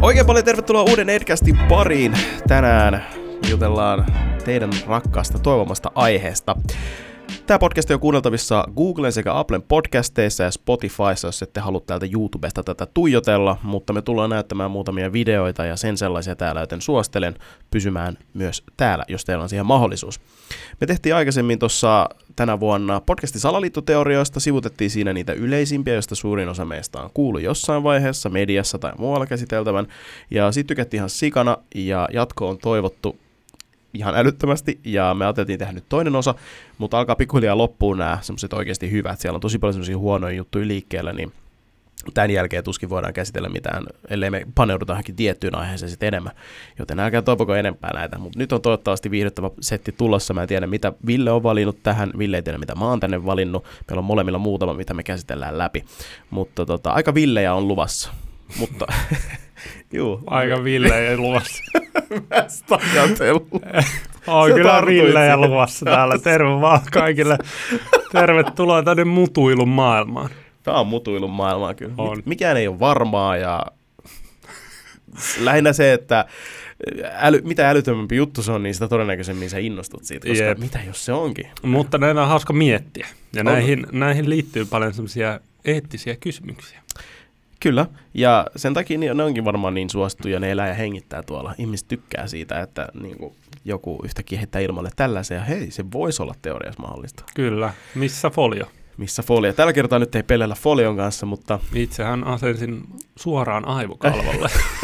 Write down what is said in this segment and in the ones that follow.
Oikein paljon tervetuloa uuden Edcastin pariin. Tänään jutellaan teidän rakkaasta toivomasta aiheesta. Tämä podcast on kuunneltavissa Googlen sekä Applen podcasteissa ja Spotifyssa, jos ette halua täältä YouTubesta tätä tuijotella, mutta me tullaan näyttämään muutamia videoita ja sen sellaisia täällä, joten suosittelen pysymään myös täällä, jos teillä on siihen mahdollisuus. Me tehtiin aikaisemmin tuossa tänä vuonna podcasti salaliittoteorioista, sivutettiin siinä niitä yleisimpiä, joista suurin osa meistä on kuullut jossain vaiheessa mediassa tai muualla käsiteltävän, ja sitten tykättiin ihan sikana, ja jatko on toivottu ihan älyttömästi, ja me ajateltiin tehdä nyt toinen osa, mutta alkaa pikkuhiljaa loppuun nämä semmoiset oikeasti hyvät. Siellä on tosi paljon semmoisia huonoja juttuja liikkeellä, niin tämän jälkeen tuskin voidaan käsitellä mitään, ellei me paneuduta johonkin tiettyyn aiheeseen sitten enemmän. Joten älkää toivoko enempää näitä, mutta nyt on toivottavasti viihdyttävä setti tulossa. Mä en tiedä, mitä Ville on valinnut tähän, Ville ei tiedä, mitä mä oon tänne valinnut. Meillä on molemmilla muutama, mitä me käsitellään läpi, mutta aika villejä on luvassa, mutta juu. Aika villejä luvassa. Mästä ajatellut. On kyllä villejä luvassa täällä. Terve vaan kaikille. Tervetuloa tänne mutuilun maailmaan. Tämä on mutuilun maailmaa kyllä. On. Mikään ei ole varmaa ja lähinnä se, että mitä älyttömämpi juttu se on, niin sitä todennäköisemmin sä innostut siitä, koska mitä jos se onkin. Mutta näitä on hauska miettiä. Ja näihin liittyy paljon semmoisia eettisiä kysymyksiä. Kyllä, ja sen takia ne onkin varmaan niin suosittuja, ne elää ja hengittää tuolla. Ihmiset tykkää siitä, että niin kuin joku yhtäkkiä heittää ilmalle tällaisen, ja hei, se voisi olla teoriassa mahdollista. Kyllä, missä folio? Missä folio? Tällä kertaa nyt ei pelellä folion kanssa, mutta itsehän asensin suoraan aivokalvolle.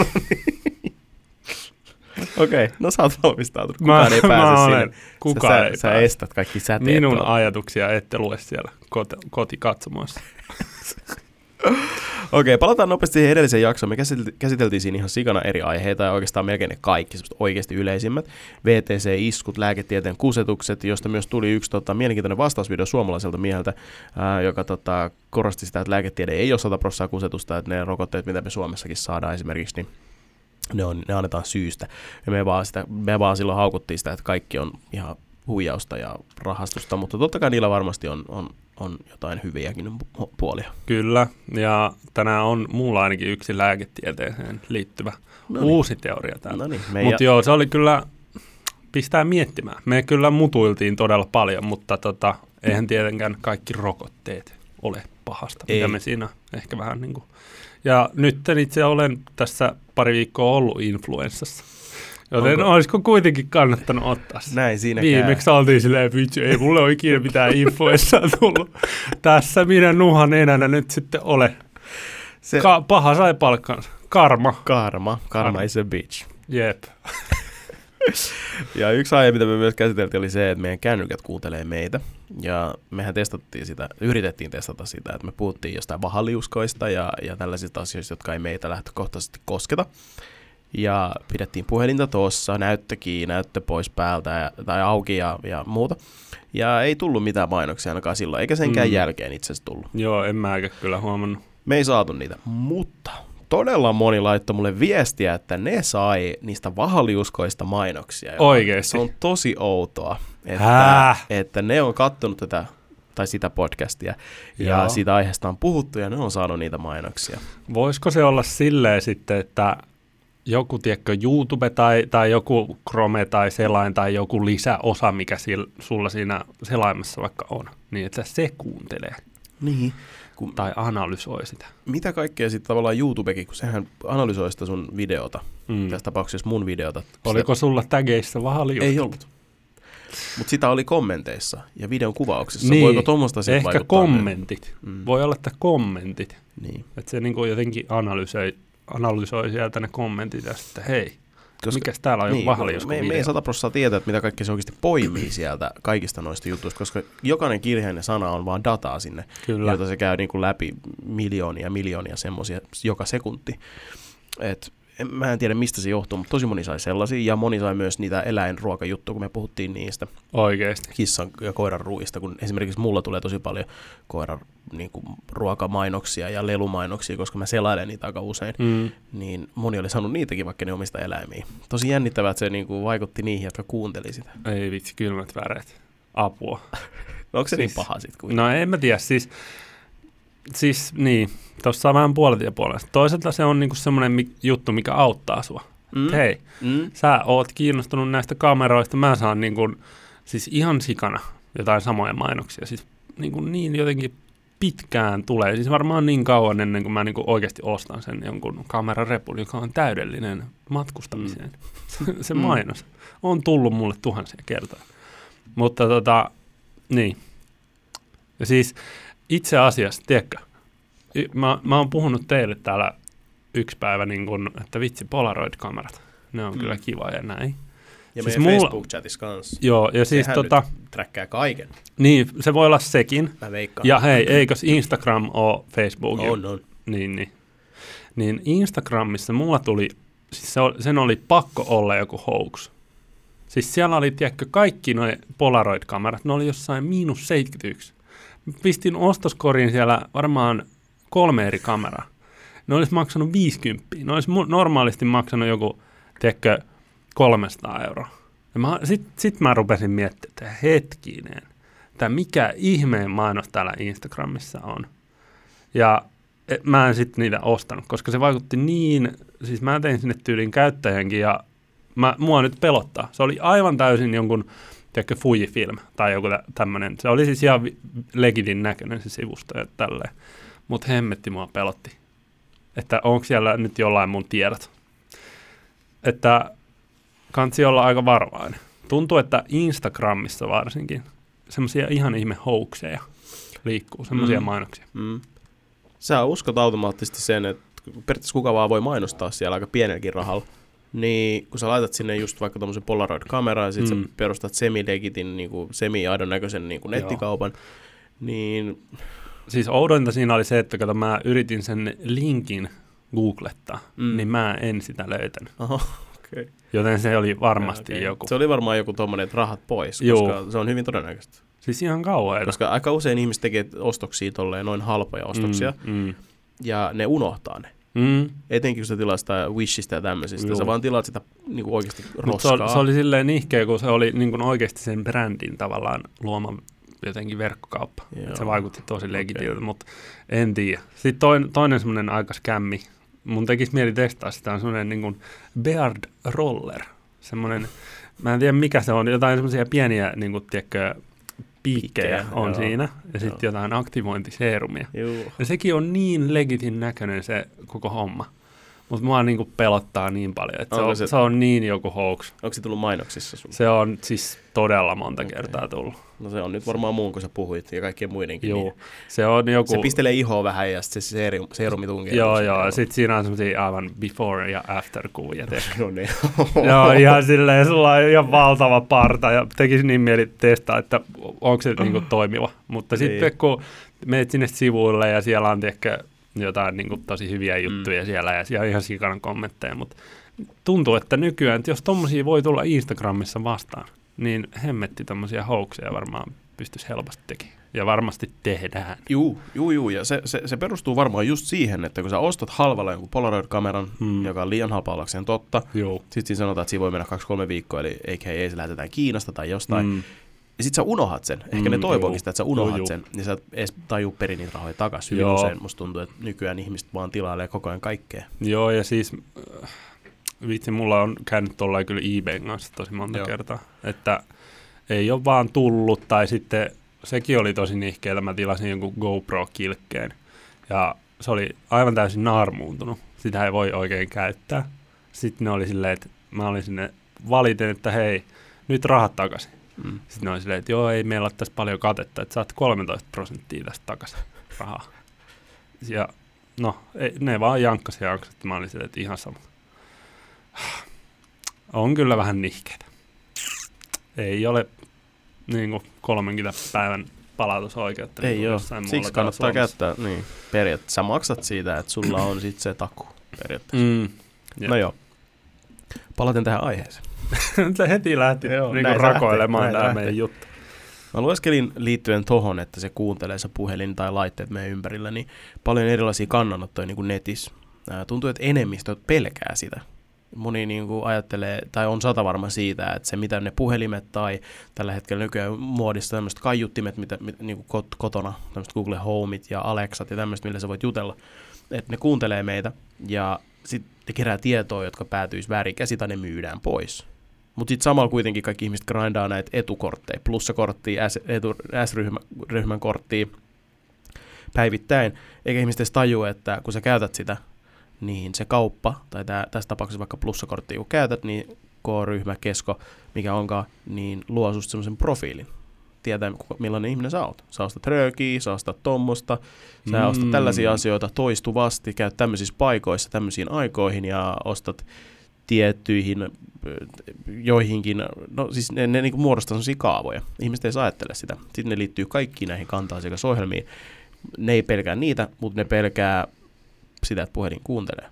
Okei, no sä oot valmistautunut. Kukaan ei pääse sinne. Sä estät kaikki säteet. Minun ajatuksia ette lue siellä kotikatsomoissa. Okei, palataan nopeasti siihen edelliseen jaksoon. Me käsiteltiin siinä ihan sikana eri aiheita ja oikeastaan melkein ne kaikki oikeasti yleisimmät. VTC-iskut, lääketieteen kusetukset, josta myös tuli yksi mielenkiintoinen vastausvideo suomalaiselta mieheltä, joka korosti sitä, että lääketiede ei ole 100% kusetusta, että ne rokotteet, mitä me Suomessakin saadaan esimerkiksi, niin ne annetaan syystä. Ja me vaan silloin haukuttiin sitä, että kaikki on ihan huijausta ja rahastusta, mutta totta kai niillä varmasti on jotain hyviäkin puolia. Kyllä, ja tänään on mulla ainakin yksi lääketieteeseen liittyvä uusi teoria täällä. Mutta joo, se oli kyllä, pistää miettimään. Me kyllä mutuiltiin todella paljon, mutta eihän tietenkään kaikki rokotteet ole pahasta, mitä me siinä ehkä vähän niin kuin. Ja nyt itse olen tässä pari viikkoa ollut influenssassa. Joten olisiko kuitenkin kannattanut ottaa se? Näin siinäkään. Viimeksi oltiin silleen, vitsi, ei mulle ole ikinä mitään influenssaa tullut. Tässä minä nuhan enää nyt sitten ole. Paha sai palkkansa. Karma is a bitch. Jep. Ja yksi aihe, mitä me myös käsiteltiin, oli se, että meidän kännykät kuuntelee meitä. Ja mehän yritettiin testata sitä, että me puhuttiin jostain vahaliuskoista ja tällaisista asioista, jotka ei meitä lähtökohtaisesti kosketa. Ja pidettiin puhelinta tuossa, näyttö pois päältä tai auki ja muuta. Ja ei tullut mitään mainoksia ainakaan silloin, eikä senkään jälkeen itse asiassa tullut. Joo, en mäkään kyllä huomannut. Me ei saatu niitä, mutta todella moni laittoi mulle viestiä, että ne sai niistä vahaliuskoista mainoksia. Oikeesti? Se on tosi outoa, että ne on kattonut sitä podcastia ja siitä aiheesta on puhuttu ja ne on saanut niitä mainoksia. Voisiko se olla silleen sitten, että joku, tiedätkö, YouTube tai joku Chrome tai selain tai joku lisäosa, mikä sulla siinä selaimessa vaikka on, niin että se kuuntelee. Niin. Tai analysoi sitä. Mitä kaikkea sitten tavallaan YouTubekin, kun sehän analysoi sitä sun videota, tässä tapauksessa mun videota. Oliko sulla tägeissä vahaliusta? Ei ollut. Mutta sitä oli kommenteissa ja videon kuvauksessa. Niin, voiko tuommoista sitten vaikuttaa? Ehkä kommentit. Voi olla, että kommentit. Niin. Että se niinku jotenkin analysoi sieltä ne kommentit ja sitten hei, mikäs täällä on joku vahaliusko-video? Me ei 100% tietää, että mitä kaikkea se oikeasti poimii sieltä kaikista noista jutuista, koska jokainen kirjainen sana on vaan dataa sinne, jota se käy niin kuin läpi miljoonia semmoisia joka sekunti. Mä en tiedä, mistä se johtuu, mutta tosi moni sai sellaisia, ja moni sai myös niitä eläinruokajuttuja, kun me puhuttiin niistä. Oikeasti. Kissan ja koiran ruuista, kun esimerkiksi mulla tulee tosi paljon koiran niin kuin ruokamainoksia ja lelumainoksia, koska mä selailen niitä aika usein, niin moni oli saanut niitäkin, vaikka ne omista eläimiä. Tosi jännittävää, että se niin kuin vaikutti niihin, jotka kuunteli sitä. Ei vitsi, kylmät väreet. Apua. No onko se siis niin paha sitten? No en mä tiedä, siis siis niin, tuossa on vähän puolet ja puolesta. Toisaalta se on niinku semmoinen juttu, mikä auttaa sua. Hei, sä oot kiinnostunut näistä kameroista, mä saan niinku, siis ihan sikana jotain samoja mainoksia. Siis niin jotenkin pitkään tulee, siis varmaan niin kauan ennen kuin mä niinku oikeasti ostan sen jonkun kamerarepun, joka on täydellinen matkustamiseen. Se mainos on tullut mulle tuhansia kertaa. Mutta niin. Ja siis itse asiassa, tiedätkö, mä oon puhunut teille täällä yksi päivä, niin kun, että vitsi, Polaroid-kamerat, ne on kyllä kiva ja näin. Ja siis meidän Facebook-chatissa kanssa. Joo, ja siis sehän nyt träkkää kaiken. Niin, se voi olla sekin. Mä veikkaan. Ja hei, eikös Instagram ole Facebook? On. Niin Instagramissa mulla tuli, siis sen oli pakko olla joku hoax. Siis siellä oli, tiedätkö, kaikki nuo Polaroid-kamerat, ne oli jossain -71. Pistin ostoskoriin siellä varmaan 3 eri kameraa. Ne olisi maksanut 50. Ne olisi normaalisti maksanut joku, tiedätkö, 300 €. Sitten mä rupesin miettimään, että hetkinen, että mikä ihmeen mainos täällä Instagramissa on. Ja mä en sitten niitä ostanut, koska se vaikutti niin, siis mä tein sinne tyyliin käyttäjänkin ja mua nyt pelottaa. Se oli aivan täysin jonkun, tiedätkö, Fujifilm tai joku tämmöinen. Se oli siis ihan legitin näköinen se sivusto ja tälleen. Mutta hemmetti mua pelotti, että onko siellä nyt jollain mun tiedot. Että kansi olla aika varovainen. Tuntuu, että Instagramissa varsinkin semmoisia ihan ihme hoaxeja liikkuu, semmoisia mainoksia. Sä uskot automaattisesti sen, että periaatteessa kuka vaan voi mainostaa siellä aika pienelläkin rahalla. Niin kun sä laitat sinne just vaikka tommosen Polaroid-kameraan ja sit sä perustat semi-legitin, niinku semi-aidon näköisen niinku nettikaupan, niin... Siis oudointa siinä oli se, että kun mä yritin sen linkin googlettaa, niin mä en sitä löytänyt. Oho, okay. Joten se oli varmasti joku. Se oli varmaan joku tommonen, että rahat pois, koska se on hyvin todennäköistä. Siis ihan kauan. Koska aika usein ihmiset tekee ostoksia tolleen noin halpoja ostoksia, ja ne unohtaa ne. Etenkin kun sä tilaat sitä Wishistä ja tämmöisistä, sä vaan tilaat sitä niinku oikeasti roskaa. Se oli silleen nihkeä, kun se oli niinku oikeasti sen brändin tavallaan luoma jotenkin verkkokauppa. Se vaikutti tosi legitiltä, mutta en tiedä. Sitten toinen semmoinen aika skämmi. Mun tekisi mieli testaa sitä, on semmoinen niin Beard Roller. Semmoinen, mä en tiedä mikä se on, jotain semmoisia pieniä, niin kuin, tiedätkö, piikkejä on siinä, ja sitten jotain aktivointiseerumia. Ja sekin on niin legitin näköinen se koko homma. Mutta mua niinku pelottaa niin paljon, että se on niin joku hoax. Onko se tullut mainoksissa sulle? Se on siis todella monta kertaa tullut. No se on nyt varmaan muun, kun sä puhuit, ja kaikkien muidenkin. Joo, niin. Se on joku... Se pistelee ihoa vähän, ja sitten se seerumi tunkee. Joo, ja sitten siinä on semmosia aivan before ja after kuvia. No niin. Joo, ihan silleen, sulla on ihan valtava parta, ja tekisi niin mieli testaa, että onko se niinku toimiva. Mutta sitten kun menet sinne sivuille, ja siellä on ehkä jotain niin kuin tosi hyviä juttuja siellä ja ihan sikanan kommentteja, mutta tuntuu, että nykyään, että jos tommosia voi tulla Instagramissa vastaan, niin hemmetti tommosia hoaxeja varmaan pystyisi helposti tekemään. Ja varmasti tehdään. Juu, ja se perustuu varmaan just siihen, että kun sä ostat halvalla jonkun Polaroid-kameran, joka on liian halpa ollakseen totta, sitten siinä sanotaan, että siinä voi mennä 2-3 viikkoa, eli ei se lähetetään Kiinasta tai jostain, ja sit sä unohat sen. Ehkä ne toivoikin sitä, että sä unohat sen, niin sä et edes tajuu perin niitä rahoja takaisin. Hyvin usein musta tuntuu, että nykyään ihmiset vaan tilailee koko ajan kaikkea. Joo, ja siis vitsi, mulla on käynyt tollain kyllä eBayn kanssa tosi monta kertaa, että ei ole vaan tullut, tai sitten sekin oli tosi nihkeellä, mä tilasin jonkun GoPro-kilkkeen, ja se oli aivan täysin naarmuuntunut, sitä ei voi oikein käyttää. Sitten ne oli silleen, että mä olin sinne valiten, että hei, nyt rahat takaisin. Sitten ne oli silleen, että joo, ei meillä ole tässä paljon katetta, että saat 13% tästä takaisin rahaa. Ja no, ne vaan jankkasi, että mä olin silleen, että ihan sama. On kyllä vähän nihkeitä. Ei ole niin kuin 30 päivän palautusoikeutta. Ei ole, siksi kannattaa käyttää. Niin. Periaatteessa sä maksat siitä, että sulla on sitten se takuu periaatteessa. No joo, palaten tähän aiheeseen. Se heti lähti niin rakoilemaan tämä meidän juttu. Mä lueskelin liittyen tohon, että se kuuntelee se puhelin tai laitteet meidän ympärillä, niin paljon erilaisia kannanottoja niin kuin netissä. Tuntuu, että enemmistö pelkää sitä. moni niin kuin ajattelee, tai on satavarma siitä, että se mitä ne puhelimet tai tällä hetkellä nykyään muodissa tämmöiset kaiuttimet, mitä niin kuin kotona, tämmöiset Google Homeit ja Alexat ja tämmöiset, millä sä voit jutella, että ne kuuntelee meitä ja sitten ne kerää tietoa, jotka päätyisi väärin käsi tai ne myydään pois. Mutta sitten samalla kuitenkin kaikki ihmiset grindaa näitä etukortteja, plussakorttia, S-ryhmän korttia päivittäin, eikä ihmiset edes tajua, että kun sä käytät sitä, niin se kauppa, tai tässä tapauksessa vaikka plussakorttia kun käytät, niin K-ryhmä, kesko, mikä onkaan, niin luo susta semmoisen profiilin. Tietää, millainen ihminen sä oot. Sä ostat röökiä, sä ostat tommosta, sä ostat tällaisia asioita toistuvasti, käyt tämmöisissä paikoissa, tämmöisiin aikoihin ja ostat tiettyihin, joihinkin, no siis ne niin kuin muodostaa sellaisia kaavoja. Ihmiset ei saa ajattele sitä. Sitten ne liittyy kaikkiin näihin kanta-asiakasohjelmiin. Ne ei pelkää niitä, mutta ne pelkää sitä, että puhelin kuuntelee.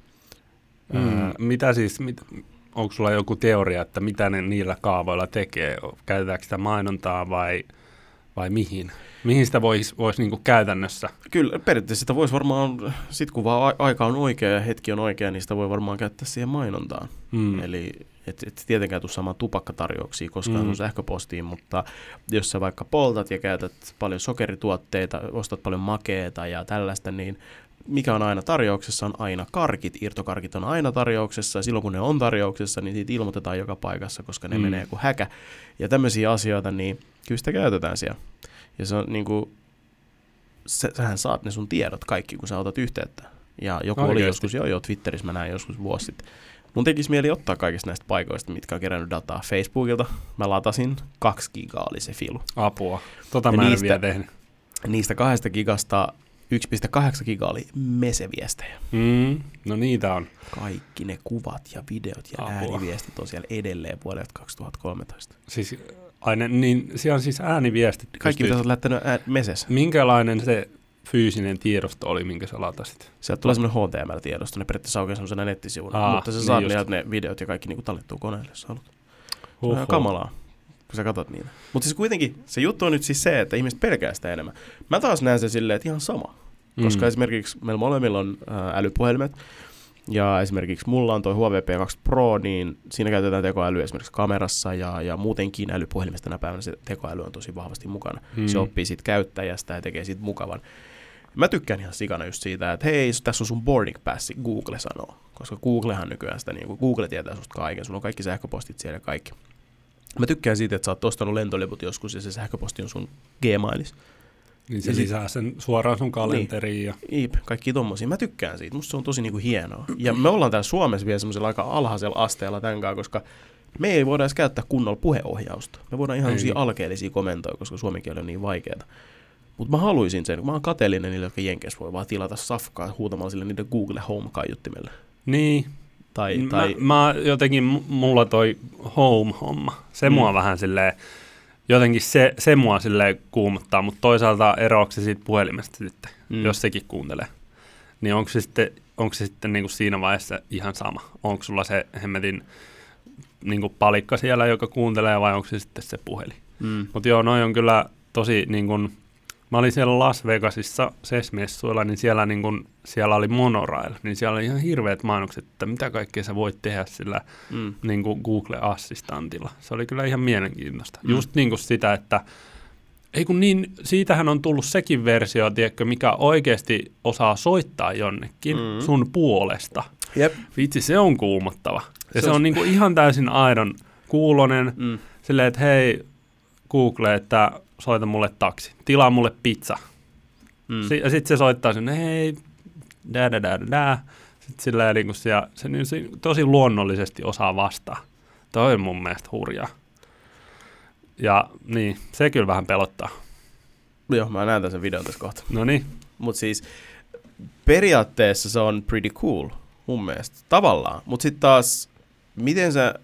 Onko sulla joku teoria, että mitä ne niillä kaavoilla tekee? Käytetäänkö sitä mainontaa vai mihin? Mihin sitä voisi niinku käytännössä? Kyllä, periaatteessa sitä voisi varmaan, sit kun vaan aika on oikea ja hetki on oikea, niin sitä voi varmaan käyttää siihen mainontaan. Eli et tietenkään tule saamaan tupakkatarjouksia koskaan sun sähköpostiin, mutta jos sä vaikka poltat ja käytät paljon sokerituotteita, ostat paljon makeeta ja tällaista, niin mikä on aina tarjouksessa, on aina karkit. Irtokarkit on aina tarjouksessa, ja silloin kun ne on tarjouksessa, niin siitä ilmoitetaan joka paikassa, koska ne menee kuin häkä. Ja tämmöisiä asioita, niin kyllä sitä käytetään siellä. Ja se on niinku, sähän saat ne sun tiedot kaikki, kun sä otat yhteyttä. Ja joku oli joskus, Twitterissä mä näin joskus vuosi sitten. Mun tekisi mieli ottaa kaikista näistä paikoista, mitkä on kerännyt dataa Facebookilta. Mä latasin 2 gigaa oli se filu. Apua. Mä en vielä tehnyt. Niistä 2 gigasta 1,8 giga oli meseviestejä. No niitä on. Kaikki ne kuvat ja videot ja ääniviestit on siellä edelleen vuodelta 2013. Siis niin siellä on siis ääniviestit. Kaikki mitä olet lähtenyt mesessä. Minkälainen se fyysinen tiedosto oli, minkä sä latasit? Sieltä tulee semmoinen HTML-tiedosto, ne periaatteessa aukeaa semmoisena nettisivuna, mutta sä saat niin ne videot ja kaikki niinku tallettua koneelle, jos haluat. Se on ihan kamalaa, kun sä katsot niitä. Mutta siis kuitenkin se juttu on nyt siis se, että ihmiset pelkää sitä enemmän. Mä taas näen sen silleen, että ihan sama. Koska esimerkiksi meillä molemmilla on älypuhelimet, ja esimerkiksi mulla on toi Huawei P2 Pro, niin siinä käytetään tekoälyä esimerkiksi kamerassa, ja muutenkin älypuhelimesta tänä päivänä se tekoäly on tosi vahvasti mukana. Se oppii siitä käyttäjästä ja tekee siitä mukavan. Mä tykkään ihan sikana just siitä, että hei, tässä on sun boarding passi, Google sanoo. Koska Googlehan nykyään sitä, niin Google tietää susta kaiken, sulla on kaikki sähköpostit siellä ja kaikki. Mä tykkään siitä, että sä oot ostanut lentoliput joskus ja se sähköposti on sun Gmailis. Niin se lisää sen suoraan sun kalenteriin. Niin, kaikki tommosia. Mä tykkään siitä. Musta se on tosi niinku hienoa. Ja me ollaan täällä Suomessa vielä semmoisella aika alhaisella asteella tämän kanssa, koska me ei voida edes käyttää kunnolla puheohjausta. Me voidaan ihan semmosia alkeellisia komentoja, koska suomen kieli on niin vaikeaa. Mutta mä haluaisin sen, kun mä oon kateellinen niille, jotka Jenkeissä voi vaan tilata safkaa huutamalla sille niiden Google Home-kaiuttimelle. Niin. Mä jotenkin, mulla toi Home-homma, se mua vähän silleen, jotenkin se mua silleen kuumottaa, mutta toisaalta eroako se siitä puhelimesta sitten, jos sekin kuuntelee. Niin onko se sitten niin kuin siinä vaiheessa ihan sama? Onko sulla se hemmetin niin kuin palikka siellä, joka kuuntelee, vai onko se sitten se puhelin? Mutta joo, noi on kyllä tosi niin kuin, mä olin siellä Las Vegasissa SES-messuilla, niin siellä oli monorail, niin siellä oli ihan hirveät mainokset, että mitä kaikkea sä voit tehdä sillä niin kuin Google-assistantilla. Se oli kyllä ihan mielenkiintoista. Just niin kuin sitä, että ei kun niin, siitähän on tullut sekin versio, tiedätkö, mikä oikeasti osaa soittaa jonnekin sun puolesta. Jep. Vitsi, se on kuumottava. Ja se on niin kuin ihan täysin aidon kuulonen, silleen, että hei Google, että soita mulle taksi, tilaa mulle pizza. Ja sitten se soittaa sinne, hei, Sitten silleen niin kuin se tosi luonnollisesti osaa vastaa. Toi on mun mielestä hurjaa. Ja niin, se kyllä vähän pelottaa. Joo, mä näen sen videon tässä kohta. Noniin. Mut siis periaatteessa se on pretty cool mun mielestä, tavallaan. Mut sit taas, miten sä,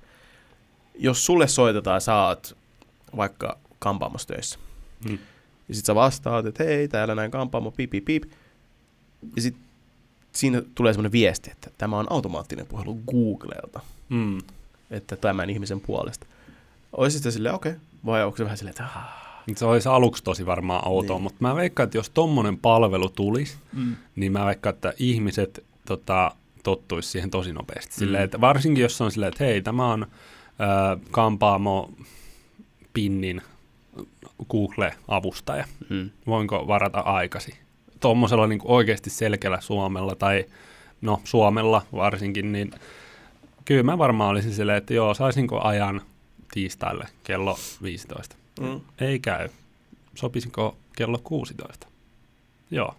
jos sulle soitetaan, sä oot vaikka kampaamossa töissä. Ja sit sä vastaat, että hei, täällä näin kampaamo, pip, pip, pip. Ja sit siinä tulee semmoinen viesti, että tämä on automaattinen puhelu Googlelta. Että tämän ihmisen puolesta. Oisit se silleen, okei, vai onko se vähän silleen, että se olisi aluksi tosi varmaan outoa, niin. Mutta mä veikkaan, että jos tommonen palvelu tulisi, niin mä veikkaan, että ihmiset tottuisi siihen tosi nopeasti. Silleen, että varsinkin jos on silleen, että hei, tämä on Kampaamo Pinnin Google-avustaja. Voinko varata aikasi? Tuommoisella niin oikeasti selkeällä suomella tai suomella varsinkin, niin kyllä mä varmaan olisin silleen, että joo, saisinko ajan tiistaille kello 15? Ei käy. Sopisinko kello 16? Joo.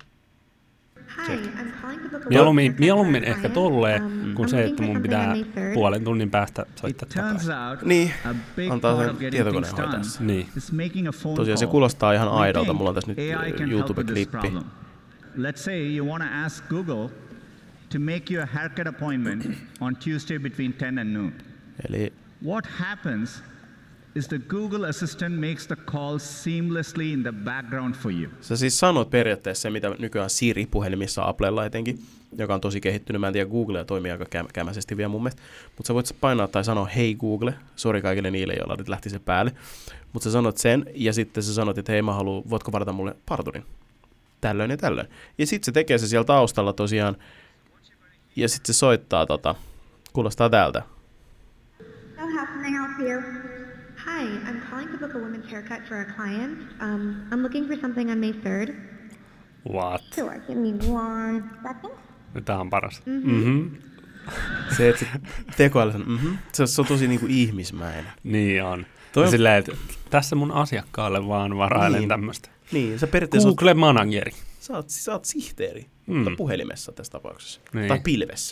Mieluummin ehkä tolleen, kuin se, että mun pitää puolen tunnin päästä soittaa takaisin. Niin, antaa sen tietokoneen hoitaa se. Niin. Tosiaan se kuulostaa ihan aidolta. Mulla on tässä nyt YouTube-klippi. Let's say you want to ask Google to make you a haircut appointment on Tuesday between 10 and noon. Eli what happens is the Google Assistant makes the call seamlessly in the background for you. Sä siis sanot periaatteessa se, mitä nykyään Siri puhelimissa Applella etenkin, joka on tosi kehittynyt. Mä en tiedä, Google toimii aika kämäisesti vielä mun mielestä. Mutta sä voit painaa tai sanoa hei Google, sori kaikille niille, joilla nyt lähti se päälle. Mutta sä sanot sen ja sitten sä sanot, että hei mä haluan, voitko varata mulle parturin? Tällöin ja tällöin. Ja sitten se tekee se siellä taustalla tosiaan. Ja sitten se soittaa kuulostaa täältä. Hi, I'm calling to book a women's haircut for a client. I'm looking for something on May 3rd. What? Sure, give me 1 second. Tämä on paras. Se, että se tekoäly se on tosi niinku ihmismäinen. Niin on. Silleen, että tässä mun asiakkaalle vaan varailen tämmöistä. Niin, sä periaatteessa Google-manageri. Sä oot sihteeri, puhelimessa tässä tapauksessa. Niin. Tai pilvessä.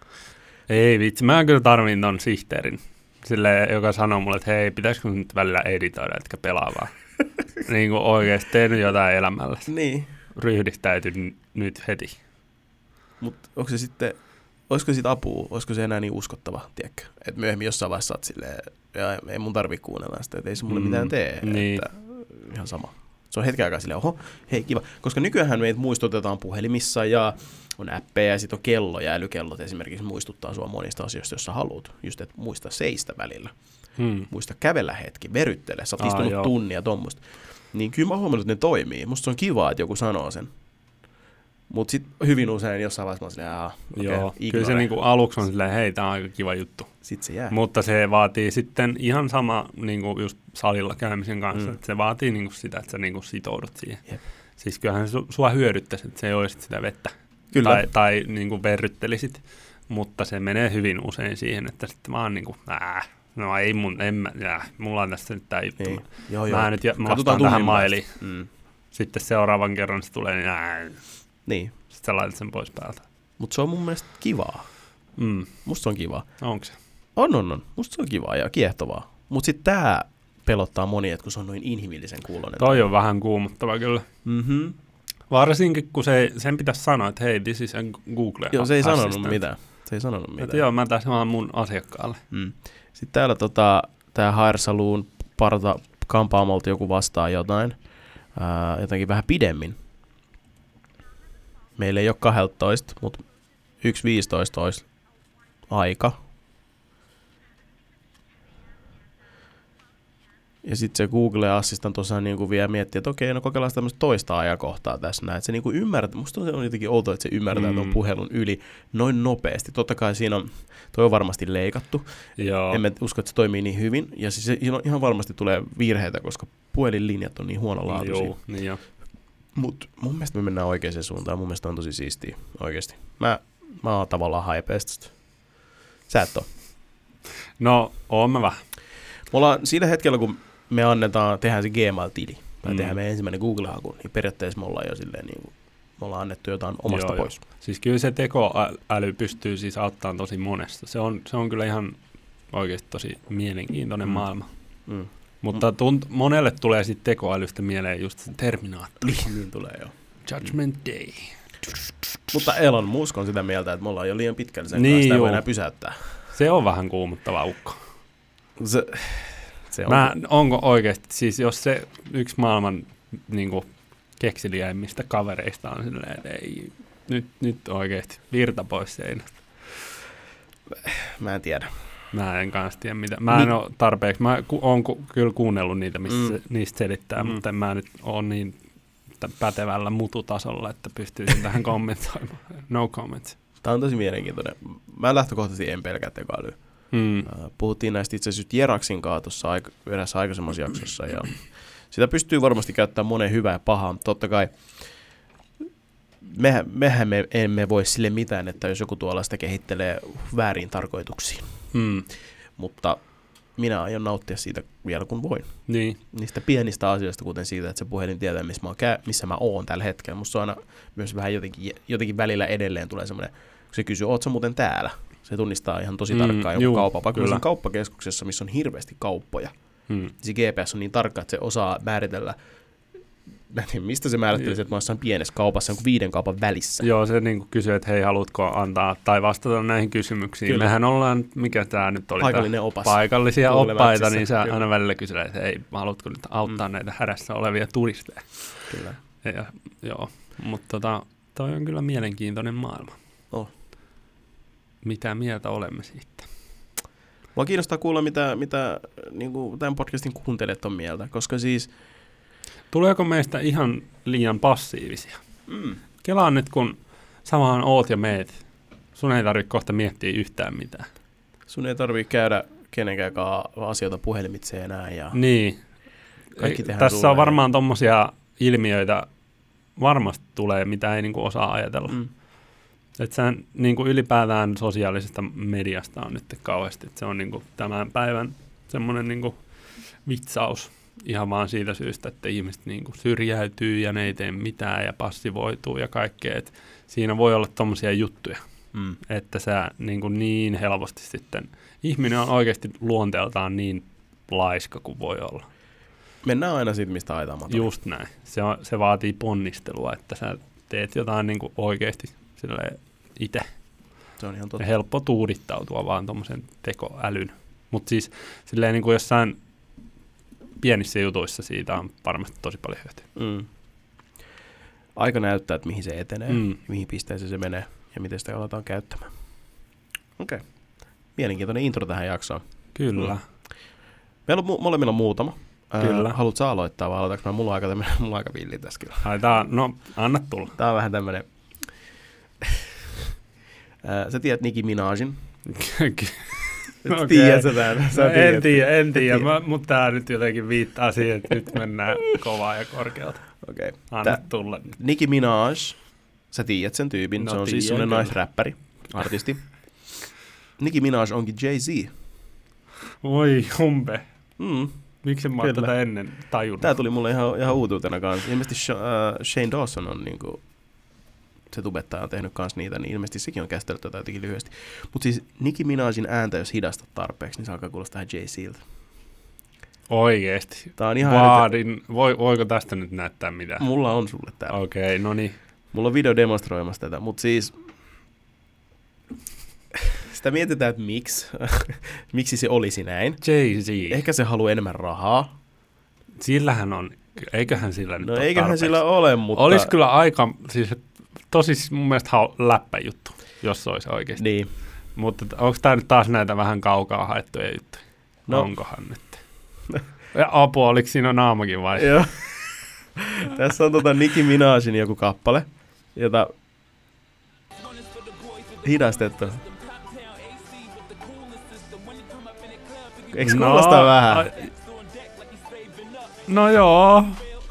Ei vitsi, mä kyllä tarvin ton sihteerin. Silleen, joka sanoo mulle, että hei, pitäisikö nyt välillä editoida, etkä pelaa vaan. Niin kuin oikeasti tehnyt jotain elämällä. Niin. Ryhdistäyty nyt heti. Mutta onko se sitten, olisiko siitä apua, olisiko se enää niin uskottava, tiedätkö? Että myöhemmin jossain vaiheessa olet silleen, ja ei mun tarvitse kuunnella sitä, että ei se mulle mitään tee. Niin. Että ihan sama. Se on hetken aikaa silleen, oho, hei kiva. Koska nykyään meitä muistutetaan puhelimissa ja on appeja ja sitten on kelloja. Älykellot esimerkiksi muistuttaa sua monista asioista, jos sä haluat. Just, että muista seistä välillä. Muista kävellä hetki, veryttele. Sä oot istunut tunnia tommoista. Niin kyllä mä huomannut, että ne toimii. Musta se on kiva, että joku sanoo sen. Mutta sitten hyvin usein jossain vaiheessa mä silleen, joo, kyllä se niinku aluksi on silleen, hei, tää on aika kiva juttu. Sitten se jää. Mutta se vaatii sitten ihan sama niinku just salilla käymisen kanssa, että se vaatii niinku sitä, että sä niinku sitoudut siihen. Jep. Siis kyllähän sua hyödyttäisi, että se ei olisi sitä vettä. Kyllä. Tai niinku verryttelisit, mutta se menee hyvin usein siihen, että sitten vaan niinku, no ei mulla on tässä nyt tää juttu. Niin. Mä nyt vastaan tähän mailiin. Sitten seuraavan kerran se tulee, niin. Sitten sä laitat sen pois päältä. Mutta se on mun mielestä kivaa. Musta se on kivaa. Onko se? On. Musta se on kivaa ja kiehtovaa. Mutta sitten tää pelottaa monia, kun se on noin inhimillisen kuuloinen. Toi on vähän kuumottava kyllä. Varsinkin, kun sen pitäisi sanoa, että hei, this is a Google. Joo, se ei sanonut mitään. Joo, mä tässä vaan mun asiakkaalle. Sitten täällä tää Hair Saloon parta kampaamolta joku vastaa jotain. Jotenkin vähän pidemmin. Meillä ei ole 12, mutta 1.15 olisi aika. Ja sitten se Google Assistant tosiaan niinku vielä miettii, että okei, no kokeillaan tämmöistä toista ajankohtaa tässä näin. Että se niinku ymmärtää, musta on jotenkin outoa, että se ymmärtää tuon puhelun yli noin nopeasti. Totta kai siinä on, toi on varmasti leikattu. Joo. En usko, että se toimii niin hyvin. Ja siis ihan varmasti tulee virheitä, koska puhelinlinjat on niin huonolaatuisia. Joo, niin jo. Mut mun mielestä me mennään oikeaan suuntaan. Mun mielestä on tosi siistiä, oikeasti. Mä oon tavallaan haipeesta. Sä et oo. No, oon mä vähän. Me ollaan siinä hetkellä, kun me tehdään se Gmail-tili, tai tehdään meidän ensimmäinen Google-haku, niin periaatteessa me ollaan jo silleen, niin kuin, me ollaan annettu jotain omasta pois. Jo. Siis kyllä se tekoäly pystyy siis auttamaan tosi monesta. Se on kyllä ihan oikeasti tosi mielenkiintoinen maailma. Mutta monelle tulee sitten tekoälystä mieleen just se Terminaattori. Niin tulee jo. Judgment Day. Mutta Elon Musk on sitä mieltä, että me ollaan jo liian pitkällä sen kanssa, sitä ei voi enää pysäyttää. Se on vähän kuumottava ukko. Se on. Onko oikeasti, siis jos se yksi maailman niin kekseliäimmistä kavereista on silleen, että ei, nyt oikeasti virta pois seinästä. Mä en tiedä. Mä en kanssa tiedä mitä. Mä en ole tarpeeksi. Mä oon kyllä kuunnellut niitä, missä niistä selittää, mutta mä nyt oon niin pätevällä mututasolla, että pystyisin tähän kommentoimaan. No comments. Tämä on tosi mielenkiintoinen. Mä lähtökohtaisesti en pelkää tekoälyä. Puhuttiin näistä itse asiassa Jeraksin kanssa tuossa yhdessä aikaisemmassa jaksossa, ja sitä pystyy varmasti käyttämään moneen hyvää ja pahaa. Totta kai mehän me emme voi sille mitään, että jos joku tuolla sitä kehittelee väärin tarkoituksiin. Mutta minä aion nauttia siitä vielä kun voin. Niin. Niistä pienistä asioista, kuten siitä, että se puhelin tietää, missä mä oon tällä hetkellä. Musta on aina myös vähän jotenkin välillä edelleen tulee semmoinen, kun se kysyy, ootko sä muuten täällä? Se tunnistaa ihan tosi tarkkaan joku kaupan. Vaikka mä kauppakeskuksessa, missä on hirveästi kauppoja. Se GPS on niin tarkka, että se osaa määritellä. Mä en tiedä, mistä se määrittelee, että mä oon pienessä kaupassa, kuin 5 kaupan välissä. Joo, se niin kuin kysyy, että hei, haluatko antaa tai vastata näihin kysymyksiin. Kyllä. Mehän ollaan, mikä tämä nyt oli? Paikallinen opas. Paikallisia oppaita, niin sä aina välillä kysyy, että hei, haluatko nyt auttaa näitä hädässä olevia turisteja. Kyllä. Joo, mutta toi on kyllä mielenkiintoinen maailma. Mitä mieltä olemme siitä? Mua kiinnostaa kuulla, mitä niin kuin tämän podcastin kuuntelijat on mieltä, koska siis tuleeko meistä ihan liian passiivisia? Kelaan nyt, kun samaan oot ja meet. Sun ei tarvitse kohta miettiä yhtään mitään. Sun ei tarvitse käydä kenenkään asioita puhelimitse enää. Ja niin. Tässä on varmaan tommosia ilmiöitä varmasti tulee, mitä ei niinku osaa ajatella. Että sen niinku ylipäätään sosiaalisesta mediasta on nyt kauheasti. Et se on niinku tämän päivän semmoinen niinku vitsaus. Ihan vaan siitä syystä, että ihmiset niinku syrjäytyy ja ne ei tee mitään ja passivoituu ja kaikkea. Et siinä voi olla tommosia juttuja, että sä niin helposti sitten, ihminen on oikeasti luonteeltaan niin laiska kuin voi olla. Mennään aina siitä, mistä aitaan matala. Just näin. Se vaatii ponnistelua, että sä teet jotain niinku oikeasti itse. Se on ihan totta. Ja helppo tuudittautua vaan tommosen tekoälyn. Mutta siis silleen niinku jossain pienissä jutuissa siitä on varmasti tosi paljon hyötyä. Aika näyttää, että mihin se etenee, mihin pisteeseen se menee ja miten sitä aletaan käyttämään. Okei. Mielenkiintoinen intro tähän jaksoon. Kyllä. Meillä on molemmilla muutama. Kyllä. Haluatko sä aloittaa vai aloitanko mä? Mulla on aika villi tässä kyllä. No, anna tulla. Tää on vähän tämmönen. Sä tiedät Nicki Minajin? Okay. Tiedätkö tämän? En tiedä, mutta tää nyt jotenkin viittaa siihen, että nyt mennään kovaa ja korkealta. Okay. Anna tulla. Nicki Minaj, sä tiedät sen tyypin, no, se on siis semmoinen naisräppäri, artisti. Nicki Minaj onkin Jay-Z. Oi humpe. Miksi mä oon tätä ennen tajunnut? Tää tuli mulle ihan uutuutena kanssa. Ilmeisesti Shane Dawson on niinku, se tubettaja on tehnyt kans niitä, niin ilmeisesti sekin on käsitellyt tätä jotenkin lyhyesti. Mutta siis Nicki Minajin ääntä, jos hidastat tarpeeksi, niin se alkaa kuulostaa Jay-Ziltä. Oikeesti? Tää on ihan voiko tästä nyt näyttää mitään? Mulla on sulle täällä. Okei, no niin. Mulla on video demonstroimassa tätä, mutta siis sitä mietitään, että miksi se olisi näin. Jay-Z. Ehkä se haluaa enemmän rahaa. Sillähän on, eiköhän sillä nyt ole tarpeeksi. Eiköhän sillä ole, mutta olisi kyllä aika, siis tosi mun mielestä läppäjuttu, jos se olisi oikeasti. Niin. Mutta onko tämä nyt taas näitä vähän kaukaa haettuja juttuja? No. Onkohan nyt? Ja apua, oliko siinä naamakin vai? Joo. Tässä on Nicki Minajin joku kappale, jota hidastettu. Eikö kuulostaa vähän? No joo.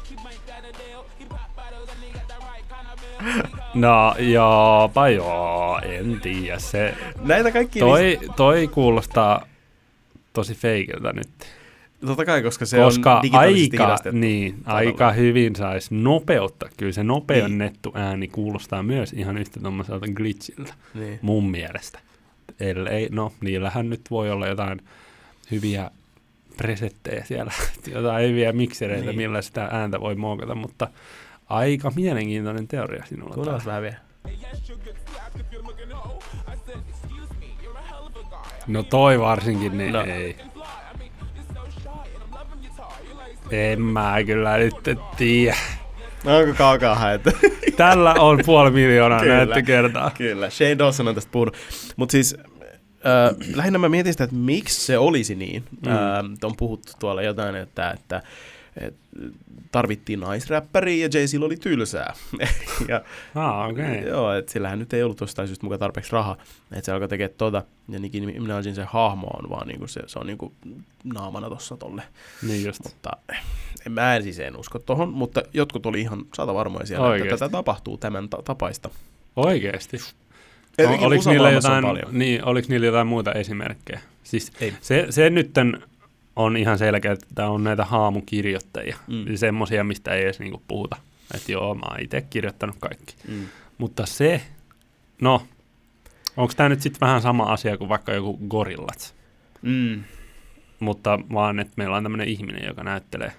No joo, en tiedä. Näitä kaikki toi kuulostaa tosi feikiltä nyt. Totta kai, koska se on digitaalisesti hidastettu. Aika hyvin saisi nopeutta. Kyllä se nopeannettu ääni kuulostaa myös ihan yhtä tommoiselta glitchiltä, mun mielestä. Niillähän nyt voi olla jotain hyviä presettejä siellä, jotain hyviä miksereitä, millä sitä ääntä voi muokata, mutta aika mielenkiintoinen teoria sinulla. Kuunnellaan vähän vielä. No toi varsinkin, niin ei. En mä kyllä nyt tiedä. Onko kaukaa haettu? Tällä on 500 000 näyttökertaa. Kyllä, Shane Dawson on tästä puhunut. Mutta siis lähinnä mä mietin sitä, että miksi se olisi niin. On puhuttu tuolla jotain, että tarvittiin naisräppäriä ja Jay-Zilla oli tylsää. Okay. Joo, että sillähän nyt ei ollut jostain syystä mukaan tarpeeksi rahaa, että se alkoi tekemään ja Nicki Minajin se hahmo on vaan niinku se on niinku naamana tossa tolle. Niin just. Mutta mä en usko tohon, mutta jotkut oli ihan satavarmoja siellä, oikeesti, että tätä tapahtuu tämän tapaista. Oikeesti? Oliko niillä jotain muuta esimerkkejä? Siis se nytten on ihan selkeä, että on näitä haamukirjoittajia, semmoisia, mistä ei edes niinku puhuta. Että joo, mä oon itse kirjoittanut kaikki. Mutta onko tämä nyt sitten vähän sama asia kuin vaikka joku Gorillaz? Mutta vaan, että meillä on tämmöinen ihminen, joka näyttelee.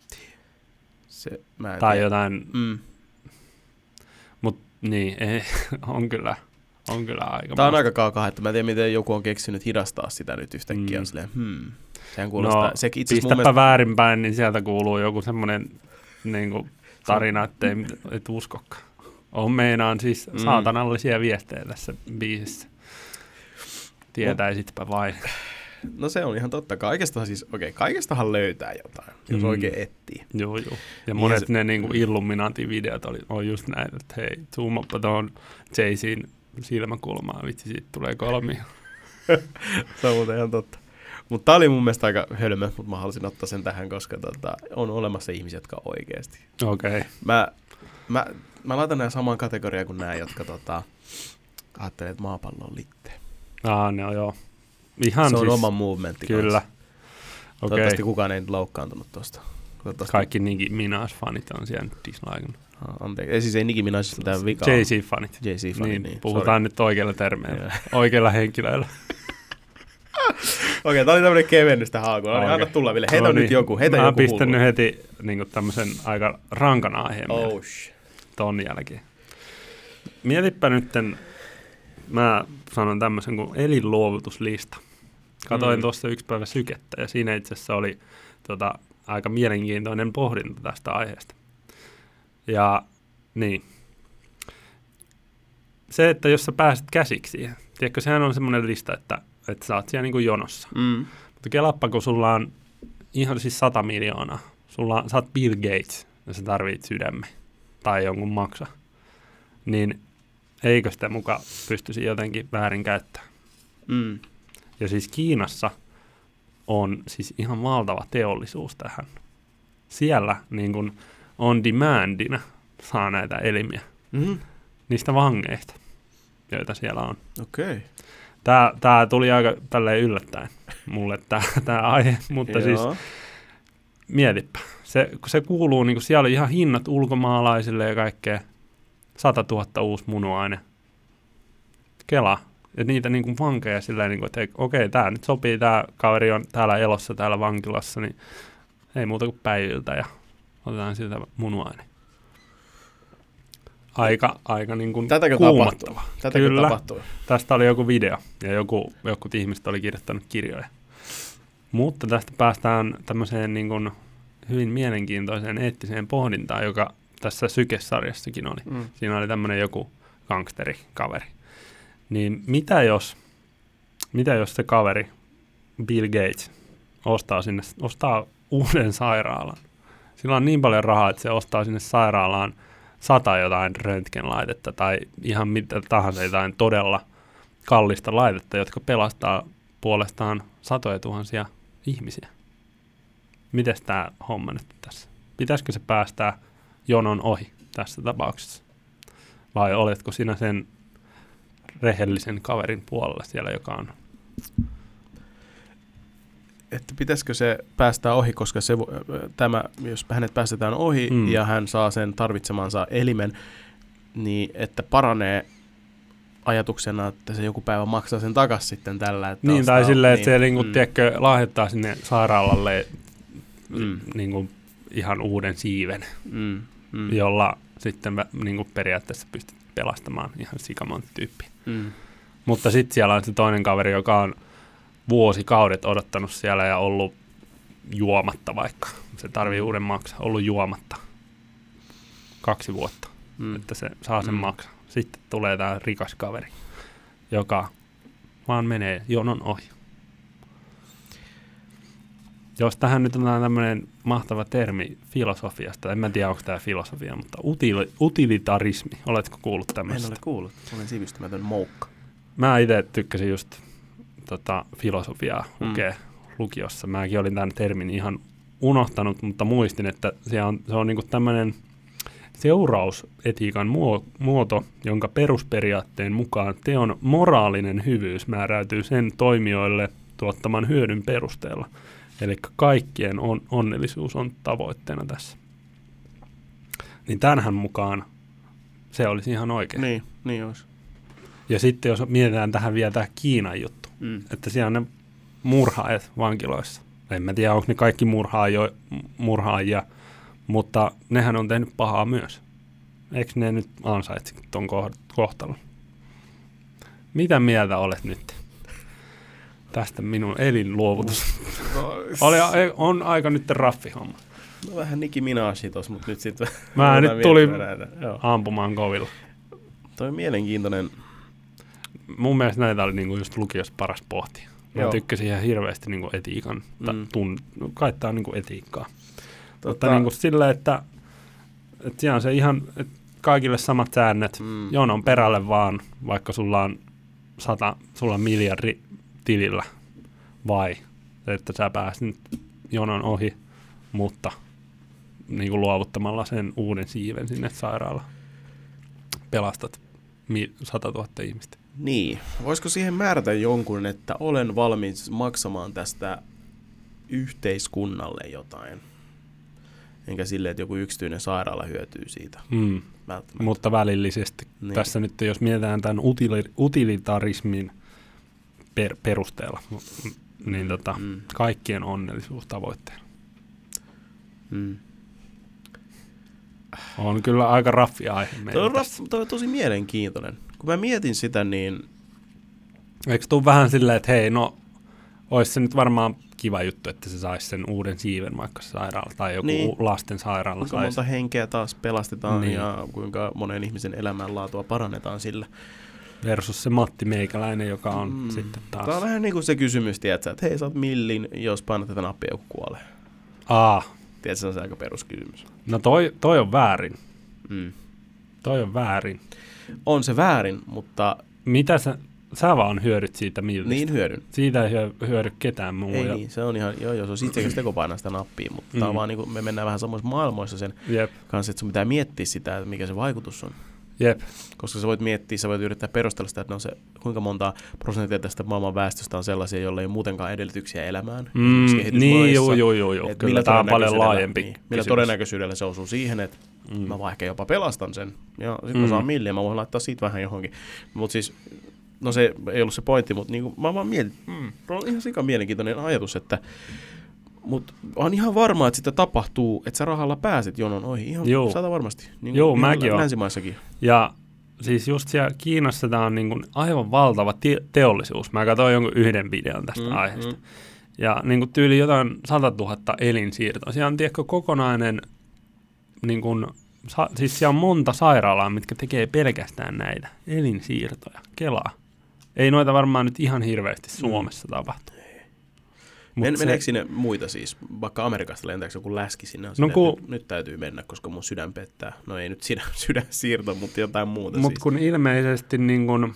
Tai jotain. Mutta niin, on kyllä aika. Tämä on aika kaukaa, että mä en tiedä, miten joku on keksinyt hidastaa sitä nyt yhtäkkiä. Sehän kuulostaa. Pistäpä väärinpäin, niin sieltä kuuluu joku semmoinen niinku tarina, ettei et uskokaan. Meinaan siis saatanallisia viestejä tässä biisissä. Tietäisitpä vain. No se on ihan totta. Kaikestahan löytää jotain, jos oikein etsii. Joo. Ja monet ne niinku Illuminati-videot on just näin, että hei, zoomappa tuohon Jay-Zin silmäkulmaa, vitsi, siitä tulee 3. Se on muuten ihan totta. Mutta tämä oli mun mielestä aika hölmö, mutta mä halusin ottaa sen tähän, koska on olemassa ihmisiä, jotka oikeasti. Okei. Mä laitan nämä samaan kategoriaan kuin nämä, jotka ajattelee, että maapallo on litteä. Ne on joo. Ihan se on siis, oma movementti. Kyllä. Okay. Toivottavasti kukaan ei nyt loukkaantunut tuosta. Kaikki Nicki Minaj-fanit on siellä dislikeannut. Siis ei Nicki Minajista mitään vikaa. Jay-Z-fanit. Niin. Puhutaan nyt oikealla termeillä, oikealla henkilöillä. Okei, tää oli tämmönen kevennys tähän alkuun. Anna tulla, Ville. Heitä nyt joku. Mä oon pistänyt heti niin tämmöisen aika rankan aiheen ton jälkeen. Mietipä nytten, mä sanon tämmöisen kuin elinluovutuslista. Katoin tuossa yksi päivä Sykettä ja siinä itse asiassa oli aika mielenkiintoinen pohdinta tästä aiheesta. Ja niin. Se, että jos sä pääset käsiksi siihen, tiedätkö, sehän on semmoinen lista, että sä oot siellä niin kuin jonossa. Mutta kelappa, kun sulla on ihan siis 100 miljoonaa, sä oot Bill Gates ja sä tarvitset sydämme tai jonkun maksa, niin eikö sitä muka pystyisi jotenkin väärin käyttämään? Ja siis Kiinassa on siis ihan valtava teollisuus tähän. Siellä niin kuin on demandina saa näitä elimiä niistä vangeista, joita siellä on. Okei. Tää tuli aika tälleen yllättäen mulle tää aihe, mutta siis mietipä. Se kuuluu, niin kuin siellä on ihan hinnat ulkomaalaisille ja kaikkea. 100 000 uusi munuaine. Kela. Ja niitä niin kuin vankeja silleen, niin kuin, että okei, tää nyt sopii, tää kaveri on täällä elossa, täällä vankilassa, niin ei muuta kuin päiviltä ja otetaan siltä munuaine. Aika niin kuin kuumottava. Tätäkö tapahtuu? Tästä oli joku video ja jotkut ihmiset oli kirjoittanut kirjoja. Mutta tästä päästään tämmöiseen niin kuin hyvin mielenkiintoiseen eettiseen pohdintaan, joka tässä Syke-sarjassakin oli. Siinä oli tämmöinen joku gangsterikaveri. Niin mitä jos se kaveri, Bill Gates, ostaa uuden sairaalan? Sillä on niin paljon rahaa, että se ostaa sinne sairaalaan 100 jotain röntgenlaitetta tai ihan mitä tahansa jotain todella kallista laitetta, jotka pelastaa puolestaan 100,000 ihmisiä. Mites tää homma nyt tässä? Pitäisikö se päästää jonon ohi tässä tapauksessa? Vai oletko sinä sen rehellisen kaverin puolella siellä, joka on? Että pitäisikö se päästää ohi, koska jos hänet päästetään ohi ja hän saa sen tarvitsemansa elimen, niin että paranee ajatuksena, että se joku päivä maksaa sen takaisin sitten tällä. Että niin, tai silleen, että se tiedätkö, lahjoittaa sinne sairaalalle niin ihan uuden siiven, jolla sitten niin periaatteessa pystyt pelastamaan ihan sikamonttityyppiä. Mutta sitten siellä on se toinen kaveri, joka on vuosikaudet odottanut siellä ja ollut juomatta vaikka. Se tarvii uuden maksaa. Ollut juomatta 2 vuotta, että se saa sen maksaa. Sitten tulee tämä rikas kaveri, joka vaan menee jonon ohi. Jos tähän nyt on tämmöinen mahtava termi filosofiasta, en mä tiedä, onko tämä filosofia, mutta utilitarismi, oletko kuullut tämmöistä? En ole kuullut, olen sivistymätön moukka. Mä itse tykkäsin just filosofiaa lukiossa. Mäkin olin tämän termin ihan unohtanut, mutta muistin, että se on niinku tämmöinen seurausetiikan muoto, jonka perusperiaatteen mukaan teon moraalinen hyvyys määräytyy sen toimijoille tuottaman hyödyn perusteella. Eli kaikkien onnellisuus on tavoitteena tässä. Niin tämänhän mukaan se olisi ihan oikein. Niin olisi. Ja sitten jos mietitään tähän vielä tämä Kiinan juttu, että siellä on ne murhaajat vankiloissa. En mä tiedä, onko ne kaikki murhaajia, mutta nehän on tehnyt pahaa myös. Eikö ne nyt ansaitse tuon kohtalon? Mitä mieltä olet nyt tästä minun elinluovutus? On aika nyt raffi homma. No vähän Nicki Minaj tossa, mutta nyt sitten... Mä nyt tulin ampumaan kovilla. Toi on mielenkiintoinen. Mun mielestä näitä oli niinku just lukiossa paras pohtia. Mä tykkäsin ihan hirveästi niinku etiikan, kai tää on niinku etiikkaa. Mutta niinku sillä, että siellä on se ihan kaikille samat säännöt, jonon perälle vaan, vaikka sulla on miljardi tilillä, vai että sä pääsit jonon ohi, mutta niinku luovuttamalla sen uuden siiven sinne sairaalaan. Pelastat 100 000 ihmistä. Niin. Voisiko siihen määrätä jonkun, että olen valmis maksamaan tästä yhteiskunnalle jotain? Enkä silleen, että joku yksityinen sairaala hyötyy siitä. Mutta välillisesti. Niin. Tässä nyt, jos mietitään tämän utilitarismin perusteella, niin kaikkien onnellisuus tavoitteena. On kyllä aika raffi aihe meillä. Toi on tosi mielenkiintoinen. Kun mä mietin sitä, niin... Eikö tuu vähän silleen, että hei, no, olisi se nyt varmaan kiva juttu, että se saisi sen uuden siiven vaikka sairaala tai joku lastensairaala. Kuinka monta henkeä taas pelastetaan ja kuinka monen ihmisen elämänlaatua parannetaan sillä. Versus se Matti Meikäläinen, joka on sitten taas... Tämä on vähän niin kuin se kysymys, tiedätkö, että hei, sä oot millin, jos painat tätä nappia, joku kuolee. Tiedätkö, se on se aika peruskysymys. No toi on väärin. Toi on väärin. On se väärin, mutta... Mitä sä vaan hyödyt siitä millistä? Niin hyödyn. Siitä ei hyödy ketään muu. Ei niin, se on ihan, se on itsekäs teko painaa sitä nappia, mutta tää on vaan niin me mennään vähän samoissa maailmoissa sen kanssa, että sun pitää miettiä sitä, että mikä se vaikutus on. Jep. Koska sä voit miettiä, sä voit yrittää perustella sitä, että no se, kuinka monta prosenttia tästä maailman väestöstä on sellaisia, joilla ei muutenkaan edellytyksiä elämään. Niin, joo. Kyllä tämä on paljon laajempi. Niin, millä todennäköisyydellä se osuu siihen, että mä vaan ehkä jopa pelastan sen. Ja sit mä saan milliä, mä voin laittaa siitä vähän johonkin. Mutta siis, no se ei ollut se pointti, mutta niinku, mä vaan mietin, on ihan sika mielenkiintoinen ajatus, että mutta on ihan varmaa, että sitä tapahtuu, että sä rahalla pääset jonon ohi. Ihan 100 varmasti. Niin joo, mäkin länsimaissakin. Ja siis just siellä Kiinassa tämä on niin kuin aivan valtava teollisuus. Mä katsoin jonkun yhden videon tästä aiheesta. Ja niin kuin tyyli jotain 100 000 elinsiirtoa. Siellä on tiedätkö kokonainen, niin kuin, siis siellä on monta sairaalaa, mitkä tekee pelkästään näitä elinsiirtoja. Kelaa. Ei noita varmaan nyt ihan hirveästi Suomessa tapahtu. Meneekö sinne muita siis? Vaikka Amerikasta lentääkö joku läski sinne? Nyt täytyy mennä, koska mun sydän pettää. No ei nyt sydän siirto, mutta jotain muuta. Mutta siis. Kun ilmeisesti, niin kun,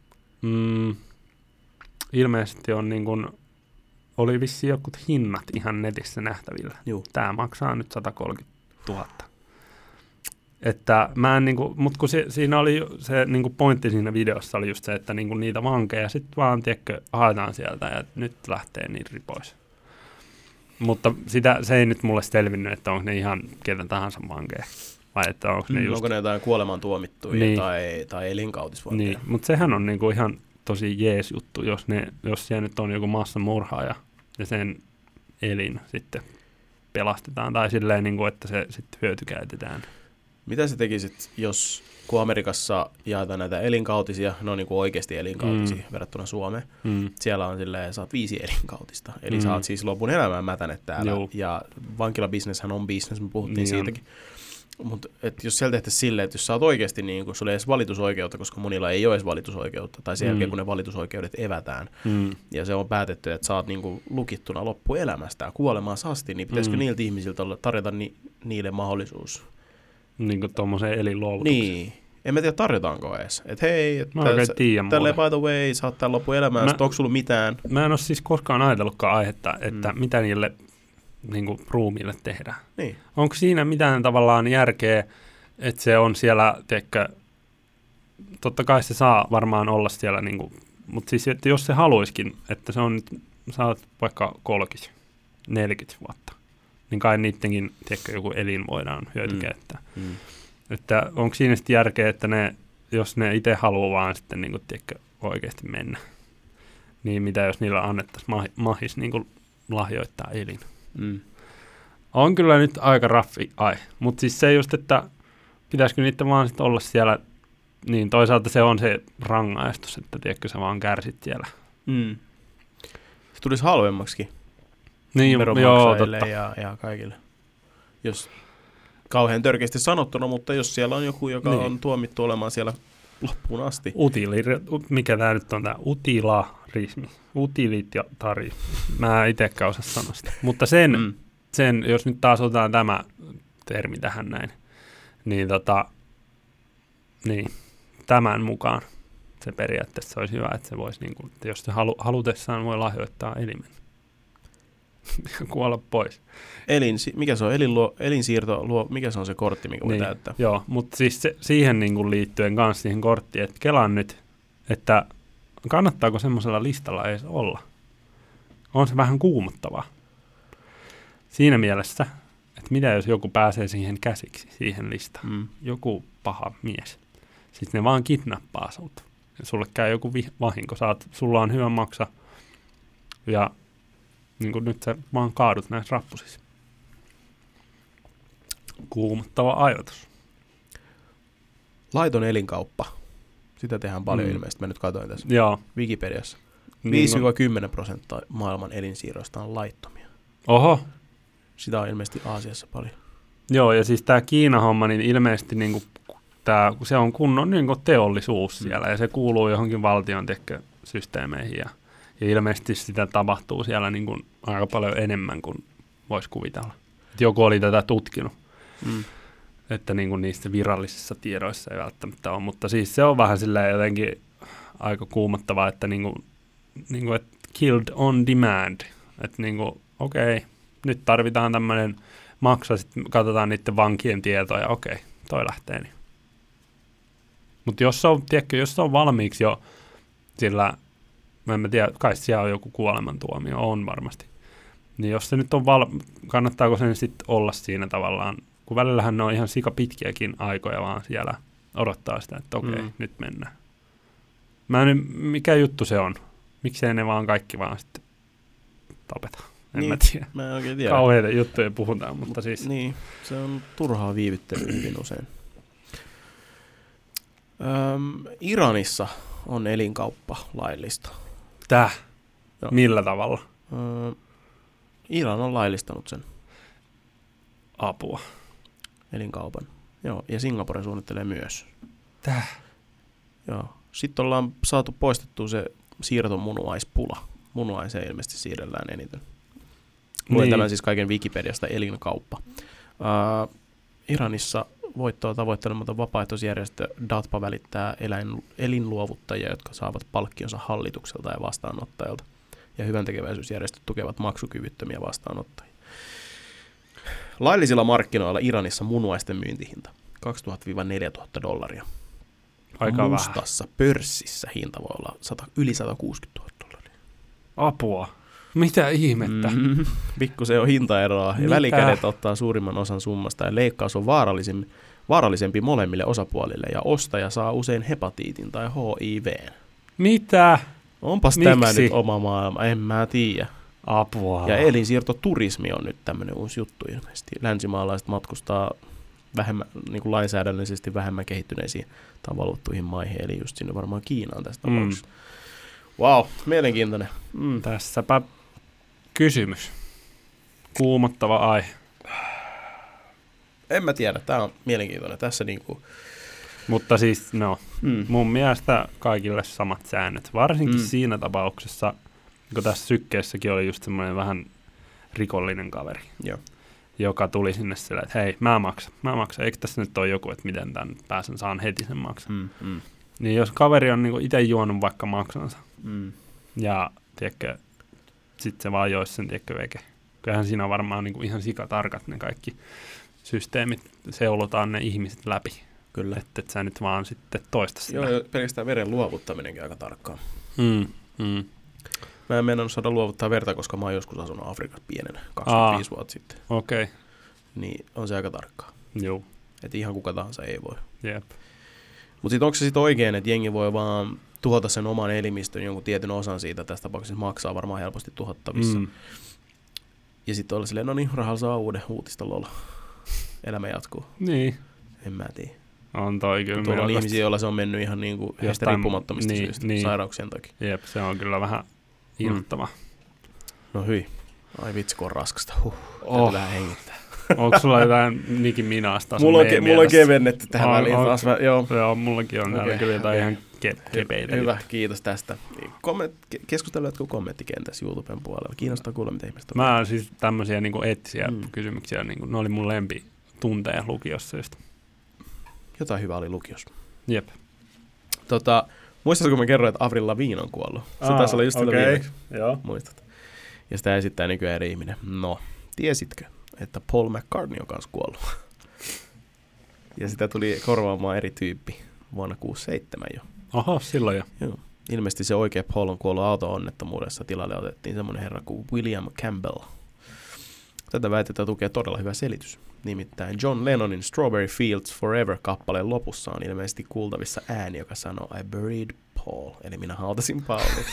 ilmeisesti on niin kun, oli vissiin jokut hinnat ihan netissä nähtävillä. Tämä maksaa nyt 130 000. Että mä en niinku, mut kun siinä oli se niinku pointti siinä videossa oli just se, että niinku niitä vankeja sitten vaan tiedätkö, haetaan sieltä ja nyt lähtee niin pois. Mutta se ei nyt mulle selvinnyt, että onko ne ihan ketä tahansa vankeja. Vai että onko ne just... Onko ne jotain kuolemaan tuomittuja niin. tai elinkautisvankeja. Niin, mutta sehän on niinku ihan tosi jees juttu, jos siellä nyt on joku massamurhaaja ja sen elin sitten pelastetaan tai silleen, niinku, että se sitten hyötykäytetään. Mitä sä tekisit, kun Amerikassa jaetaan näitä elinkautisia, ne on niin kuin oikeasti elinkautisia verrattuna Suomeen. Siellä on silleen, saat 5 elinkautista. Eli sä oot siis lopun elämään mätänet täällä. Ja vankilabisneshän on business, me puhuttiin siitäkin. Mutta jos siellä tehtäisiin silleen, että jos sä oot oikeasti, niin kun sulla ei edes valitusoikeutta, koska monilla ei ole edes valitusoikeutta, tai sen jälkeen kun ne valitusoikeudet evätään, ja se on päätetty, että sä oot niin kuin lukittuna loppuelämästä kuolemaan asti, niin pitäisikö niiltä ihmisiltä tarjota niille mahdollisuus? Niin kuin tuommoiseen elinluovutukseen. Niin. En mä tiedä, tarjotaanko edes. Että hei, tälleen by the way, sä oot täällä loppuelämää, onko sulla mitään? Mä en ole siis koskaan ajatellutkaan aihetta, että mitä niille niin kuin ruumiille tehdään. Niin. Onko siinä mitään tavallaan järkeä, että se on siellä, tiedätkö, totta kai se saa varmaan olla siellä, niin kuin, mutta siis että jos se haluisikin, että se on, sä oot vaikka 30-40 vuotta, niin kai niidenkin, tiedätkö, joku elin voidaan hyötykäyttää. Että onko siinä sitten järkeä, että jos ne itse haluaa vaan sitten, niin kuin, tiedätkö, oikeasti mennä, niin mitä jos niillä annettaisiin mahis niin kuin lahjoittaa elin. On kyllä nyt aika raffi mutta siis se just, että pitäisikö niitä vaan sit olla siellä, niin toisaalta se on se rangaistus, että tiedätkö sä vaan kärsit siellä. Se tulisi halvemmaksikin niin, veronmaksajille ja kaikille. Jos kauhean törkeästi sanottuna, mutta jos siellä on joku, joka on tuomittu olemaan siellä loppuun asti. Mikä tämä nyt on tämä utilarismi? Utilitari. Mä itsekään osaa sanoa sitä. Mutta sen, jos nyt taas otetaan tämä termi tähän näin, niin, niin tämän mukaan se periaatteessa olisi hyvä, että se voisi, niin kuin, että jos se halutessaan voi lahjoittaa elimen ja kuolla pois. Mikä se on? Elinsiirto, mikä se on se kortti, mikä voi täyttää? Joo, mutta siis siihen niin kuin liittyen kanssa siihen korttiin, että kelaan nyt, että kannattaako semmoisella listalla edes olla? On se vähän kuumottavaa. Siinä mielessä, että mitä jos joku pääsee siihen käsiksi, siihen listaan. Joku paha mies. Sitten ne vaan kidnappaa sut. Ja sulle käy joku vahinko. Sulla on hyvä maksa. Ja niin kuin nyt sä vaan kaadut näissä rappusissa. Kuumottava ajatus. Laiton elinkauppa. Sitä tehdään paljon ilmeisesti. Mä nyt katsoin tässä Wikipediassa. 5-10% maailman elinsiirroista on laittomia. Oho. Sitä on ilmeisesti Aasiassa paljon. Joo, ja siis tämä Kiina-homma, niin ilmeisesti niinku, se on kunnon niinku teollisuus siellä, ja se kuuluu johonkin valtion systeemeihin, ja ilmeisesti sitä tapahtuu siellä niinku aika paljon enemmän kuin voisi kuvitella. Et joku oli tätä tutkinut, että niinku niissä virallisissa tiedoissa ei välttämättä ole, mutta siis se on vähän silleen jotenkin aika kuumottavaa, että niinku, et killed on demand, että niinku, okei. Nyt tarvitaan tämmöinen maksa, sitten katsotaan niiden vankien tietoja, okei, toi lähtee. Niin. Mutta jos se on valmiiksi jo sillä, mä en tiedä, kai siellä on joku kuolemantuomio, on varmasti. Niin jos se nyt on kannattaako sen sitten olla siinä tavallaan, kun välillähän ne on ihan sika pitkiäkin aikoja vaan siellä odottaa sitä, että okei, nyt mennään. Mikä juttu se on? Miksei ne vaan kaikki vaan sitten tapeta? En mä tiedä. Mä en oikein tiedä. Kauheita juttuja puhutaan, mutta siis. Niin, se on turhaa viivyttelyä hyvin usein. Iranissa on elinkauppa laillista. Täh? Joo. Millä tavalla? Iran on laillistanut sen. Apua. Elinkaupan. Joo, ja Singapore suunnittelee myös. Täh? Joo. Sitten ollaan saatu poistettua se siirtomunuaispula. Munuaiseen ilmeisesti siirrellään eniten. Luin tämän siis kaiken Wikipediasta elinkauppa. Iranissa voittoa tavoittelematon vapaaehtoisjärjestö DATPA välittää elinluovuttajia, jotka saavat palkkionsa hallitukselta ja vastaanottajalta. Ja hyväntekeväisyysjärjestöt tukevat maksukyvyttömiä vastaanottajia. Laillisilla markkinoilla Iranissa munuaisten myyntihinta $2,000–4,000. Aika mustassa vähän. Pörssissä hinta voi olla yli $160,000. Apua. Mitä ihmettä? Pikku se on hintaeroa. Ja välikädet ottaa suurimman osan summasta ja leikkaus on vaarallisempi molemmille osapuolille ja ostaja saa usein hepatiitin tai HIV. Mitä? Onpas Miksi? Tämä nyt oma maailma, en mä tiedä. Apua. Ja elinsiirtoturismi on nyt tämmöinen uusi juttu ilmeisesti. Länsimaalaiset matkustaa vähemmän, niin kuin lainsäädännöllisesti vähemmän kehittyneisiin tai valvottuihin maihin, eli just sinne varmaan Kiinaan tästä tapauksesta. Wow, mielenkiintoinen. En mä tiedä, tää on mielenkiintoinen. Tässä niinku... Mutta siis, mun mielestä kaikille samat säännöt. Varsinkin siinä tapauksessa, kun tässä sykkeessäkin oli just semmoinen vähän rikollinen kaveri, joka tuli sinne sillä, että hei, mä maksan. Eikö tässä nyt ole joku, että miten tämän saan heti sen maksan? Niin jos kaveri on niinku itse juonut vaikka maksansa, ja tiedätkö, sitten se vaan joisi sen veke. Kyllähän siinä on varmaan niinku ihan sikatarkat ne kaikki systeemit, seulotaan ne ihmiset läpi. Kyllä. Että et sä nyt vaan sitten toista sitä. Joo, pelkästään veren luovuttaminenkin aika tarkkaa. Mä en meinannut saada luovuttaa verta, koska mä oon joskus asunut Afrikassa pienenä, 25 vuotta sitten. Okei. Okay. Niin on se aika tarkkaa. Joo. Että ihan kuka tahansa ei voi. Jep. Mutta sitten onko se sitten oikein, että jengi voi vaan tuhota sen oman elimistön jonkun tietyn osan siitä, tässä tapauksessa maksaa varmaan helposti tuhottavissa. Ja sitten olla silleen, no niin, rahalla saa uuden uutista lola. Elämä jatkuu. Niin. En mä tiedä. On toi kyllä. Tuolla on ihmisiä, joilla se on mennyt ihan niinku heistä riippumattomista syistä, sairauksien takia. Jep, se on kyllä vähän innoittavaa. No hyi. Ai vitsi, kun on raskasta. Täytyy vähän hengittää. Onko sulla jotain Nicki Minaj-tason mulla on kevennetty tähän väliin taas. Joo, mullakin on täällä kyllä jotain ihan kepeitä. Hyvä, kiitos tästä. Keskusteluatko kommenttikentässä YouTuben puolella? Kiinnostaa kuulla, mitä ihmiset on. Mä siis tämmöisiä niinku eettisiä kysymyksiä, niinku, ne oli mun lempitunteja lukiossa just. Jotain hyvää oli lukiossa. Jep. Muistatko, kun mä kerroin, että Avril Lavigne on kuollut? Se taisi olla just sillä viimeksi. Joo. Muistat. Ja sitä esittää nykyään eri ihminen. No, tiesitkö, että Paul McCartney on kanssa kuollut? Ja sitä tuli korvaamaan eri tyyppi vuonna 1967 jo. Oho, silloin jo. Joo. Ilmeisesti se oikea Paul on kuollut auto-onnettomuudessa. Tilalle otettiin semmoinen herra kuin William Campbell. Tätä väitetään tukee todella hyvä selitys. Nimittäin John Lennonin Strawberry Fields Forever-kappaleen lopussa on ilmeisesti kuultavissa ääni, joka sanoo I buried Paul, eli minä hautasin Paulin.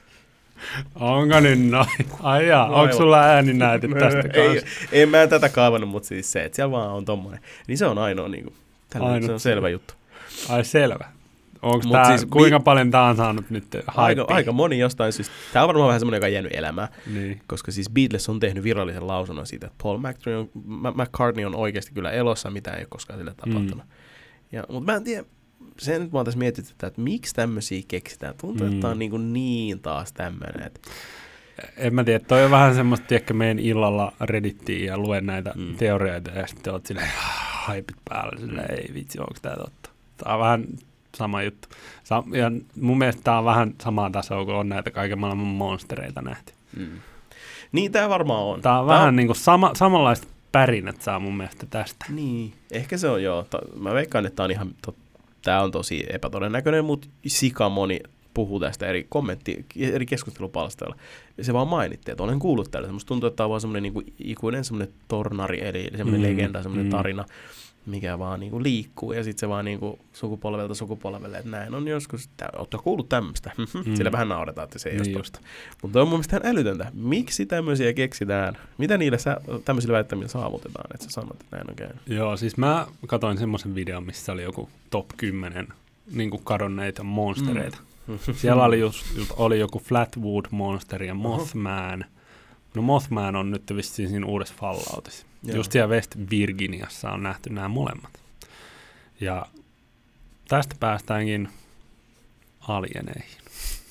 Onko nyt noin? Ai jaa, onko sulla ääninäytet tästä kanssa? Ei mä tätä kaivannut, mutta siis se, että siellä vaan on tommoinen. Niin se on ainoa, niin kuin, se on selvä juttu. Ai selvä. Onko tää, siis, kuinka paljon tää on saanut nyt hypeä? Aika moni jostain syystä. Tää on varmaan vähän semmoinen, joka on jäänyt elämään. Niin. Koska siis Beatles on tehnyt virallisen lausunnon siitä, että Paul McCartney on oikeasti kyllä elossa, mitä ei ole koskaan sille tapahtunut. Mutta mä en tiedä, se nyt vaan tässä mietitytään, että miksi tämmöisiä keksitään. Tuntuu, että tää on niin taas tämmöinen. Että... En mä tiedä, toi on vähän semmoista, tiedätkö, meidän illalla Reddittiin ja luen näitä teorioita ja sitten oot silleen, haipit päällä, silleen, ei vitsi, onko tää totta. Tää on vähän sama juttu. Ja mun mielestä tää on vähän samaa tasoa, kun on näitä kaiken maailman monstereita nähty. Niin tää varmaan on. Tää on vähän niinku samanlaiset pärinät saa mun mielestä tästä. Niin, ehkä se on joo. Mä veikkaan, että tää on tosi epätodennäköinen, mutta sika moni puhuu tästä eri keskustelupalstoilla. Se vaan mainittiin, että olen kuullut tällä. Musta tuntuu, että tämä on vaan semmoinen niinku ikuinen semmoinen tornari, eli semmoinen legenda, semmoinen tarina, mikä vaan niinku liikkuu, ja sitten se vaan niinku sukupolvelta sukupolvelle, että näin on joskus, ootko kuullut tämmöistä? Sillä vähän nauretaan, että se ei ole tosta. Mutta on mun mielestä ihan älytöntä. Miksi tämmöisiä keksitään? Mitä niillä tämmöisillä väittämillä saavutetaan, että sä sanot, että näin on käynyt? Joo, siis mä katsoin semmoisen videon, missä oli joku top 10 niinku kadonneita monstereita. Siellä oli joku Flatwood-monsteri ja Mothman. No Mothman on nyt vissiin siinä uudessa Falloutissa. Just siellä West Virginiassa on nähty nämä molemmat. Ja tästä päästäänkin alieneihin.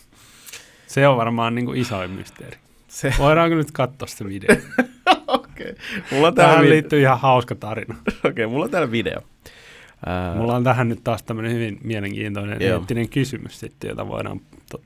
Se on varmaan niin kuin isoin mysteeri. Voidaanko nyt katsoa se video? Okei. Tähän liittyy ihan hauska tarina. Okei, mulla on täällä video. Mulla on tähän nyt taas tämmöinen hyvin mielenkiintoinen eettinen kysymys sitten, jota voidaan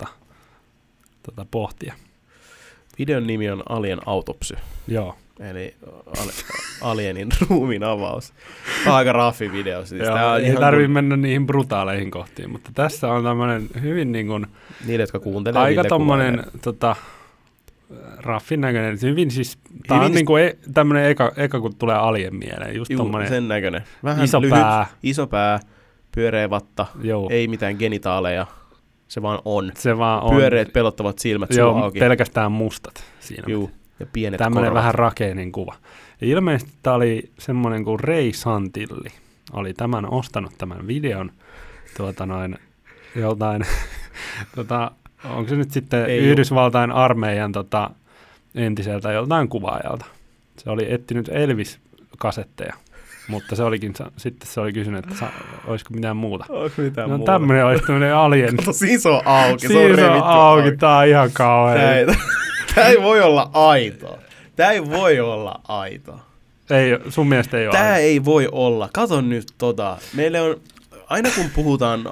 pohtia. Videon nimi on Alien Autopsy. Joo. Eli alienin ruumiin avaus. Tämä on aika raffi video. Siis joo, ei tarvitse mennä niihin brutaaleihin kohtiin, mutta tässä on tämmöinen hyvin niin kuin... Niille, jotka kuuntelee. Aika tommoinen raffin näköinen. Hyvin siis, tämä on niin kuin tämmöinen eka, kun tulee alien mieleen. Just tommoinen sen näköinen. Vähän iso lyhyt, pää. Iso pää, pyöreä vatta, ei mitään genitaaleja. Se vaan on. Se vaan on. Pyöreät pelottavat silmät suu auki. Pelkästään mustat siinä. Juu, ja pienet tämmöinen korvat. vähän rakeinen kuva. Ja ilmeisesti tämä oli semmoinen kuin Ray Santilli. Oli ostanut tämän videon joltain, onko se nyt sitten Yhdysvaltain armeijan entiseltä joltain kuvaajalta. Se oli etsinyt Elvis-kasetteja Mutta sitten se oli kysynyt, että olisiko mitään muuta. Olisiko mitään muuta? Tämmöinen olisi tämmöinen alien. Kato, siis on auki. Siinä on auki, tää on ihan kauhean. Tää ei voi olla aito. Tää ei voi olla aito. Ei, sun mielestä ei ole tää aito. ei voi olla. Kato nyt Meille on, aina kun puhutaan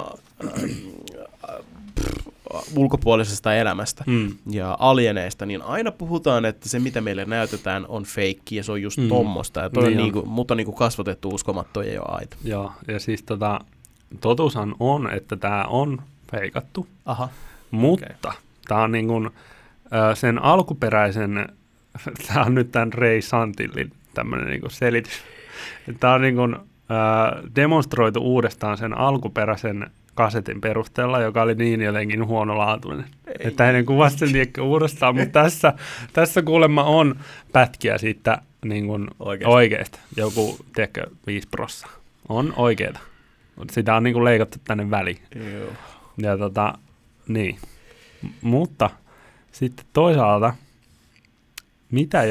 ulkopuolisesta elämästä ja alieneista, niin aina puhutaan, että se mitä meille näytetään on feikki ja se on just tommosta. Ja mut on niinku kasvatettu uskomatto ja ei ole aito. Joo, ja siis totuushan on, että tää on feikattu. Aha. Mutta tää on niinku sen alkuperäisen, tää on nyt tämän Ray Santillin tämmönen niinku selitys. Tää on niinku demonstroitu uudestaan sen alkuperäisen kasetin perusteella, joka oli niin jotenkin huonolaatuinen. Että ennen kuvasi sen tiedäkö uudestaan, mutta tässä kuulemma on pätkiä siitä niin kuin oikeasta. Joku, tiedätkö, 5%. On oikeeta. Sitä on niin kuin leikattu tänne väliin. Joo. Ja niin. Mutta sitten toisaalta, mitä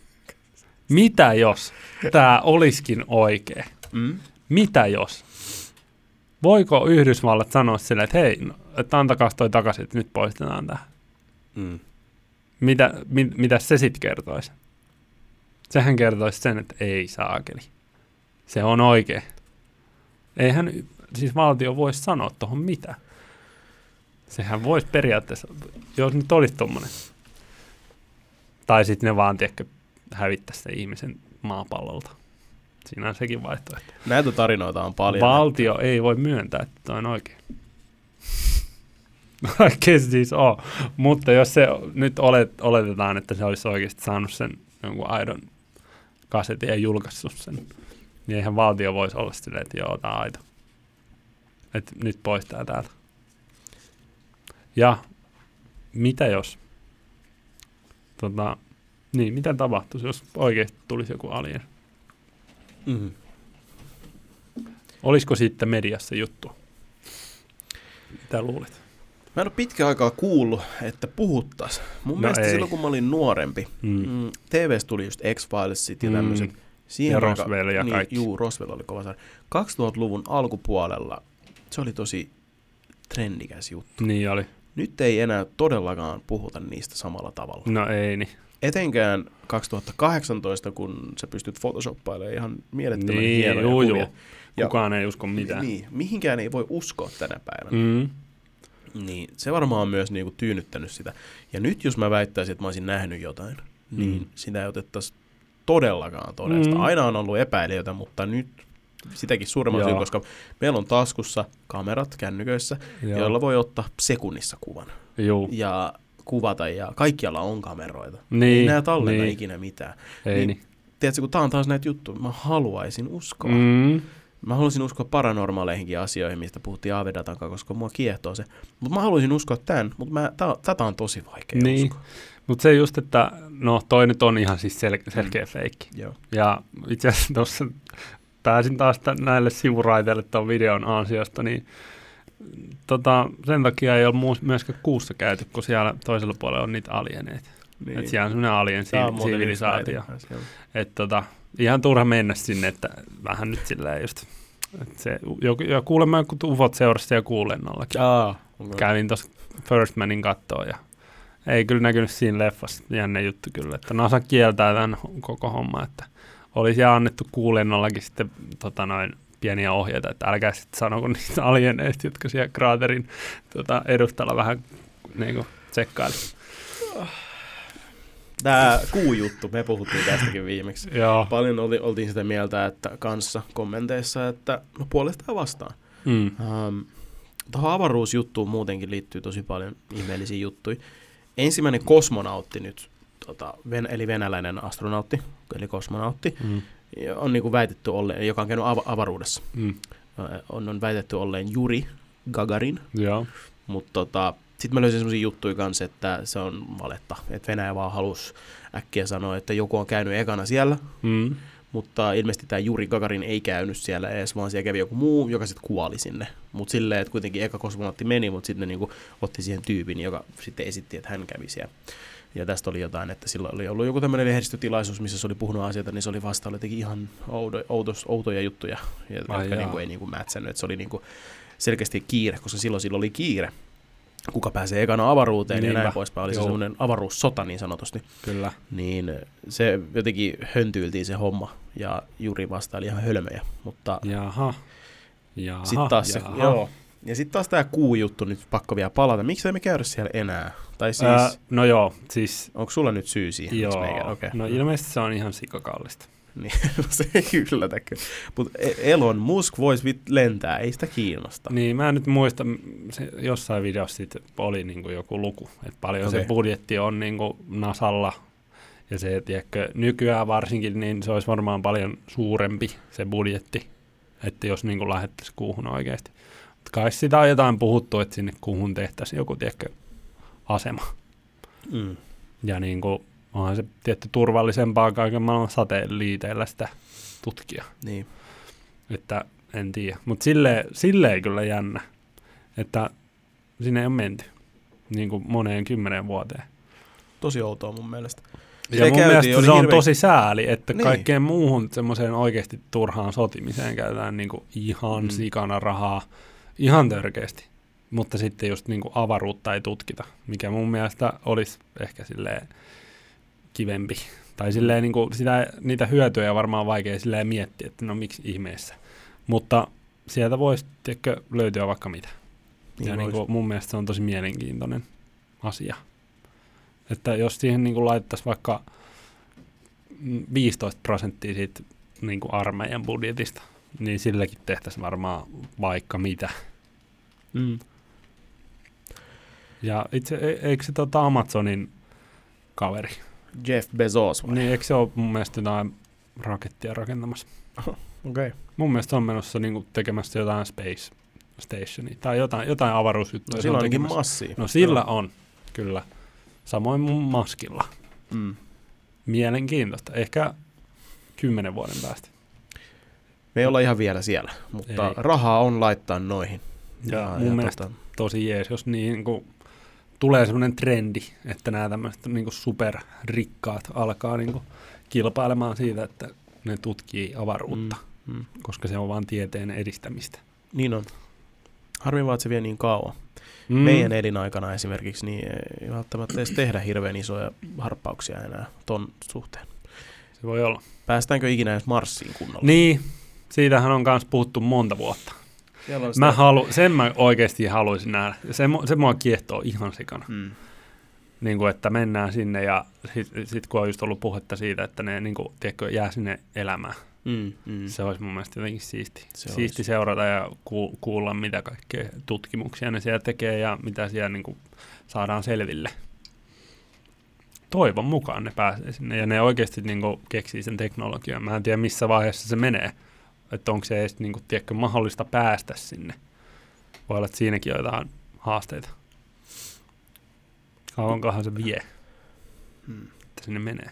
jos tämä olisikin oikea? Mitä jos? Voiko Yhdysvallat sanoa silleen, että hei, että antakaa toi takaisin, että nyt poistetaan tämä? Mitä se sitten kertoisi? Sehän kertoisi sen, että ei saakeli. Se on oikein. Eihän siis valtio voisi sanoa tuohon mitä. Sehän voisi periaatteessa, jos nyt olisi tommoinen. Tai sitten ne vaan, tiedätkö, hävittäisi sen ihmisen maapallolta. Siinä on sekin vaihtoehto. Näitä tarinoita on paljon. Valtio ei voi myöntää, että toi on oikein. Oikein siis on. Mutta jos se nyt oletetaan, että se olisi oikeasti saanut sen jonkun aidon kasetin ja julkaissut sen, niin eihän valtio voisi olla silleen, että joo, tää on aito. Että nyt poistaa täältä. Ja mitä jos? Niin, mitä tapahtuisi, jos oikeasti tulisi joku alien? Olisiko sitten mediassa juttu? Mitä luulet? Mä en ole pitkään aikaa kuullut, että puhuttaisiin. Mun mielestä ei. Silloin, kun mä olin nuorempi, TV:ssä tuli just X-Filesit ja tämmöiset. Ja Roswell ja kaikki. Juu, Roswell oli kova sarja. 2000-luvun alkupuolella se oli tosi trendikäs juttu. Niin oli. Nyt ei enää todellakaan puhuta niistä samalla tavalla. No ei niin. Etenkään 2018, kun sä pystyt photoshoppailemaan ihan mielettömän hienoja kuvia. Kukaan ei usko mitään. Niin, mihinkään ei voi uskoa tänä päivänä. Niin, se varmaan on myös niinku tyynnyttänyt sitä. Ja nyt jos mä väittäisin, että mä olisin nähnyt jotain, niin sitä ei otettaisi todellakaan todesta. Aina on ollut epäilijöitä, mutta nyt sitäkin suuremman syyn, koska meillä on taskussa kamerat kännyköissä, joilla voi ottaa sekunnissa kuvan. Ja kuvata, ja kaikkialla on kameroita. Ei nää tallenna ikinä mitään. Niin. Tiedätkö, kun tää on taas näitä juttuja, mä haluaisin uskoa. Mä haluaisin uskoa paranormaaleihinkin asioihin, mistä puhuttiin Aavedatan kanssa, koska mua kiehtoo se. Mutta mä haluaisin uskoa tämän, mutta tätä on tosi vaikea uskoa. Mutta se just, että no toi nyt on ihan siis selkeä feikki. Ja itse asiassa tuossa pääsin taas näille sivuraiteille tuon videon ansiosta, niin sen takia ei ole myöskään kuussa käyty, kun siellä toisella puolella on niitä alieneita. Niin. Että siellä on semmoinen alien-sivilisaatio. Että ihan turha mennä sinne, että vähän nyt silleen just, että se, ja kuulemma joku ufot seurasi siellä kuulennollakin. Kävin tuossa First Manin kattoon ja ei kyllä näkynyt siinä leffassa, jännä juttu kyllä, että NASA kieltää tämän koko homma, että olisi annettu kuulennollakin sitten pieniä ohjeita, että älkää sitten sanoko niistä alieneista, jotka siellä kraaterin edustalla vähän niin kuin tsekkaili. Tämä kuujuttu, me puhuttiin tästäkin viimeksi. Paljon oltiin sitä mieltä, että kanssa kommenteissa, että no puolesta ja vastaan. Tuohon avaruusjuttuun muutenkin liittyy tosi paljon ihmeellisiä juttuja. Ensimmäinen kosmonautti nyt, eli venäläinen astronautti, eli kosmonautti, on niin kuin väitetty olleen, joka on käynyt avaruudessa. On väitetty olleen Juri Gagarin, mutta sitten mä löysin sellaisia juttuja kanssa, että se on valetta, että Venäjä vaan halusi äkkiä sanoa, että joku on käynyt ekana siellä, mutta ilmeisesti tämä Juri Gagarin ei käynyt siellä edes, vaan siellä kävi joku muu, joka sitten kuoli sinne. Mutta silleen, että kuitenkin eka kosmonautti meni, mutta sitten ne niinku otti siihen tyypin, joka sitten esitti, että hän kävi siellä. Ja tästä oli jotain, että sillä oli ollut joku tämmöinen lehdistötilaisuus, missä se oli puhunut asioita, niin se oli vasta jotenkin ihan outoja juttuja, jotka niin ei niin kuin mätsännyt. Että se oli niin kuin selkeästi kiire, koska silloin oli kiire. Kuka pääsee ekana avaruuteen ja näin poispäin. Oli se semmoinen avaruussota niin sanotusti. Kyllä. Niin se jotenkin höntyiltiin se homma ja Juri vastaili ihan hölmöjä. Mutta sitten taas joo. Ja sitten taas tämä kuujuttu nyt pakko vielä palata. Miksi emme käydä siellä enää? Tai siis, no joo, siis... Onko sulla nyt syy siihen? Joo, okay. No ilmeisesti se on ihan sikakallista. Niin, no se ei yllätä kyllä. Mutta Elon Musk voisi lentää, ei sitä kiinnosta. Niin, mä en nyt muista, jossain videossa siitä oli niinku joku luku, että paljon se budjetti on niinku NASAlla. Ja se, tiedätkö, nykyään varsinkin, niin se olisi varmaan paljon suurempi se budjetti, että jos niinku lähettäisiin kuuhun oikeasti. Kai sitä on jotain puhuttu, että sinne kuuhun tehtäisiin joku, tiedätkö, asema. Ja niinku, onhan se tietty turvallisempaa kaiken maailman satelliiteillä sitä tutkia. Niin. Että en tiedä. Mutta silleen kyllä jännä, että sinne ei ole menty niin kuin moneen 10 vuoteen. Tosi outoa mun mielestä. Ja mun mielestä se on tosi sääli, että kaikkeen muuhun semmoiseen oikeasti turhaan sotimiseen käytetään niin kuin ihan sikana rahaa, ihan törkeästi. Mutta sitten just niin kuin avaruutta ei tutkita, mikä mun mielestä olisi ehkä silleen kivempi. Tai silleen niin kuin niitä hyötyjä varmaan vaikea silleen miettiä, että no miksi ihmeessä. Mutta sieltä voisi löytyä vaikka mitä. Niin ja niin kuin mun mielestä se on tosi mielenkiintoinen asia. Että jos siihen niin kuin laitettaisiin vaikka 15% siitä niin kuin armeijan budjetista, niin silläkin tehtäisiin varmaan vaikka mitä. Ja eikö se Amazonin kaveri? Jeff Bezos vai? Niin, eikö se ole mun mielestä jotain rakettia rakentamassa? Okay. Mun mielestä on menossa niin kuin tekemässä jotain space stationia tai jotain avaruusjuttuja. No sillä on ainakin massia. No sillä on, kyllä. Samoin mun Muskilla. Mielenkiintoista. Ehkä 10 vuoden päästä. Me ei olla ihan vielä siellä, mutta rahaa on laittaa noihin. Ja mun mielestä tosi jees, jos niin kuin tulee semmoinen trendi, että nämä tämmöiset niin kuin superrikkaat alkaa niin kuin kilpailemaan siitä, että ne tutkii avaruutta, koska se on vaan tieteen edistämistä. Niin on. Harmi vaan, että se vie niin kauan. Meidän elinaikana esimerkiksi niin ei välttämättä edes tehdä hirveän isoja harppauksia enää ton suhteen. Se voi olla. Päästäänkö ikinä edes Marsiin kunnolla? Niin, siitähän on myös puhuttu monta vuotta. Sen mä oikeasti haluaisin nähdä. Se mua kiehtoo ihan sikana. Niin kuin, että mennään sinne ja sit kun on just ollut puhetta siitä, että ne niin kuin, tiedätkö, jää sinne elämään. Se olisi mun mielestä jotenkin siisti seurata ja kuulla, mitä kaikkea tutkimuksia ne siellä tekee ja mitä siellä niin kuin saadaan selville. Toivon mukaan ne pääsee sinne ja ne oikeasti niin kuin keksii sen teknologian. Mä en tiedä, missä vaiheessa se menee. Että onko se edes niin kuin, tiedätkö, mahdollista päästä sinne. Voi olla, että siinäkin on jotain haasteita. Kauankohan se vie, että sinne menee.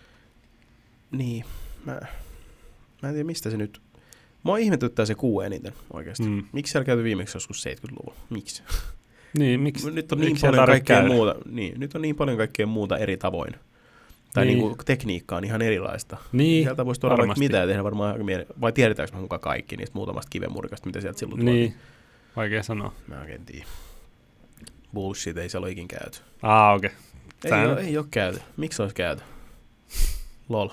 Niin, mä en tiedä, mistä se nyt... Mua ihmetyttää se kuu eniten oikeasti. Miksi siellä käyty viimeksi joskus 70-luvulla? Miksi? Niin, miksi? Nyt on niin paljon kaikkea muuta. Niin, nyt on niin paljon kaikkea muuta eri tavoin. Tai niin kuin tekniikka on ihan erilaista. Niin, sieltä voisi tuoda vaikka mitä ja tehdä varmaan, vai tiedetäänkö mukaan kaikki niistä muutamasta kivenmurkasta, mitä sieltä silloin tuotiin? Niin, vaikea sanoa. Mä oikein tiedä. Bullshit, ei siellä ole ikin käyty. Okei. Ei ole käyty. Miksi olisi käyty? Lol.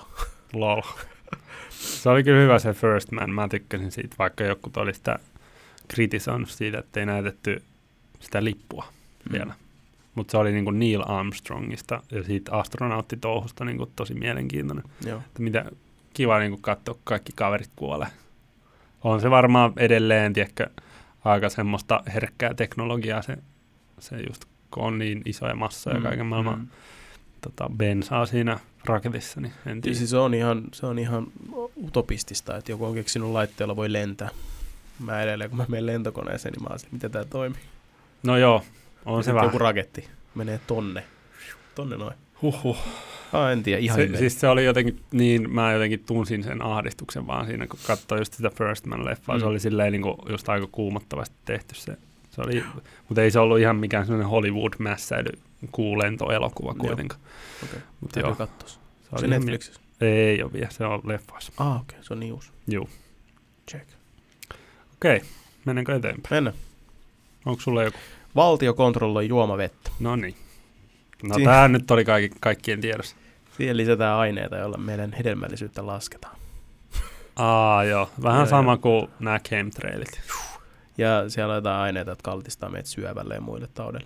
Se oli kyllä hyvä se First Man. Mä tykkäsin siitä, vaikka joku oli sitä kritisoinut siitä, että ei näytetty sitä lippua vielä. Mutta se oli niinku Neil Armstrongista ja siitä astronauttitouhusta niinku tosi mielenkiintoinen. Joo. Että mitä kiva niinku katsoa kaikki kaverit kuolee. On se varmaan edelleen, tiedätkö, aika semmoista herkkää teknologiaa se just, kun on niin isoja massoja kaiken maailman bensaa siinä raketissa, niin en tiedä. Siis se on ihan utopistista, että joku on keksinyt laitteella voi lentää. Mä edelleen, kun mä menen lentokoneeseen, niin mä oon se, miten tää toimii. No joo, on se vähän. Joku raketti menee tonne noin. En tiedä, ihan siis se oli jotenkin niin, mä jotenkin tunsin sen ahdistuksen vaan siinä, kun katsoin just sitä First Man-leffaa. Se oli silleen niin kuin just aika kuumottavasti tehty se oli, mutta ei se ollut ihan mikään sellainen Hollywood-mässäily kuulentoelokuva kuitenkaan. Okei, täytyy katsoa. Se Netflixissä? Ei ole vielä, se on leffoissa. Okei, se on niin uusi. Joo. Check. Okei, mennäänkö eteenpäin? Mennään. Onko sulla joku? Valtio kontrolloi juomavettä. No niin. No tämä nyt oli kaikkien tiedossa. Siihen lisätään aineita, joilla meidän hedelmällisyyttä lasketaan. Joo. Vähän sama kuin nämä chemtrailit. Ja siellä on jotain aineita, jotka altistaa meitä syövälle ja muille taudeille.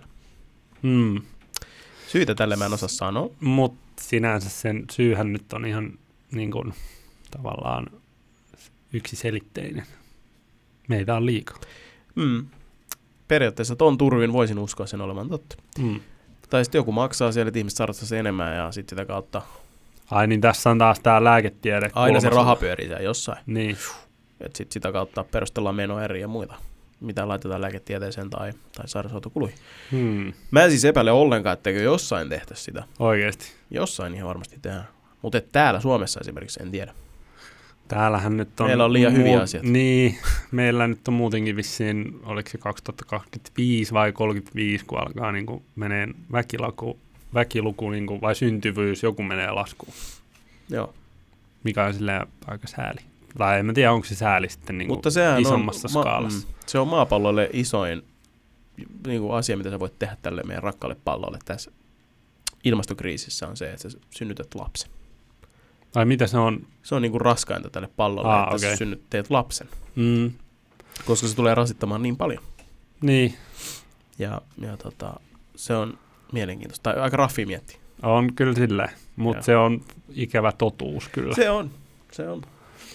Syytä tälle mä en osaa sanoa. Mutta sinänsä sen syyhän nyt on ihan niin kuin, tavallaan yksiselitteinen. Meitä on liikaa. Periaatteessa ton turvin voisin uskoa sen olevan totta. Tai sitten joku maksaa siellä, että ihmiset saadaan enemmän ja sitten sitä kautta... Ai niin, tässä on taas tämä lääketiede. Aina se raha pyörii siellä jossain. Niin. Että sitten sitä kautta perustellaan menoeriä ja muita, mitä laitetaan lääketieteeseen tai sairaushoitokuluihin. Mä en siis epäile ollenkaan, etteikö jossain tehtäisi sitä. Oikeasti. Jossain ihan varmasti tehdään. Mutta täällä Suomessa esimerkiksi en tiedä. Täällähän nyt on... Meillä on liian hyviä asioita. Niin, meillä nyt on muutenkin vissiin, oliko se 2025 vai 35, kun alkaa niin kuin menee väkiluku niin kuin, vai syntyvyys, joku menee laskuun. Joo. Mikä on silleen aika sääli. Tai en mä tiedä, onko se sääli sitten niin kuin isommassa skaalassa. Se on maapallolle isoin niin kuin asia, mitä sä voit tehdä tälle meidän rakkaalle pallolle tässä ilmastokriisissä on se, että sä synnytät lapsen. Ai mitä se on? Se on niin kuin raskainta tälle pallolle, että sä teet lapsen. Koska se tulee rasittamaan niin paljon. Niin. Ja se on mielenkiintoista. Tai aika raffi miettiä. On kyllä silleen, mutta se on ikävä totuus kyllä. Se on.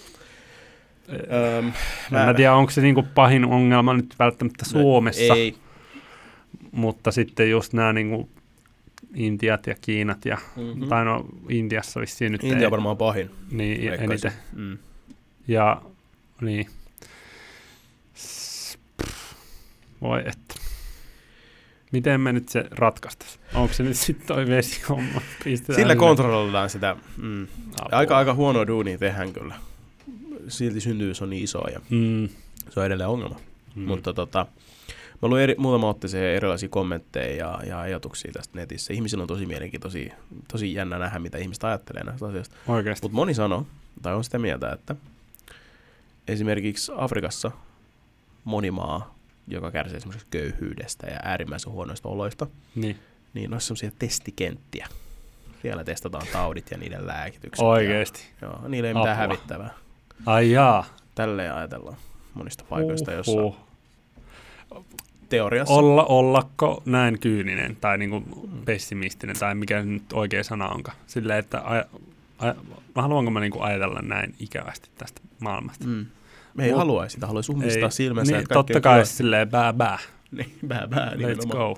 Mä tiedä, onko se niinku pahin ongelma nyt välttämättä Suomessa. Ei. Mutta sitten just nämä niinku Intiat ja Kiinat ja tai no Intiassa vissiin nyt Intia varmaan pahin. Niin eniten. Ja niin. Voi että. Miten me nyt se ratkaistaisiin? Onko se nyt sitten toi vesihomma? Sillä kontrolloidaan sitä. Aika huonoa duunia tehdään kyllä. Silti syntyvyys on niin iso ja se on edelleen ongelma. Mutta mä luin muutama otteeseen erilaisia kommentteja ja ajatuksia tästä netissä. Ihmisillä on tosi mielenkiintoisia, tosi jännä nähdä, mitä ihmiset ajattelee näistä asioista. Oikeasti. Mutta moni sanoo, tai on sitä mieltä, että esimerkiksi Afrikassa moni maa, joka kärsii esimerkiksi köyhyydestä ja äärimmäisen huonoista oloista, niin on semmoisia testikenttiä. Siellä testataan taudit ja niiden lääkitykset. Oikeasti? Joo, niillä ei mitään hävittävää. Ai jaa. Tälleen ajatellaan monista paikoista, jossa teoriassa. Ollako näin kyyninen tai niinku pessimistinen tai mikä nyt oikea sana onkaan? Silleen, että haluanko mä niinku ajatella näin ikävästi tästä maailmasta? Me ei haluaisi sitä, haluaisi ummistaa silmänsä. Niin, totta kai silleen bää. Niin, bää. Let's go.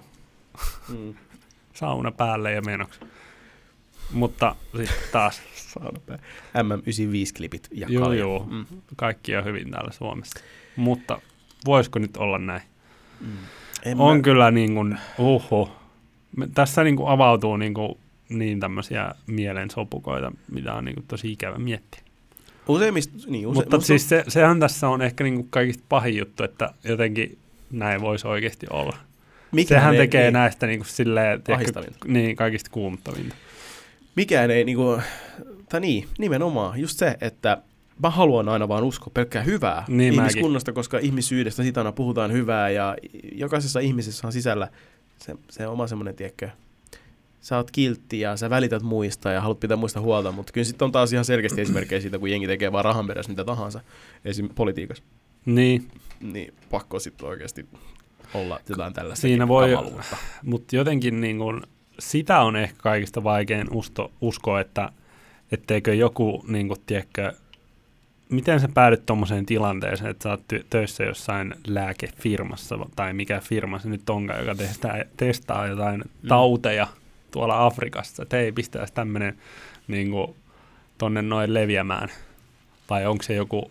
Sauna päälle ja menoksi. Mutta sitten taas. Sauna päälle. MM95-klipit ja kalja. Joo. Kaikki on hyvin täällä Suomessa. Mutta voisiko nyt olla näin? On kyllä niin kuin, tässä niin kuin avautuu niin tämmöisiä mielensopukoita, mitä on niin kuin tosi ikävä miettiä. Mutta siis sehän tässä on ehkä niin kuin kaikista pahin juttu, että jotenkin näin voisi oikeasti olla. Sehän tekee näistä niin kuin silleen, niin, kaikista kuumottavinta. Mikään ei, nimenomaan, just se, että mä haluan aina vaan uskoa pelkkää hyvää ihmiskunnasta, koska ihmisyydestä siitä aina puhutaan hyvää ja jokaisessa ihmisessä on sisällä se oma semmoinen, tiedätkö, sä oot kiltti ja sä välität muista ja haluat pitää muista huolta, mutta kyllä sitten on taas ihan selkeästi esimerkkejä siitä, kun jengi tekee vaan rahan perässä mitä tahansa, esim. Politiikassa. Niin pakko sitten oikeasti olla jotain tällaista. Siinä voi, mutta jotenkin niin kun, sitä on ehkä kaikista vaikein uskoa, että etteikö joku, niin kun, tiedätkö, miten sä päädyt tuommoiseen tilanteeseen, että sä oot töissä jossain lääkefirmassa tai mikä firma se nyt onkaan, joka testaa jotain tauteja tuolla Afrikassa, että hei, pistäisi tämmöinen niin kuin tonne noin leviämään. Vai onko se joku,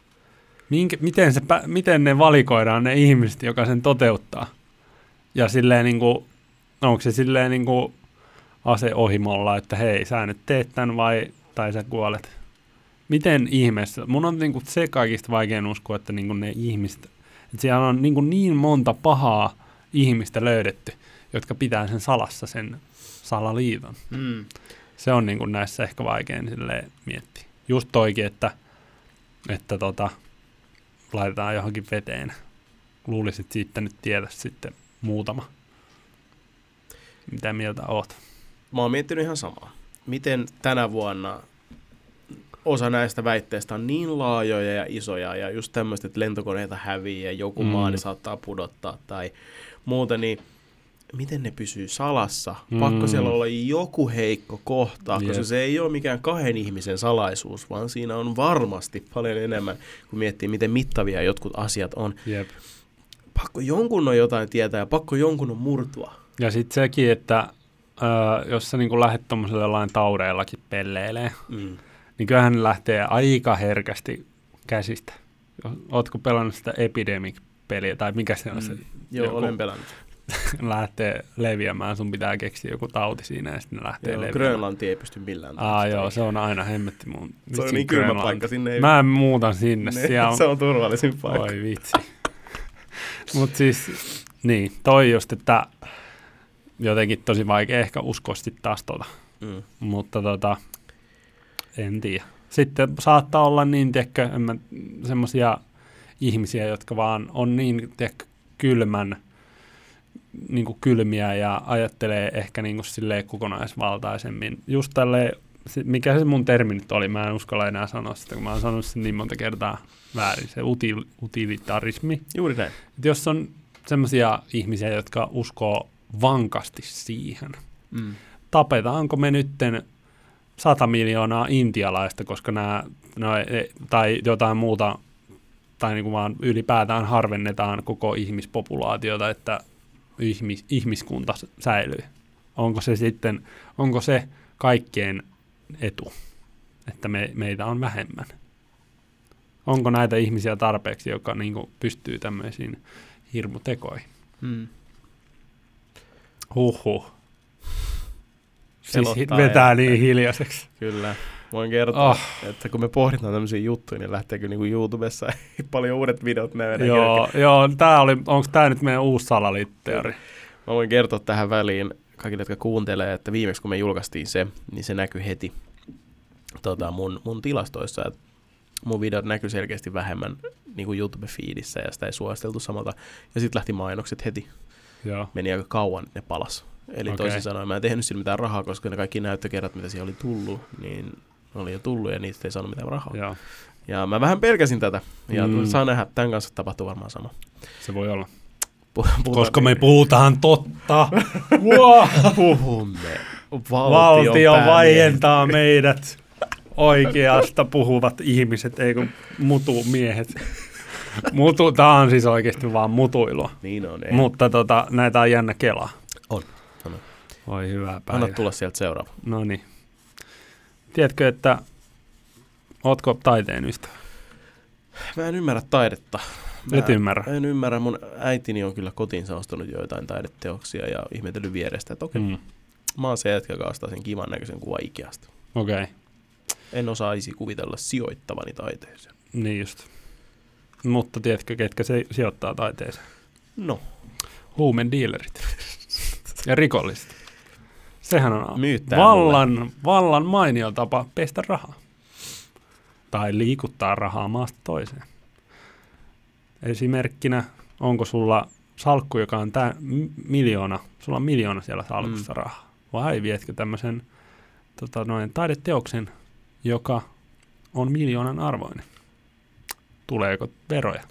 miten ne valikoidaan ne ihmiset, joka sen toteuttaa? Ja silleen niin kuin, onko se silleen niin kuin aseohimolla, että hei, sä nyt teet tämän tai sä kuolet? Miten ihmeessä? Mun on niin kuin se kaikista vaikein uskoa, että niin kuin ne ihmiset, että siellä on niin monta pahaa ihmistä löydetty, jotka pitää sen salassa, sen salaliiton. Se on niin kuin näissä ehkä vaikein silleen miettiä. Just toikin, että laitetaan johonkin veteen. Luulisit siitä nyt tietä sitten muutama. Mitä mieltä oot? Mä oon miettinyt ihan samaa. Miten tänä vuonna osa näistä väitteistä on niin laajoja ja isoja ja just tämmöistä, että lentokoneita häviää ja joku maani saattaa pudottaa tai muuta, niin miten ne pysyy salassa? Pakko siellä olla joku heikko kohta, koska se ei ole mikään 2 ihmisen salaisuus, vaan siinä on varmasti paljon enemmän, kun miettii, miten mittavia jotkut asiat on. Jep. Pakko jonkun on jotain tietää ja pakko jonkun on murtua. Ja sitten sekin, että jos sä niin lähdet tuommoiselle jollain taureillakin pelleilee, niin kyllähän ne lähtee aika herkästi käsistä. Ootko pelannut sitä Epidemic-peliä, tai mikä se on se? Joo, olen pelannut. Lähtee leviämään, sun pitää keksiä joku tauti siinä, ja sitten ne lähtee leviämään. Grönlanti ei pysty millään. Joo, se on aina hemmetti mun. Se on niin kylmä paikka, sinne ei... Mä muutan sinne. Se on turvallisin paikka. Oi vitsi. Mutta siis, niin, toi just, että jotenkin tosi vaikea ehkä uskoa sitten taas Mutta en tiedä. Sitten saattaa olla niin, tiedätkö, semmoisia ihmisiä, jotka vaan on niin, tiedätkö, niin kuin kylmiä ja ajattelee ehkä niin kuin silleen kokonaisvaltaisemmin. Just tälleen, mikä se mun termi nyt oli, mä en uskalla enää sanoa sitä, kun mä oon sanonut sen niin monta kertaa väärin, se utilitarismi. Juuri näin. Et jos on semmoisia ihmisiä, jotka uskoo vankasti siihen, tapetaanko me nytten 100 miljoonaa intialaista, koska tai jotain muuta, tai niin kuin vaan ylipäätään harvennetaan koko ihmispopulaatiota, että ihmiskunta säilyy. Onko se kaikkien etu, että meitä on vähemmän? Onko näitä ihmisiä tarpeeksi, joka niin kuin pystyy tämmöisiin hirmutekoihin? Siis vetää niin hiljaiseksi. Kyllä. Voin kertoa, että kun me pohditaan tämmöisiä juttuja, niin lähteekö niin kuin YouTubessa paljon uudet videot näin. Joo, onko tämä nyt meidän uusi salaliittoteori? Mä voin kertoa tähän väliin kaikille, jotka kuuntelee, että viimeksi kun me julkaistiin se, niin se näkyi heti mun tilastoissa, että mun videot näkyi selkeästi vähemmän niin kuin YouTube-feedissä ja sitä ei suositeltu samalta. Ja sitten lähti mainokset heti. Joo. Meni aika kauan, ne palas. Eli toisin sanoen mä en tehnyt sillä mitään rahaa, koska ne kaikki näyttökerrat, mitä siihen oli tullut, niin oli jo tullut ja niistä ei saanut mitään rahaa. Joo. Ja mä vähän pelkäsin tätä. Ja saa nähdä, tämän kanssa tapahtuu varmaan sama. Se voi olla. Koska me puhutaan totta. Puhumme. Valtio vaientaa meidät oikeasta puhuvat ihmiset, ei kun mutumiehet. Tää on siis oikeasti vaan mutuilua. Niin on, ei. Mutta näitä on jännä kelaa. On. Oi hyvää päivää. Anna tulla sieltä seuraava. No niin. Tiedätkö, että ootko taiteen ystävä? Mä en ymmärrä taidetta. Et ymmärrä? En ymmärrä. Mun äitini on kyllä kotiinsa ostanut joitain taideteoksia ja ihmetellyt vierestä, että okei. Mä oon se jätkä, joka ostaa sen kivan näköisen kuvan Ikeasta. Okei. En osaisi kuvitella sijoittavani taiteeseen. Niin just. Mutta tiedätkö, ketkä se sijoittaa taiteeseen? No. Huumedealerit. Ja rikolliset. Sehän on vallan mainio tapa pestä rahaa. Tai liikuttaa rahaa maasta toiseen. Esimerkkinä, onko sulla salkku, joka on miljoona, sulla on 1 miljoona siellä salkussa rahaa. Vai vietkö tämmöisen taideteoksen, joka on 1 miljoonan arvoinen? Tuleeko veroja?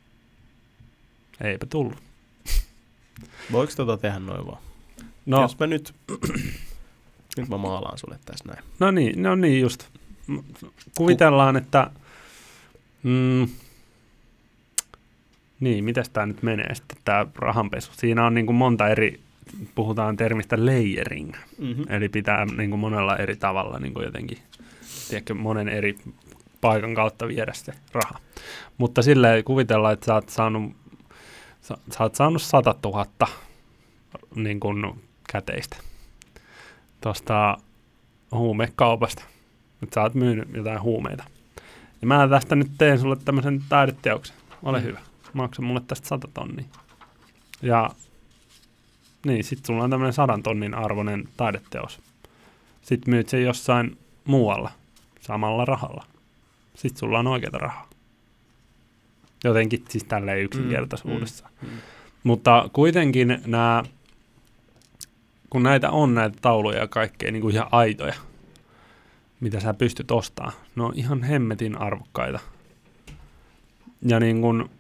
Eipä tullut. Voiko tehdä noin vaan? No. Jos mä nyt mä maalaan sulle tässä näin. No niin just. Kuvitellaan, että niin, mitäs tää nyt menee sitten, tää rahanpesu? Siinä on niin kuin monta eri, puhutaan termistä layering, eli pitää niin kuin monella eri tavalla niin kuin jotenkin, tiedätkö, monen eri paikan kautta viedä se raha. Mutta silleen kuvitellaan, että sä oot saanut 100 000 niin kuin käteistä tuosta huumekaupasta, että sä oot myynyt jotain huumeita. Ja mä tästä nyt teen sulle tämmöisen taideteoksen. Ole hyvä. Maksa mulle tästä 100 000. Ja Niin, sit sulla on tämmöinen 100 tonnin arvoinen taideteos. Sitten myyt sen jossain muualla samalla rahalla. Sitten sulla on oikeata rahaa. Jotenkin siis tälleen yksinkertaisuudessa. Mutta kuitenkin kun näitä on näitä tauluja ja kaikkea niin kuin ihan aitoja, mitä sä pystyt ostamaan, ne on ihan hemmetin arvokkaita. Ja niin kuin,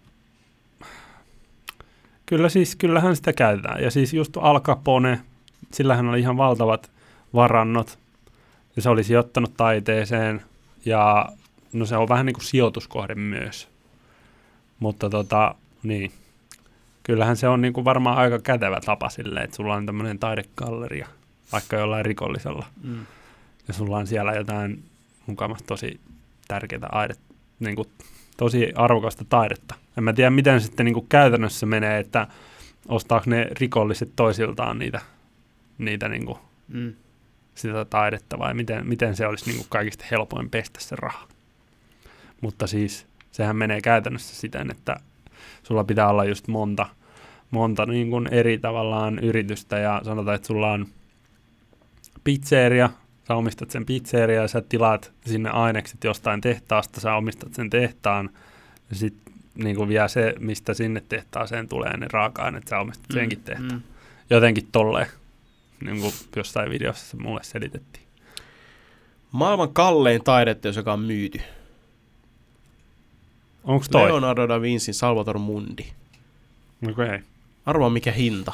kyllähän sitä käytetään. Ja siis just Al Capone, sillähän oli ihan valtavat varannot, ja se oli sijoittanut taiteeseen, ja no se on vähän niin kuin sijoituskohde myös. Mutta niin, kyllähän se on niin kuin varmaan aika kätevä tapa silleen, että sulla on tämmöinen taidegalleria, vaikka jollain rikollisella. Ja sulla on siellä jotain mukavasti tosi tärkeää niin kuin tosi arvokasta taidetta. En mä tiedä, miten sitten niin kuin käytännössä menee, että ostaako ne rikolliset toisiltaan niitä niin kuin, sitä taidetta, vai miten se olisi niin kuin kaikista helpoin pestä se raha. Mutta siis sehän menee käytännössä siten, että sulla pitää olla just monta niin kuin eri tavallaan yritystä, ja sanotaan, että sulla on pizzeria, sä omistat sen pizzeria ja sä tilaat sinne ainekset jostain tehtaasta, sä omistat sen tehtaan, ja sitten niin kuin vielä se, mistä sinne tehtaaseen tulee ne raaka-aineet, sä omistat senkin tehtaan. Jotenkin tolleen, niin kuin jossain videossa se mulle selitettiin. Maailman kallein taideteos, joka on myyty. Onko toi? Leonardo da Vincin Salvator Mundi. Okei. Arvaa mikä hinta?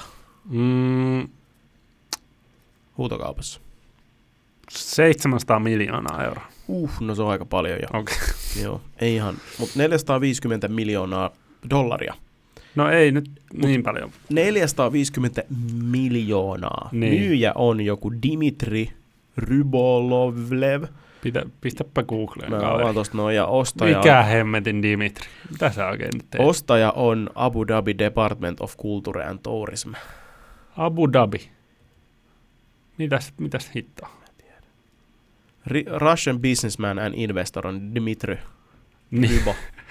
Huutokaupassa. 700 miljoonaa euroa. No se on aika paljon jo. Okay. Joo, ei ihan. Mutta 450 miljoonaa dollaria. No ei nyt niin paljon. 450 miljoonaa. Niin. Myyjä on joku Dimitri Rybolovlev. Pistäpä Googleen. Mä avaan tosta noin, ja ostaja... Mikä hemmetin Dimitri? Mitä sä oikein nyt teet? Ostaja on Abu Dhabi Department of Culture and Tourism. Abu Dhabi. Mitäs hittoa? Russian businessman and investor on Dmitry Rybo.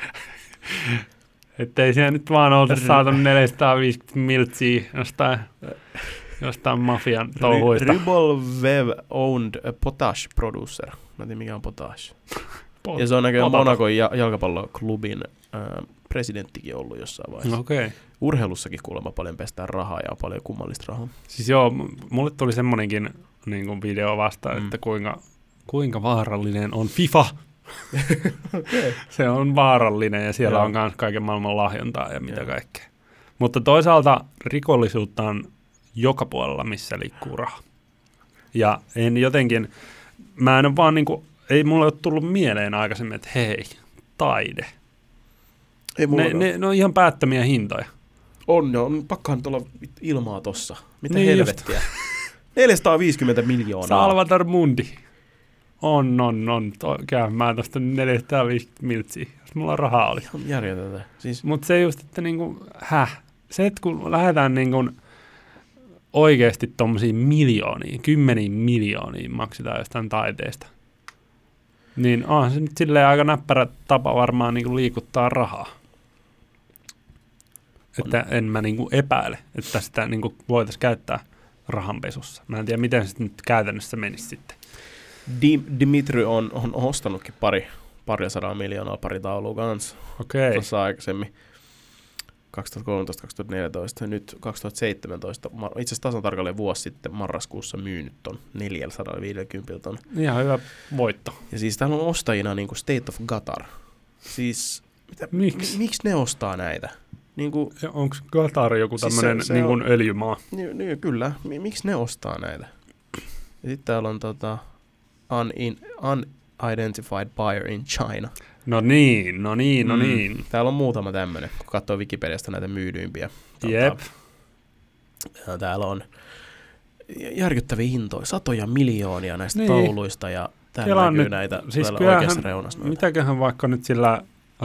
Ettei siellä nyt vaan oltaisi saatu 450 miltsiä jostain mafian touhuista. Rybolvev owned a potash producer. Mä en tiedä mikä on potash. Ja se on näköjään Monacon jalkapalloklubin presidenttikin ollut jossain vaiheessa. Okay. Urheilussakin kuulemma paljon pestään rahaa ja paljon kummallista rahaa. Siis joo, mulle tuli semmonenkin niin kuin video vastaan, että kuinka vaarallinen on FIFA. Okay. Se on vaarallinen ja siellä on myös kaiken maailman lahjontaa ja mitä kaikkea. Mutta toisaalta rikollisuutta on joka puolella, missä liikkuu raha. Ja mä en ole vaan niinku, ei mulle ole tullut mieleen aikaisemmin, että hei, taide. Ne on ihan päättömiä hintoja. On pakkohan tuolla ilmaa tossa. Mitä niin helvettiä. 450 miljoonaa. Salvator Mundi. On. Mä tosta 450 miltsiä, jos mulla rahaa oli. On järjetöntä. Siis... Mutta se just, että niinku, se, että kun lähdetään niinku oikeasti tommosia miljoonia, 10 miljoonia maksetaan jostain taiteesta, niin on se nyt silleen aika näppärä tapa varmaan niinku liikuttaa rahaa. Että en mä niinku epäile, että sitä niinku voitaisiin käyttää rahanpesussa. Mä en tiedä, miten se nyt käytännössä menisi sitten. Dimitri on ostanutkin pari 100 miljoonaa pari taulua kanssa. Okei. Tuossa aikaisemmin 2013-2014 ja nyt 2017, itse asiassa tasan tarkalleen vuosi sitten marraskuussa myynyt ton 450 ton. Ihan hyvä voitto. Ja siis täällä on ostajina niinku State of Qatar. Siis miksi ne ostaa näitä? Niinku, onko Qatar joku tämmöinen siis niin öljymaa? Niin, kyllä. Miksi ne ostaa näitä? Ja sitten täällä on unidentified buyer in China. No niin. Täällä on muutama tämmönen, kun katsoo Wikipediasta näitä myydyimpiä. Jep. Ja täällä on järkyttäviä hintoja, satoja miljoonia näistä tauluista, ja täällä näkyy nyt, näitä siis oikeassa reunassa. Mitäköhän vaikka nyt sillä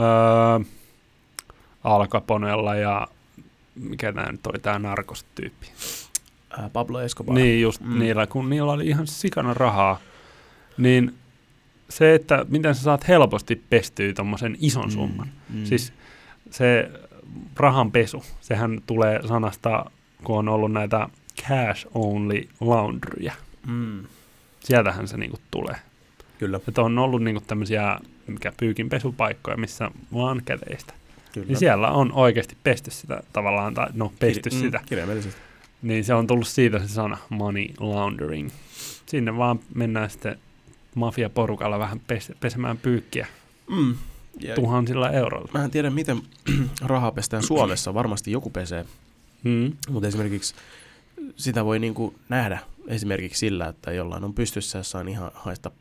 Al Caponella ja mikä tämä nyt oli, tämä narkostyyppi. Pablo Escobar. Niin just niillä, kun niillä oli ihan sikana rahaa, niin se, että miten sä saat helposti pestyä tommosen ison summan. Siis se rahanpesu, sehän tulee sanasta, kun on ollut näitä cash only laundryjä. Sieltähän se niinku tulee. Kyllä. Että on ollut niinku tämmöisiä pyykinpesupaikkoja, missä vaan käteistä. Kyllä. Niin siellä on oikeasti pesty sitä tavallaan, tai sitä. Kirjaimellisesti. Niin se on tullut siitä se sana money laundering. Sinne vaan mennään sitten mafiaporukalla vähän pesemään pyykkiä tuhansilla euroilla. Mä en tiedä, miten rahaa pestään Suomessa. Varmasti joku pesee. Mutta esimerkiksi sitä voi niinku nähdä esimerkiksi sillä, että jollain on pystyssä jossain ihan haista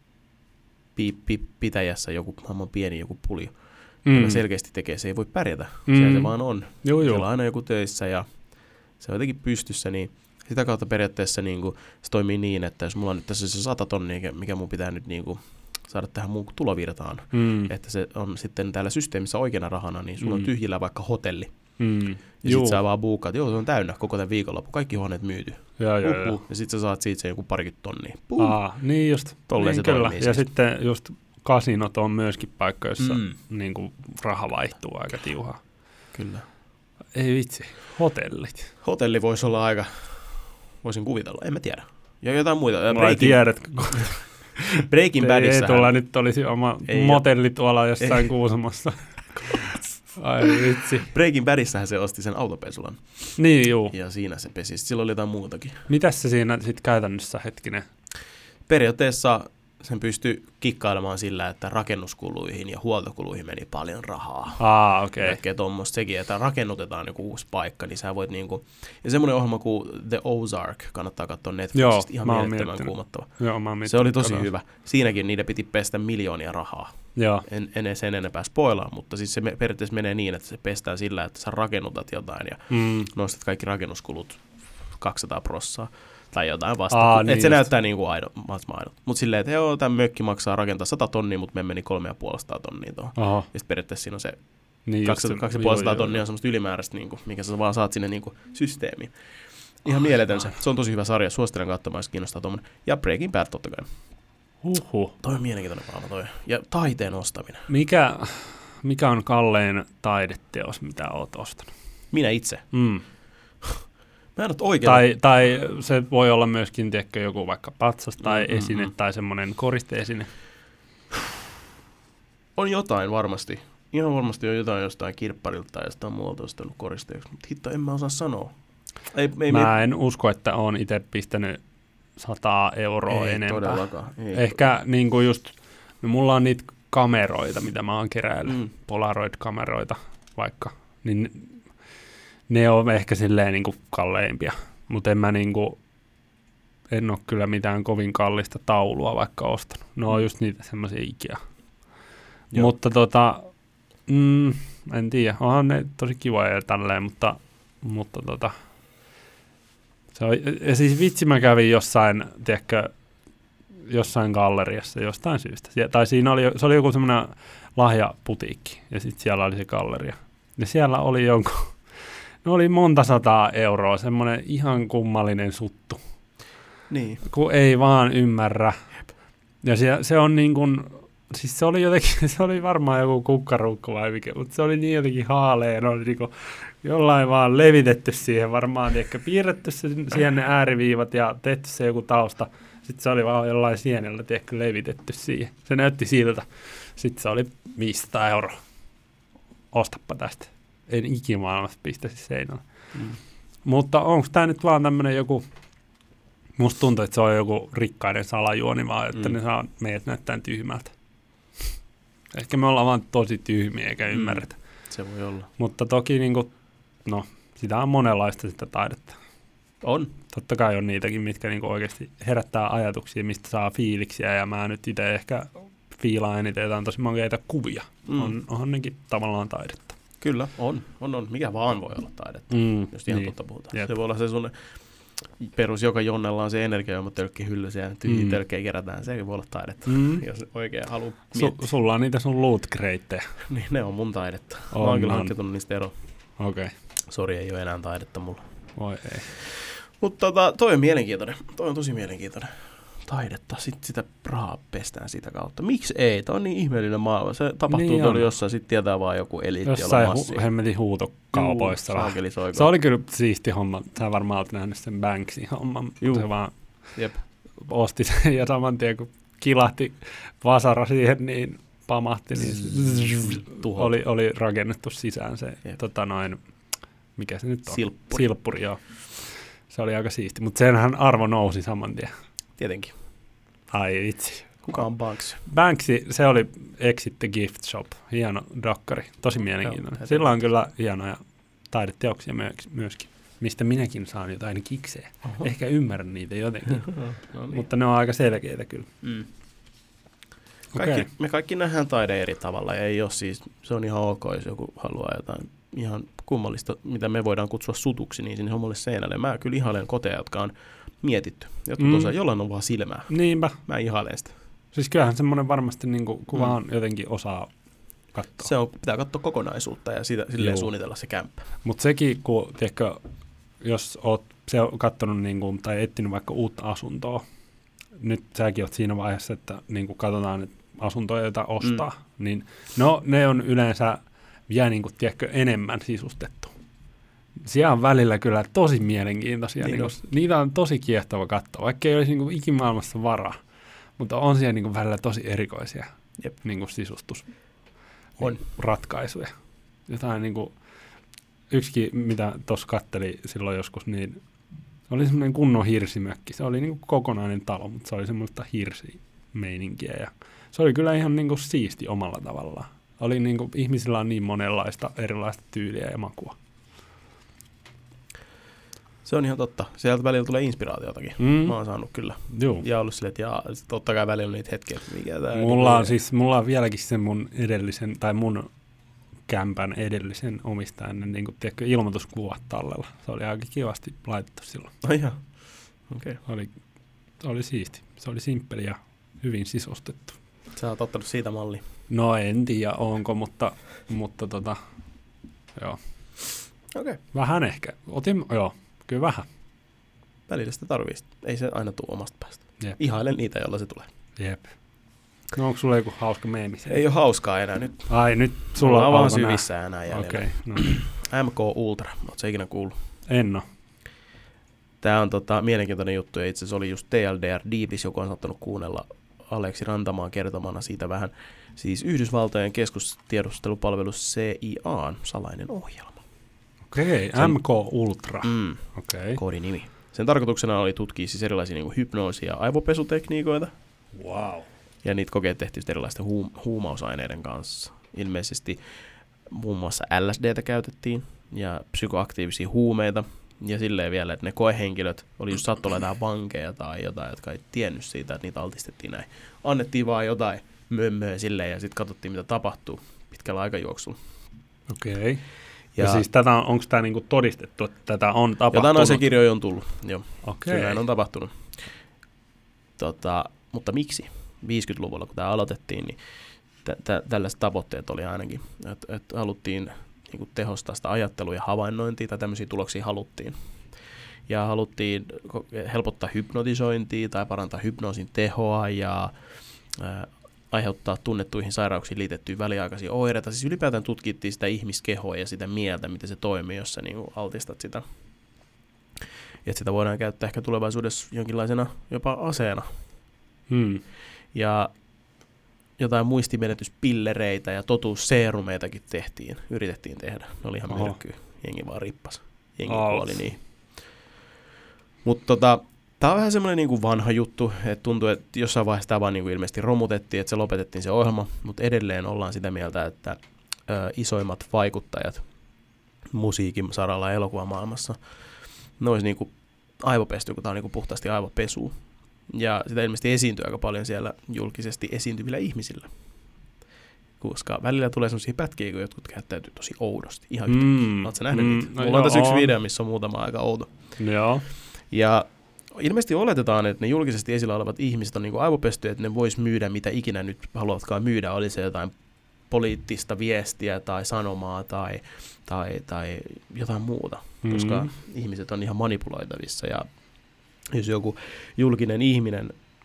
pitäjässä joku pieni joku puljo. Joka selkeästi tekee, se ei voi pärjätä. Se vaan on. Siellä on aina joku töissä ja se on jotenkin pystyssä, niin sitä kautta periaatteessa niinku, se toimii niin, että jos mulla on nyt tässä se 100 tonnia, mikä mun pitää nyt niinku saada tähän mun tulovirtaan, että se on sitten täällä systeemissä oikeana rahana, niin sulla on tyhjillä vaikka hotelli. Ja sit sä vaan buukaat, se on täynnä koko tämän viikonloppu, kaikki huoneet myyty. Ja sit sä saat siitä se joku parikymmentä tonnia. Niin just. Tolleen niin se kyllä. toimii. Ja sitten just kasinot on myöskin paikka, jossa niinku raha vaihtuu aika tiuhaa. Kyllä. Ei vitsi, hotellit. Hotelli voisi olla aika, voisin kuvitella, en mä tiedä. Ja jotain muita. Tiedätkö? Breaking Badissähän. Tuolla nyt olisi oma motelli tuolla jossain Kuusamossa. Ai vitsi. Breaking Badissähän se osti sen autopesulan. Niin juu. Ja siinä se pesi. Sillä oli jotain muutakin. Mitäs se siinä sitten käytännössä, hetkinen? Periaatteessa sen pystyi kikkailemaan sillä, että rakennuskuluihin ja huoltokuluihin meni paljon rahaa. Okei. Kaikkea tuommoista sekin, että rakennutetaan joku uusi paikka, niin sä voit niinku... Ja semmoinen ohjelma kuin The Ozark, kannattaa katsoa Netflixistä, ihan mielettömän kuumottava. Joo, se oli tosi hyvä. Siinäkin niiden piti pestä miljoonia rahaa. Joo. En sen enempää spoilaa, mutta siis se periaatteessa menee niin, että se pestään sillä, että sä rakennutat jotain ja nostat kaikki rakennuskulut 200%. Tai jotain vastaan. Niin se näyttää niin kuin aidot. Mutta silleen, että tämä mökki maksaa rakentaa 100 tonnia, mutta me meni 350 tonnia tuohon. Ja sitten periaatteessa siinä on se 250 tonnia on semmoista ylimääräistä, niin kuin, mikä sä vaan saat sinne niin kuin systeemiin. Ihan mieletön se. Se on tosi hyvä sarja. Suosittelen katsomaan, jos kiinnostaa tuommoinen. Ja Breaking Bad totta kai. Toi on mielenkiintoinen palma toi. Ja taiteen ostaminen. Mikä on kallein taideteos, mitä oot ostanut? Minä itse. Tai se voi olla myöskin, tiedätkö, joku vaikka patsas tai esine tai semmoinen koristeesine. On jotain varmasti. Ihan varmasti on jotain jostain kirpparilta tai jostain muualta ostanut koristeeksi, mutta hitto, en mä osaa sanoa. En usko, että oon itse pistänyt 100 euroa enempää. Todellakaan. Ehkä niin kuin just, mulla on niitä kameroita, mitä mä oon keräillyt, Polaroid-kameroita vaikka, niin ne on ehkä silleen niin kuin kalleimpia, mutta en ole kyllä mitään kovin kallista taulua vaikka ostanut. Ne on just niitä semmoisia Ikea. Mutta en tiedä, onhan ne tosi kivoja ja tälleen, mutta se on, ja siis vitsi mä kävin jossain galleriassa jostain syystä. Tai se oli joku semmoinen lahjaputiikki ja sitten siellä oli se galleria. Ja siellä oli ne oli monta 100 euroa, semmoinen ihan kummallinen suttu. Niin. Kun ei vaan ymmärrä. Ja se on niin kuin, siis se oli jotenkin, se oli varmaan joku kukkaruukko vai mikä, mutta se oli niin jotenkin haaleen, oli niin kuin jollain vaan levitetty siihen, varmaan ehkä piirretty siihen ne ääriviivat ja tehty se joku tausta. Sitten se oli vaan jollain sienellä levitetty siihen. Se näytti siltä. Sitten se oli 500 euroa. Ostappa tästä. En ikimaailmassa pistäisi seinällä. Mutta onko tämä nyt vaan tämmöinen joku, musta tuntuu, että se on joku rikkaiden salajuoni vaan, että ne saa meidät näyttää tyhmältä. Ehkä me ollaan vaan tosi tyhmiä eikä ymmärretä. Se voi olla. Mutta toki sitä on monenlaista sitä taidetta. On. Totta kai on niitäkin, mitkä oikeasti herättää ajatuksia, mistä saa fiiliksiä, ja mä nyt itse ehkä fiilaan eniten jotain tosi monkeita kuvia. Onhan nekin tavallaan taidetta. Kyllä, on. Mikä vaan voi olla taidetta, jos ihan totta puhutaan. Jep. Se voi olla se sun perus, joka jonnella on se energiajuomatölkki hyllyssä ja tyhjiä tölkkejä kerätään. Se voi olla taidetta, jos oikein haluaa miettiä. Sulla on niitä sun loot-kreittejä. Niin, ne on mun taidetta. Mä oon kyllä hankkiutunut niistä eroon. Okei. Sori, ei ole enää taidetta mulla. Voi ei. Mutta toi on mielenkiintoinen. Toi on tosi mielenkiintoinen. taidetta, sitten sitä rahaa pestään sitä kautta. Miksi ei? Tämä on niin ihmeellinen maailma. Se tapahtuu niin tuolla jossain, sitten tietää vaan joku eliitti, jolla on massia. Jossain hemmetin huutokaupoissa. Se oli kyllä siisti homma. Sä varmaan olet nähnyt sen Banksin homman. Se vaan osti sen ja saman tien kun kilahti vasara siihen, niin pamahti, niin oli rakennettu sisään se, mikä se nyt on? Silppuri, joo. Se oli aika siisti, mutta senhän arvo nousi saman tien. Tietenkin. Ai vitsi. Kuka on Banksy? Banksy, se oli Exit the Gift Shop. Hieno dokkari, tosi mielenkiintoinen. Sillä on kyllä hienoja taideteoksia myöskin, mistä minäkin saan jotain kiksejä. Oho. Ehkä ymmärrän niitä jotenkin, no niin. Mutta ne on aika selkeitä kyllä. Mm. Okay. Me kaikki nähdään taide eri tavalla ja ei ole siis, se on ihan ok, jos joku haluaa jotain ihan kummallista, mitä me voidaan kutsua sutuksi, niin sinne hommalle seinälle. Mä kyllä ihailen koteja, jotka on mietitty. Jollain on vaan silmää. Niinpä. Mä ihailen sitä. Siis kyllähän semmoinen varmasti, niin kun vaan jotenkin osaa katsoa. Se on, pitää katsoa kokonaisuutta ja silleen suunnitella se kämppä. Mutta sekin, kun tiedätkö, jos oot katsonut niin kun, tai etsinyt vaikka uutta asuntoa, nyt säkin oot siinä vaiheessa, että niin kun katsotaan että asuntoja, joita ostaa, niin ne on yleensä vielä niin kun, tiedätkö, enemmän sisustettu. Siellä on välillä kyllä tosi mielenkiintoisia. Niin niitä on tosi kiehtova katsoa, vaikka ei olisi niin ikimaailmassa varaa. Mutta on siellä niin välillä tosi erikoisia niin sisustusratkaisuja. Jotain niin kuin, yksikin, mitä tuossa katteli silloin joskus, niin oli semmoinen kunnon hirsimökki. Se oli niin kuin kokonainen talo, mutta se oli semmoista hirsimeininkiä. Ja se oli kyllä ihan niin kuin siisti omalla tavallaan. Oli niin kuin, ihmisillä on niin monenlaista erilaista tyyliä ja makua. Se on ihan totta. Sieltä välillä tulee inspiraatiotakin. Mä oon saanut kyllä. Juu. Ja ollut silleen, että totta kai välillä on niitä hetkiä, että mikä tää mulla on vieläkin sen mun kämpän edellisen omistajan niin tiedätkö, ilmoituskuvat tallella. Se oli aika kivasti laitettu silloin. Ai ihan. Okei. Oli siisti. Se oli simppeli ja hyvin sisustettu. Sä oot ottanut siitä mallia. No en tiedä onko, mutta joo. Okei. Vähän ehkä. Joo. Kyllä vähän. Välillä sitä tarvii. Ei se aina tule omasta päästä. Jep. Ihailen niitä, joilla se tulee. Jep. No onko sulla joku hauska meemi? Ei ole hauskaa enää nyt. Ai nyt sulla on vaan syvissä enää jäljellä. Okei. No niin. MK Ultra. Ootko sä ikinä kuullut? En oo. Tää on mielenkiintoinen juttu ja itse asiassa oli just TLDR Deepis, joka on saattanut kuunnella Aleksi Rantamaan kertomana siitä vähän. Siis Yhdysvaltojen keskustiedustelupalvelu CIA:n salainen ohjelma. Okei, MK Ultra. Okay. Koodinimi. Sen tarkoituksena oli tutkia siis erilaisia niin kuin hypnoosia ja aivopesutekniikoita. Wow. Ja niitä kokeet tehtiin erilaisten huumausaineiden kanssa. Ilmeisesti muun muassa LSDtä käytettiin ja psykoaktiivisia huumeita. Ja silleen vielä, että ne koehenkilöt oli just sattui olemaan vankeja tai jotain, jotka ei tiennyt siitä, että niitä altistettiin näin. Annettiin vaan jotain mömmöä silleen ja sitten katsottiin, mitä tapahtuu pitkällä aikajuoksulla. Okei. Ja siis onko tämä niinku todistettu, että tätä on tapahtunut? Jotain asiakirjoja on tullut, joo. Okei. Kyllä on tapahtunut. Mutta miksi? 50-luvulla, kun tämä aloitettiin, niin tällaiset tavoitteet oli ainakin, että haluttiin niinku tehostaa sitä ajattelua ja havainnointia, tai tämmöisiä tuloksia haluttiin. Ja haluttiin helpottaa hypnotisointia tai parantaa hypnoosin tehoa ja aiheuttaa tunnettuihin sairauksiin liitettyjä väliaikaisia oireita. Siis ylipäätään tutkittiin sitä ihmiskehoa ja sitä mieltä, miten se toimii, jos sä niinku altistat sitä. Ja sitä voidaan käyttää ehkä tulevaisuudessa jonkinlaisena jopa aseena. Ja jotain muistimenetyspillereitä ja totuusseerumeitakin yritettiin tehdä. Ne oli ihan myrkkyä. Jengi vaan rippas. Jengi kuoli niin. Mutta tämä on vähän semmoinen niinku vanha juttu, että tuntuu, että jossain vaiheessa tämä vaan niinku ilmeisesti romutettiin, että se lopetettiin se ohjelma, mutta edelleen ollaan sitä mieltä, että isoimmat vaikuttajat musiikin saralla ja elokuvamaailmassa, ne olisi niinku aivopesty, kun tämä on niinku puhtaasti aivopesu. Ja sitä ilmeisesti esiintyy aika paljon siellä julkisesti esiintyvillä ihmisillä. Koska välillä tulee sellaisia pätkiä, kun jotkut käyttäytyy tosi oudosti. Ihan yhtäkkiä. Oletko sä nähnyt niitä? Mulla on tässä yksi video, missä on muutama aika outo. Joo. Ja ilmeisesti oletetaan, että ne julkisesti esillä olevat ihmiset on niin kuin aivopestyjä, että ne vois myydä mitä ikinä nyt haluatkaan myydä. Oli se jotain poliittista viestiä tai sanomaa tai jotain muuta. Koska ihmiset on ihan manipuloitavissa. Ja jos joku julkinen ihminen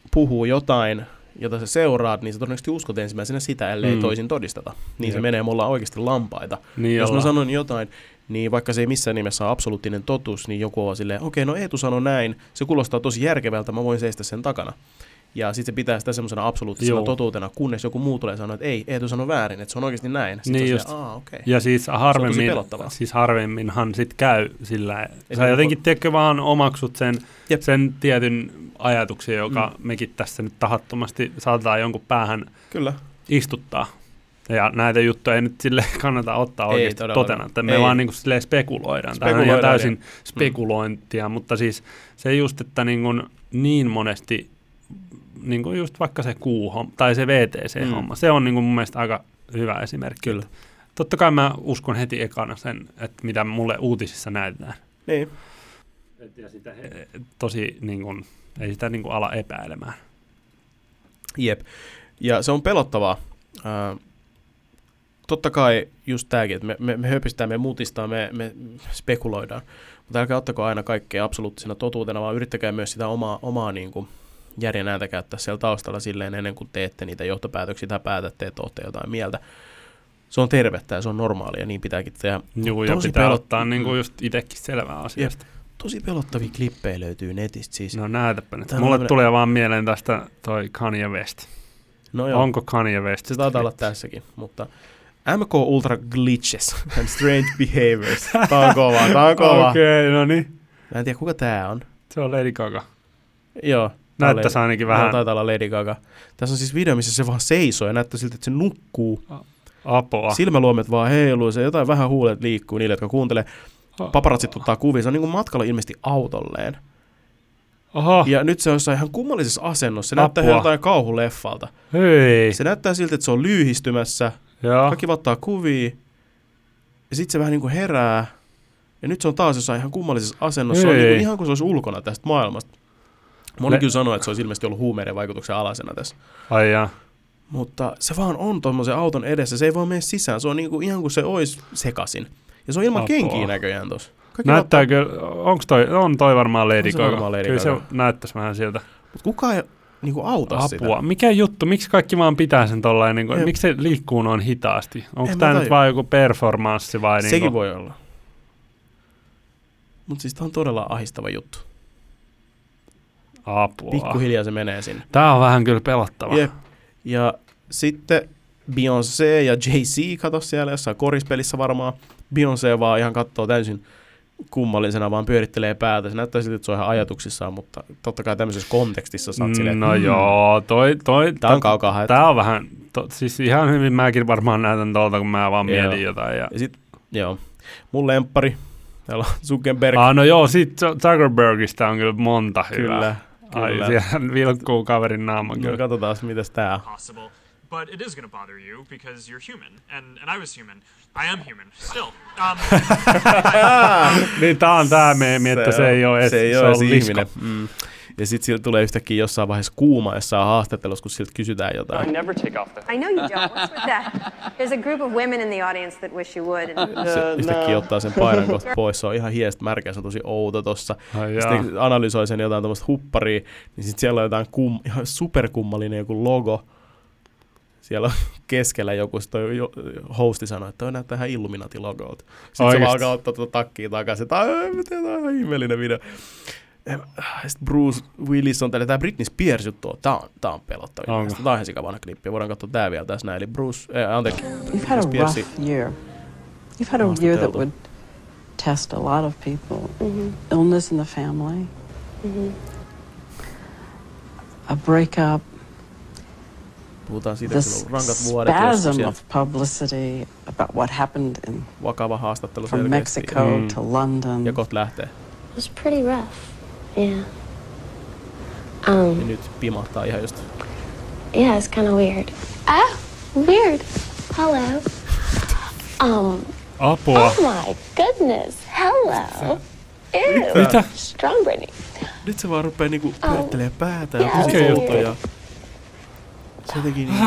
puhuu jotain, jota sä seuraat, niin sä todennäköisesti uskot ensimmäisenä sitä, ellei toisin todisteta. Niin se menee, me ollaan oikeasti lampaita. Niin jos mä sanon jotain, niin vaikka se ei missään nimessä ole absoluuttinen totuus, niin joku on silleen, okei, no Eetu sanoi näin, se kuulostaa tosi järkevältä, mä voin seistä sen takana. Ja sitten se pitää sitä semmoisena absoluuttisena totuutena, kunnes joku muu tulee sanoa, että ei, Eetu sanoi väärin, että se on oikeasti näin. Sitten niin just, okay. Ja siis harvemminhan sit käy sillä, sä jotenkin tiedätkö vaan omaksut sen tietyn ajatuksen, joka mekin tässä nyt tahattomasti saatetaan jonkun päähän istuttaa. Ja näitä juttuja ei nyt sille kannata ottaa oikeasti totena, että me vaan niinku spekuloidaan. Tämä on ihan täysin spekulointia, mutta siis se just, että niin monesti niin kuin just vaikka se tai se VTC-homma, se on niin kuin mun mielestä aika hyvä esimerkki. Kyllä. Totta kai mä uskon heti ekana sen, että mitä mulle uutisissa näytetään. Niin. Ja sitä tosi niin kuin, ei sitä niin kuin ala epäilemään. Jep. Ja se on pelottavaa. Totta kai just tämäkin, että me höpistään, me mutistaan, me spekuloidaan. Mutta älkää ottako aina kaikkea absoluuttisena totuutena, vaan yrittäkää myös sitä omaa niin kuin järjen ääntä käyttää siellä taustalla silleen ennen kuin teette niitä johtopäätöksiä tai päätätte, että olette jotain mieltä. Se on tervettä ja se on normaalia ja niin pitääkin tehdä. Joo, ja pitää ottaa niin kuin just itsekin selvää asiasta. Tosi pelottavia klippejä löytyy netistä siis. No näytäpä nyt. Mulle tulee vaan mieleen tästä toi Kanye West. No joo. Onko Kanye West? Se taitaa olla tässäkin, mutta MK Ultra Glitches and Strange Behaviors. Tää on kova. Okei, no niin. Mä en tiedä, kuka tää on. Se on Lady Gaga. Joo. Näyttäisi ainakin vähän. Taitaa olla Lady Gaga. Tässä on siis video, missä se vaan seisoo ja näyttää siltä, että se nukkuu. Apua. Silmäluomet vaan heiluu, se jotain vähän huulet liikkuu niille, jotka kuuntelee. Paparatsit ottaa kuvia. Se on niin kuin matkalla ilmeisesti autolleen. Aha. Ja nyt se on jossain ihan kummallisessa asennossa. Se näyttää jotain kauhuleffalta. Hei. Se näyttää siltä, että se on lyyhistymässä. Ja. Kaikki ottaa kuvia. Ja sitten se vähän niin kuin herää. Ja nyt se on taas jossain ihan kummallisessa asennossa. Se on niin kuin ihan kuin se olisi ulkona tästä maailmasta. Moni kyllä sanoo, että se olisi ilmeisesti ollut huumeiden vaikutuksen alasena tässä. Ai jaa. Mutta se vaan on tuommoisen auton edessä. Se ei voi mennä sisään. Se on niin kuin, ihan kuin se olisi sekaisin. Ja se on ilman kenkiä näköjään tuossa. Näyttää kyllä, on toi varmaan Lady Gaga. Kyllä se näyttäisi vähän siltä. Mutta kukaan ei niin kuin auta sitä. Apua. Mikä juttu? Miksi kaikki vaan pitää sen tollain? Niin miksi se liikkuu noin hitaasti? Onko tämä nyt vaan joku performanssi vai? Sekin niin voi olla. Mutta siis tämä on todella ahistava juttu. Apua. Pikkuhiljaa se menee sinne. Tää on vähän kyllä pelottava. Jep. Ja sitten Beyoncé ja Jay-Z kato siellä jossain korispelissä varmaan. Beyoncé vaan ihan katsoo täysin kummallisena, vaan pyörittelee päätä. Se näyttää siltä, että se on ihan ajatuksissaan, mutta totta kai tämmöisessä kontekstissa saat silleen, no joo, tää on kaukaa haettu. Tää on vähän, siis ihan hyvin mäkin varmaan näytän tuolta, kun mä vaan mietin jotain. Ja sit, joo, mun lemppari, täällä on Zuckerberg. No joo, sit Zuckerbergistä on kyllä monta hyvää. Kyllä. Ai, siellä vilkkuu kaverin naama kyllä. No katsotaan, mitäs tää on. But it is going to bother you because you're human, and I was human. I am human still. Niin tää on tää meemi, että se ei ole edes ihminen. Ja sit siltä tulee yhtäkkiä jossain vaiheessa kuuma jossain haastattelussa, kun siltä kysytään jotain. I never take off the... I know you don't. What's with that? There's a group of women in the audience that wish you would. Se yhtäkkiä ottaa sen paidan kohta pois. Se on ihan hiestä märkä, se on tosi outo tossa. Sitten analysoi sen jotain tämmöistä hupparia, niin sit siellä on jotain ihan superkummallinen joku logo. Siellä on keskellä joku, hosti sanoi, että toi näyttää ihan Illuminati-logolta. Sitten se vaan alkaa ottaa tuota takkiä takaisin. Tämä on ihan ihmeellinen video. Sitten Bruce Willis on tällä, tämä Britney Spears juttu, tämä on pelottava. Tämä on ihan sikavana klippi. Voidaan katsoa tämä vielä tässä näin. Eli You've had a rough year. You've had a year that would test a lot of people. Illness in the family. A breakup. Puhutaan siitä, että on rankat vuodet. Spasm of publicity about what happened in vakava haastattelu from Mexico to London. Ja kohta lähtee. It was pretty rough. Yeah. Ja nyt pimahtaa ihan just. Yeah, it's kind of weird. Weird. Hello. Apua. Oh my goodness. Hello. Ew. Mitä? Strong Britney. Nyt se vaan rupee niinku pyörittelee päätä ja tosi outoja. Se jotenkin niinku...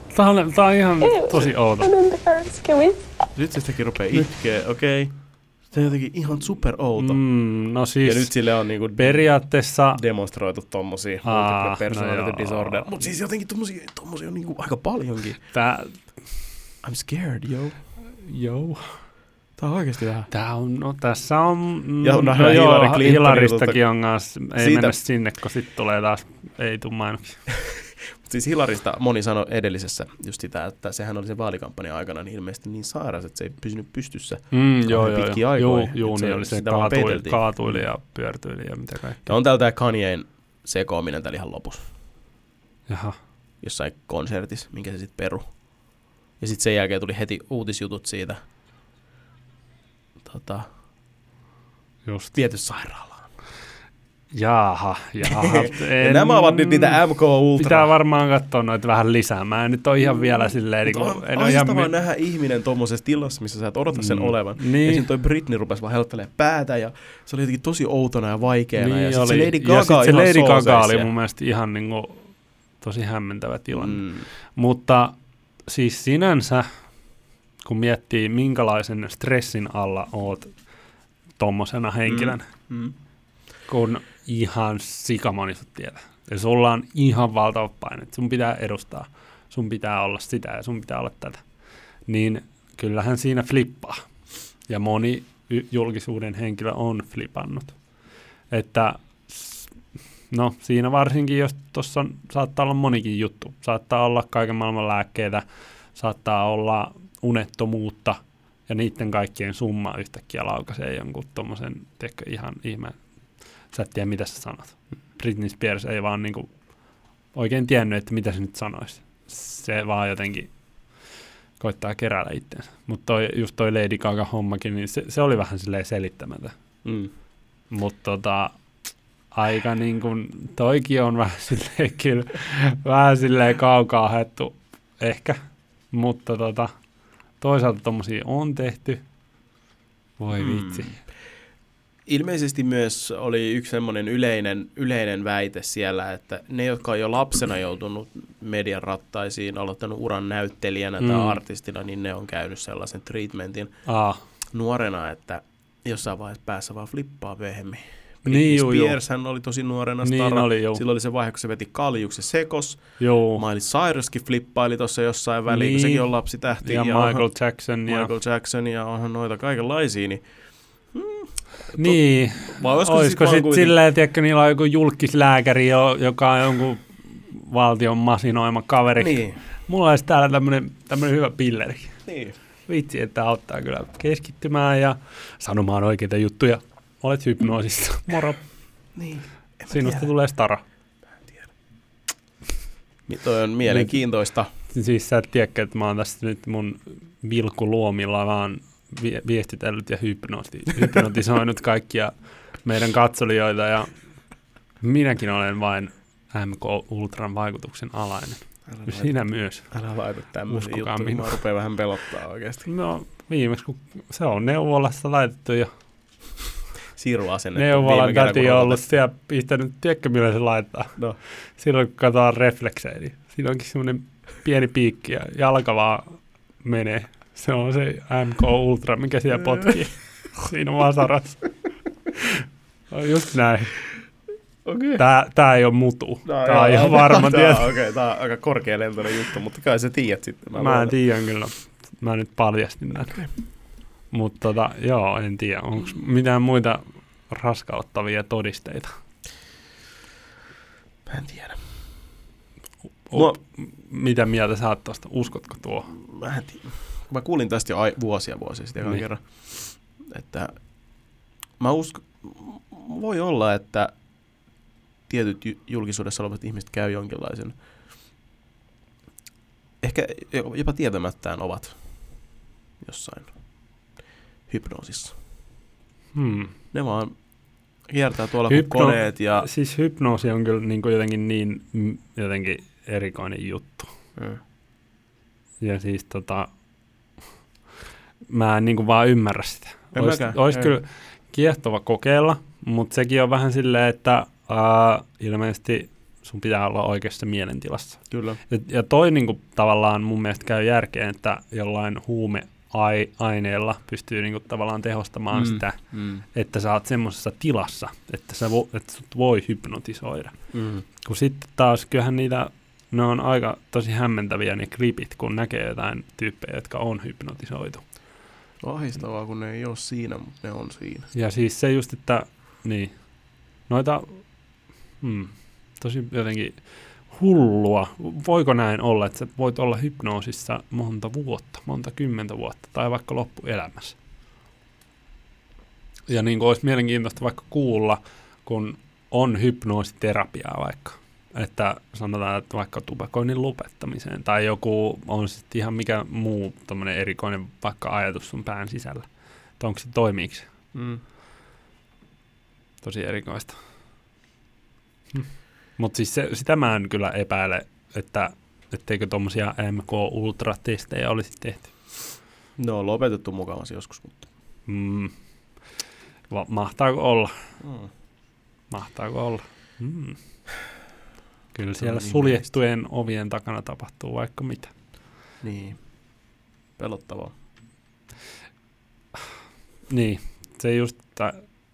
Tää on ihan tosi outo. Nyt se sitäkin rupee itkee, okei. Se on jotenkin ihan super outo. No siis ja nyt sille on niinku periaatteessa demonstroitu tommosia multiple personality disorder. Mut siis jotenkin tommosia on niinku aika paljonkin. I'm scared, yo. Tää on oikeesti vähän. Tässä on Hillaristakin on kanssa. Ei mennä sinne, kun sit tulee taas, ei tuu mainoksia. Siis Hillarista moni sanoi edellisessä just sitä, että sehän oli se vaalikampanjan aikana niin ilmeisesti niin sairas, että se ei pysynyt pystyssä pitkiä aikoja. Joo, niin oli se kaatuili ja pyörtyili ja mitä kaikkea. Ja on täällä tää Kanyein sekoaminen täällä ihan lopussa. Jaha. Jossain konsertissa, minkä se sitten peru. Ja sitten sen jälkeen tuli heti uutisjutut siitä viety sairaalaan. Jaha. Nämä ovat nyt niitä MK Ultra. Pitää varmaan katsoa noita vähän lisää. Mä en nyt ole ihan vielä silleen. Ahdistavaa nähdä ihminen tommosessa tilassa, missä sä et odota sen olevan. Niin. Ja siinä toi Britney rupesi vaan helottelemaan päätä ja se oli jotenkin tosi outona ja vaikeana. Niin ja sitten se Lady Gaga ihan Lady Gaga oli mun mielestä ihan niinku tosi hämmentävä tilanne. Mutta siis sinänsä, kun miettii minkälaisen stressin alla oot tommosena henkilönä, kun ihan sikamoni sut tietää. Ja sulla on ihan valtavat paineet. Sun pitää edustaa. Sun pitää olla sitä ja sun pitää olla tätä. Niin kyllähän siinä flippaa. Ja moni julkisuuden henkilö on flipannut. Että no siinä varsinkin, jos tuossa saattaa olla monikin juttu. Saattaa olla kaiken maailman lääkkeitä. Saattaa olla unettomuutta. Ja niiden kaikkien summa yhtäkkiä laukaisee jonkun tommosen, teekö ihan ihme. Sä et tiedä, mitä sä sanot. Britney Spears ei vaan niinku oikein tiennyt, että mitä se nyt sanoisi. Se vaan jotenkin koittaa keräillä itseensä. Mutta just toi Lady Gaga hommakin, niin se oli vähän silleen selittämättä. Mutta aika niin kuin, toikin on vähän silleen kyllä, vähän silleen kaukaa haettu ehkä. Mutta toisaalta tommosia on tehty. Voi vitsi. Ilmeisesti myös oli yksi semmoinen yleinen väite siellä, että ne, jotka on jo lapsena joutunut median rattaisiin, aloittanut uran näyttelijänä tai artistina, niin ne on käynyt sellaisen treatmentin nuorena, että jossain vaiheessa päässä vaan flippaa vehemmin. Britney Spears hän oli tosi nuorena stara. Silloin oli se vaihe, kun se veti kaljuksi sekos. Miley Cyruskin flippaili tuossa jossain väliin, kun sekin on lapsitähti. Ja Michael Jackson ja onhan noita kaikenlaisia, niin, olisiko sitten silleen, että niillä on joku julkislääkäri, joka on jonkun valtion masinoima kaveri. Niin. Mulla olisi täällä tämmöinen hyvä pilleri. Niin. Vitsi, että auttaa kyllä keskittymään ja sanomaan oikeita juttuja. Olet hypnoosissa. Moro. Niin. Sinusta tulee stara. Mä en tiedä. Toi on mielenkiintoista. Siis sä et tiedäkö, että mä oon tässä nyt mun vilkkuluomilla vaan viestitellyt ja hypnotisoinut kaikkia meidän katsolijoita ja minäkin olen vain MK Ultran vaikutuksen alainen. Sinä myös. Älä laita tämmöisiä juttuja, mä rupean vähän pelottaa oikeasti. No viimeksi, kun se on neuvolassa laitettu jo. Siruasennettu. Neuvolan täti on ollut siellä pistänyt, tiedätkö millä se laittaa? No. Silloin kun katsotaan refleksejä, niin siinä onkin semmoinen pieni piikki ja jalka vaan menee. Se on se MK Ultra, mikä siellä potkii. Siinä on vasaras. Just näin. Okay. Tää ei ole mutu. Tää on ihan varma tieto. Tää on aika korkealentoinen juttu, mutta kai sä tiedät sitten. Mä en tiedä kyllä. Mä nyt paljastin näitä. Okay. Mutta joo, en tiedä. Onko mitään muita raskauttavia todisteita? Mä en tiedä. Mitä mieltä sä oot tosta? Uskotko tuo? Mä en tiedä. Mä kuulin tästä jo vuosia sitten kerran, että voi olla, että tietyt julkisuudessa olevat ihmiset käy jonkinlaisen, ehkä jopa tietämättään ovat jossain hypnoosissa. Ne vaan kiertää tuolla kuin koneet. Ja siis hypnoosi on kyllä niin jotenkin jotenkin erikoinen juttu. Ja siis mä en niin vaan ymmärrä sitä. Olisi kyllä kiehtova kokeilla, mutta sekin on vähän silleen, että ilmeisesti sun pitää olla oikeassa mielentilassa. Kyllä. Ja toi niin kuin, tavallaan mun mielestä käy järkeen, että jollain aineella pystyy niinku tavallaan tehostamaan sitä, että sä oot semmoisessa tilassa, että sut voi hypnotisoida. Kun sitten taas kyllähän ne on aika tosi hämmentäviä ne klipit, kun näkee jotain tyyppejä, jotka on hypnotisoitu. Ahistavaa, kun ne ei ole siinä, mutta ne on siinä. Ja siis se just, että niin, noita tosi jotenkin hullua. Voiko näin olla, että sä voit olla hypnoosissa monta kymmentä vuotta tai vaikka loppuelämässä? Ja niin kuin olisi mielenkiintoista vaikka kuulla, kun on hypnoositerapiaa vaikka, että sanotaan, että vaikka tupakoinnin lopettamiseen tai joku on sitten ihan mikä muu tommoinen erikoinen vaikka ajatus sun pään sisällä. Että onko se toimiiko? Tosi erikoista. Mutta siis sitä mä en kyllä epäile, etteikö tommosia MK-ultra-testejä olisi tehty. No on lopetettu mukavasti joskus, mutta... Mahtaako olla? Mahtaako olla? Kyllä siellä suljettujen ovien takana tapahtuu vaikka mitä. Niin. Pelottavaa. Niin. Se just, että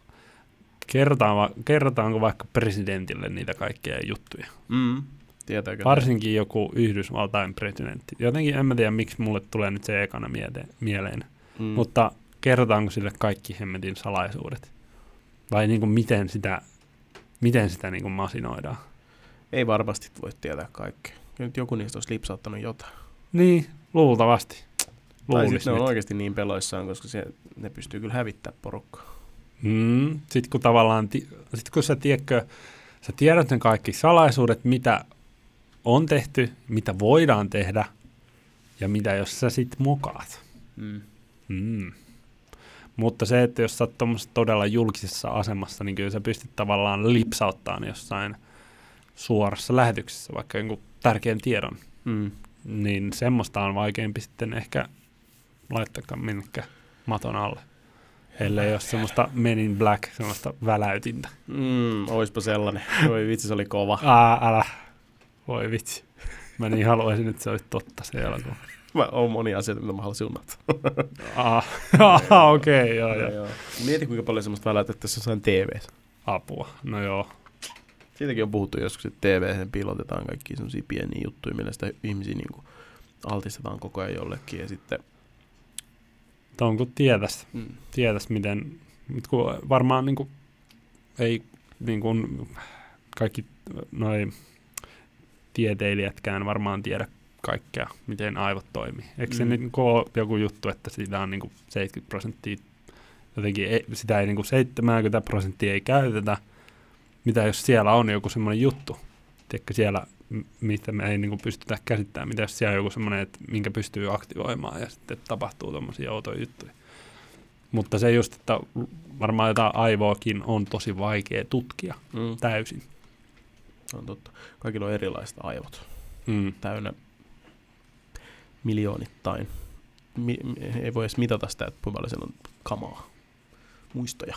kerrotaanko vaikka presidentille niitä kaikkia juttuja. Tietääkö? Varsinkin joku Yhdysvaltain presidentti. Jotenkin en mä tiedä, miksi mulle tulee nyt se ekana mieleen. Mutta kerrotaanko sille kaikki hemmetin salaisuudet? Vai niin kuin miten sitä niin kuin masinoidaan? Ei varmasti voi tietää kaikkea. Nyt joku niistä olisi lipsauttanut jotain. Niin, luultavasti. Tai sitten ne on oikeasti niin peloissaan, koska ne pystyy kyllä hävittämään porukkaa. Sitten kun tavallaan, kun sä tiedät ne kaikki salaisuudet, mitä on tehty, mitä voidaan tehdä ja mitä jos sä sit mokaat. Mutta se, että jos sä oot tuommoisessa todella julkisessa asemassa, niin kyllä sä pystyt tavallaan lipsauttamaan jossain suorassa lähetyksessä vaikka jonkun tärkeän tiedon. Niin semmoista on vaikeampi sitten ehkä laittaa minnekään maton alle. Ellei ole semmoista Men in Black, semmoista väläytintä. Oispa sellainen. Voi vitsi, se oli kova. Älä. Voi vitsi. Mä niin haluaisin, että se olisi totta se elokuva. Mä oon monia asioita, mitä mä haluaisin unohtaa. Okei, joo. Mieti, kuinka paljon semmoista väläytettä tässä jossain TV:ssä. Apua, no joo. Siitäkin on puhuttu joskus, että TV:hen piilotetaan kaikkia semmoisia pieniä juttuja, millä sitä ihmisiä niin kuin altistetaan koko ajan jollekin ja sitten... Tuon kun tietäisi miten, kun varmaan niin kuin, ei niin kuin, kaikki noi tieteilijätkään varmaan tiedä kaikkea, miten aivot toimii. Eikö se nyt ole joku juttu, että siitä on niin kuin 70%, jotenkin sitä ei niin kuin 70% ei käytetä, mitä jos siellä on joku semmoinen juttu, tiedätkö siellä, mitä me ei niin kuin pystytä käsittämään, mitä jos siellä on joku semmoinen, että minkä pystyy aktivoimaan ja sitten tapahtuu tommosia outoja juttuja. Mutta se just, että varmaan jotain aivoakin on tosi vaikea tutkia täysin. On totta. Kaikilla on erilaiset aivot. Täynnä miljoonittain. Ei voi edes mitata sitä, että kuinka paljon siellä on kamaa, muistoja.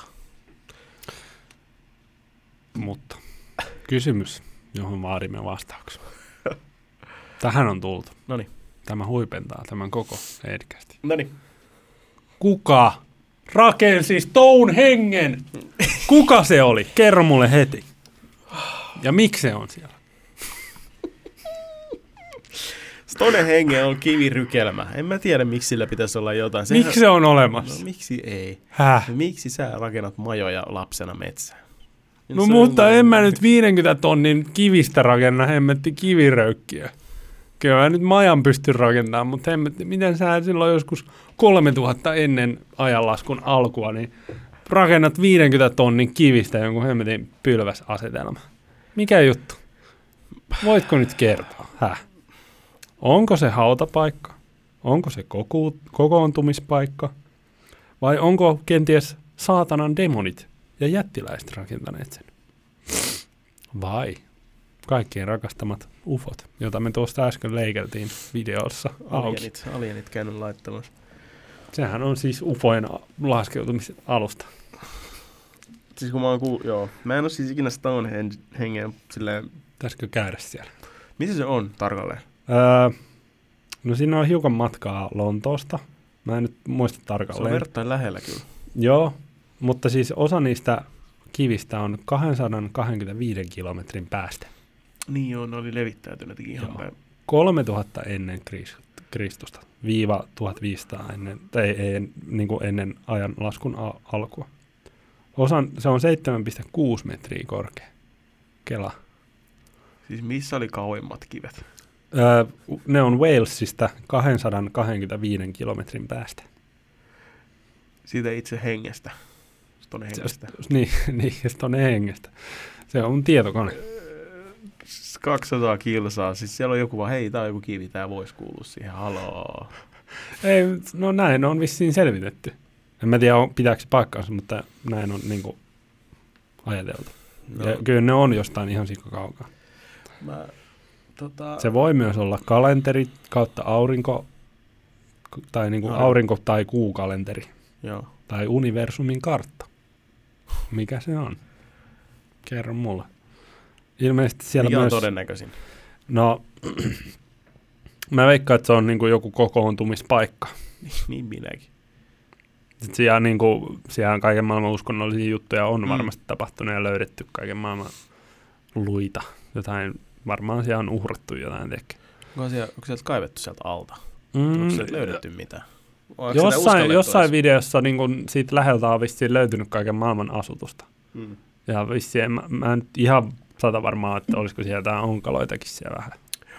Mutta kysymys, johon vaadimme vastauksen. Tähän on tultu. Noniin. Tämä huipentaa tämän koko podcastin. Noniin. Kuka rakensi Stonehengen? Kuka se oli? Kerro mulle heti. Ja miksi se on siellä? Stonehenge on kivirykelmä. En mä tiedä, miksi sillä pitäisi olla jotain. Miksi se on olemassa? No, miksi ei? Miksi sä rakennat majoja lapsena metsään? No mutta en mä nyt 50 tonnin kivistä rakenna hemmetti kiviröykkiä. Kyllä mä nyt majan pystyn rakentamaan, mutta hemmetti, miten sä silloin joskus 3000 ennen ajanlaskun alkua, niin rakennat 50 tonnin kivistä jonkun hemmetin pylväsasetelma. Mikä juttu? Voitko nyt kertoa? Onko se hautapaikka? Onko se kokoontumispaikka? Vai onko kenties saatanan demonit ja jättiläiset rakentaneet sen? Vai kaikkien rakastamat ufot, jota me tuosta äsken leikeltiin videossa auki. Alienit käynyt laittamassa. Sehän on siis ufojen laskeutumisen alusta. Siis kun mä oon mä en oo siis ikinä Stonehengen silleen... Pitäisikö käydä siellä? Missä se on tarkalleen? No siinä on hiukan matkaa Lontoosta. Mä en nyt muista tarkalleen. Se on verrattain lähellä kyllä. Joo, mutta siis osa niistä kivistä on 225 kilometrin päästä. Niin joo, ne oli levittäytyneet ihan päin. 3000 ennen Kristusta, viiva 1500 ennen, tai ei, niin kuin ennen ajan laskun alkua. Se on 7,6 metriä korkea. Kela. Siis missä oli kauimmat kivet? Ne on Walesista 225 kilometrin päästä. Siitä itse hengestä. Stonehengestä. Niin, Stonehengestä. Se on tietokone. 200 kilsaa. Siis siellä on joku vaan, hei, tää on joku kivi, tää voisi kuulua siihen, haloo. Ei, no näin on vissiin selvitetty. En mä tiedä, pitääkö se paikkaansa, mutta näin on niinku ajateltu. No. Ja kyllä ne on jostain ihan sikakaukaa. Se voi myös olla kalenteri kautta aurinko, tai niinku aurinko- tai kuukalenteri. Joo. Tai universumin kartta. Mikä se on? Kerro mulle. Ilmeisesti siellä mikä myös... on todennäköisin? No, mä veikkaan, että se on niinku joku kokoontumispaikka. Niin minäkin. Sitten siellä, niinku, siellä kaiken maailman uskonnollisia juttuja on varmasti tapahtunut ja löydetty kaiken maailman luita. Jotain, varmaan siellä on uhrattu jotain tekee. Onko sieltä kaivettu sieltä alta? Onko sieltä löydetty mitään? Jossain videossa niin kun siitä läheltä on vissiin löytynyt kaiken maailman asutusta. Ja vissiin, mä en ihan sata varmaan, että olisiko siellä jotain onkaloitakin siellä vähän.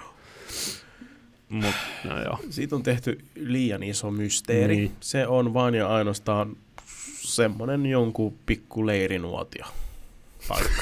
Mut, no joo. Siitä on tehty liian iso mysteeri. Niin. Se on vain ja ainoastaan semmoinen jonkun pikku leirinuotio paikka.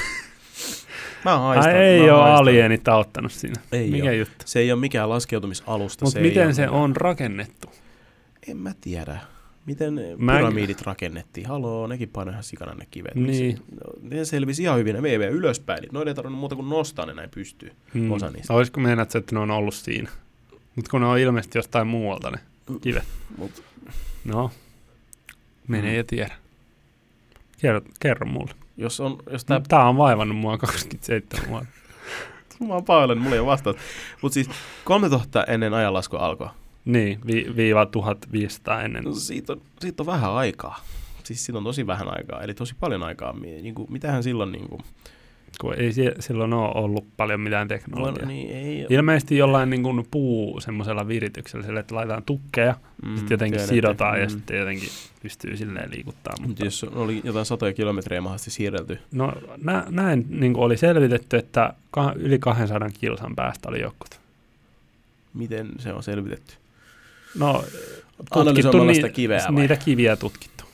Ei ole alienit auttanut siinä. Mikä juttu? Se ei ole mikään laskeutumisalusta. Mutta miten se on rakennettu? En mä tiedä. Miten pyramiidit rakennettiin? Haloo, nekin painoi ihan sikana ne kivet. Niin. Ne selvisi ihan hyvin, ne vei ylöspäin. Noin ei tarvinnut muuta kuin nostaa ne näin pystyy. Osa niistä. Olisiko meinaat, että ne on ollut siinä? Mutta kun ne on ilmeisesti jostain muualta ne kivet. No, menee ja tiedä. Kerro mulle. Tää on vaivannut mua 27 vuotta. Mä oon pahoillani, mulla ei ole vastaus. Mutta siis 3000 ennen ajanlaskua alkoi. Niin, viiva 1500 ennen. No, siitä on vähän aikaa. Siis siitä on tosi vähän aikaa, eli tosi paljon aikaa. Mitähän silloin... Kun ei silloin ole ollut paljon mitään teknologiaa. Niin, ei ilmeisesti jollain niin kuin puu semmoisella virityksellä, sillä, että laitetaan tukkeja, sitten jotenkin sidotaan ja sitten jotenkin pystyy silleen liikuttamaan. Mutta jos oli jotain 100 kilometriä mahdollisesti siirrelty. No näin niin oli selvitetty, että yli 200 kilsan päästä oli jokut. Miten se on selvitetty? No tutkittu niitä kiviä tutkittu.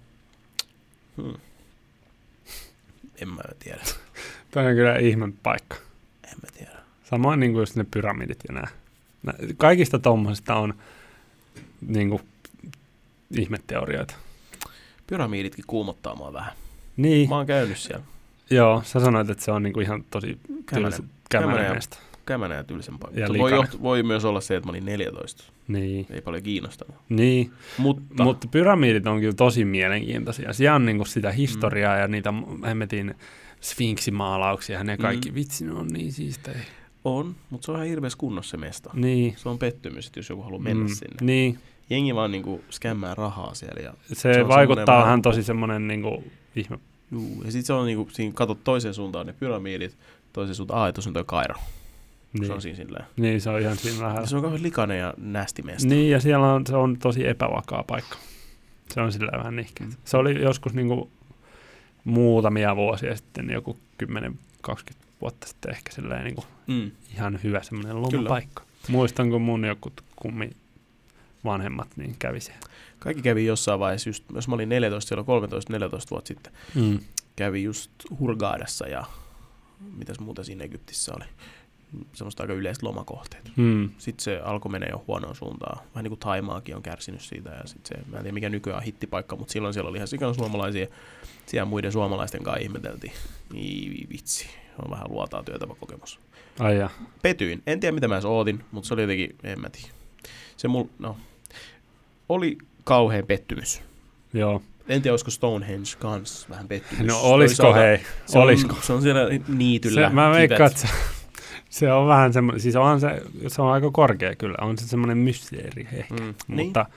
En mä tiedä. Tämä on kyllä ihme paikka. En mä tiedä. Samoin niin kuin just ne pyramidit ja nämä. Kaikista tommosista on niin kuin ihmeteorioita. Pyramiditkin kuumottaa mua vähän. Niin. Mä oon käynyt siellä. Joo, sä sanoit, että se on niin kuin ihan tosi kämänen meistä. Kämänen ja tylsän paikka. Voi myös olla se, että mä olin 14. Niin. Ei paljon kiinnostanut. Niin, mutta pyramidit on kyllä tosi mielenkiintoisia. Siellä on niinku sitä historiaa ja niitä hemmetin sfinksimaalauksia ja ne kaikki. Vitsi, ne on niin siistejä. On, mutta se on ihan hirveässä kunnossa se mesta. Niin. Se on pettymys, jos joku haluaa mennä sinne. Niin. Jengi vaan niinku skämmää rahaa siellä. Ja se vaikuttaa vähän tosi semmoinen niinku ihme. Ja sit se on niinku, siinä katsot toiseen suuntaan ne pyramidit, toiseen suuntaan, tuossa on toi Kairo. Niin. Se on siinä silleen. Niin, se on ihan siinä lähellä. Se on kauhean likainen ja nästi mesta. Niin, ja siellä se on tosi epävakaa paikka. Se on silleen vähän nihkeä. Se oli joskus niinku muutamia vuosia sitten, joku 10-20 vuotta sitten ehkä silleen niinku ihan hyvä semmoinen lomapaikka. Muistan, kun mun jokut vanhemmat niin kävi siellä. Kaikki kävi jossain vaiheessa, just, jos mä olin 14, siellä 13-14 vuotta sitten, kävi just Hurghadassa ja mitäs muuta siinä Egyptissä oli. Semmoista aika yleistä lomakohteet. Sitten se alkoi mennä jo huonoon suuntaan. Vähän niin kuin Taimaakin on kärsinyt siitä. Ja sit se, mä en tiedä mikä nykyään on hittipaikka, mutta silloin siellä oli ihan sikana suomalaisia. Siellä muiden suomalaisten kanssa ihmeteltiin. Niin vitsi, on vähän luotaa työtapakokemus. Ai ja. Petyin. En tiedä mitä mä edes ootin, mutta se oli jotenkin, en mä tiedä. Se oli kauhea pettymys. Joo. En tiedä, olisiko Stonehenge kanssa vähän pettymys. No olisiko hei? Olisiko? Se on siellä niityllä. Mä veikkaan, että se on vähän semmoinen, siis se on aika korkea kyllä, on se semmoinen mysteeri ehkä, mutta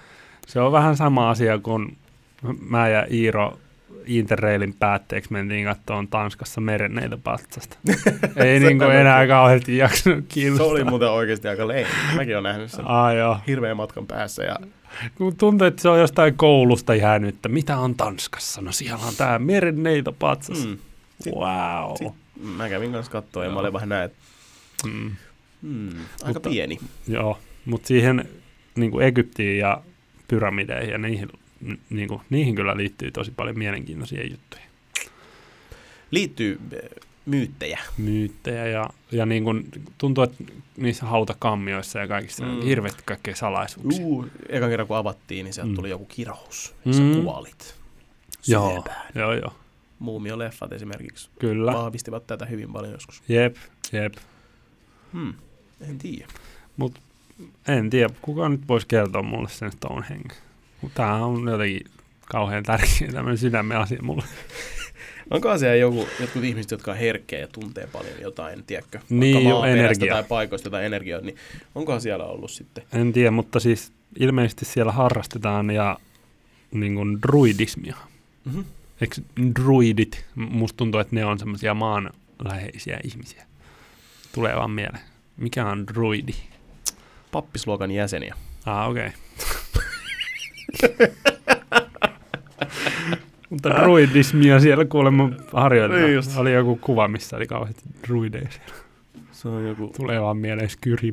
Se on vähän sama asia, kun mä ja Iiro Interrailin päätteeksi mentiin katsomaan Tanskassa merenneitopatsasta. Ei niin kuin enää kauheasti jaksanut kiinnostaa. Se oli muuten oikeasti aika leima. Mäkin olen nähnyt sen hirveän matkan päässä. Ja... Tuntuu, että se on jostain koulusta jäänyt, että mitä on Tanskassa? No siellä on tämä merenneitopatsas. Wow. Mä kävin kanssa katsoa ja mä olin vähän näin, aika pieni. Joo, mutta siihen niin kuin Egyptiin ja pyramideihin ja niihin kyllä liittyy tosi paljon mielenkiintoisia juttuja. Liittyy myyttejä. Myyttejä ja niin kuin tuntuu, että niissä hautakammioissa ja kaikissa hirveästi kaikkea salaisuuksia. Ekan kerran kun avattiin, niin sieltä tuli joku kirous, jossa kuolit syöpään. Joo. Muumio-leffat esimerkiksi kyllä vahvistivat tätä hyvin paljon joskus. Jep. En tiedä. Mut en tiedä, kuka nyt voisi kertoa mulle sen Stonehenge. Tämä on jotenkin kauhean tärkeä tämmöinen sydämen asia mulle. Onko siellä jotkut ihmiset, jotka on herkkiä ja tuntee paljon jotain, tiedätkö? Niin, jo energia. Tai paikoista tai energiaa, niin onkohan siellä ollut sitten? En tiedä, mutta siis ilmeisesti siellä harrastetaan ja niin kuin druidismia. Mm-hmm. Eikö druidit, musta tuntuu, että ne on semmoisia maanläheisiä ihmisiä. Tulee vaan mieleen. Mikä on druidi? Pappisluokan jäseniä. Okei. Mutta druidismia siellä kuulemma harjoitetaan. Oli joku kuva, missä oli kauheasti druideja siellä. Se on joku... Tulee vaan mieleen Skyrim.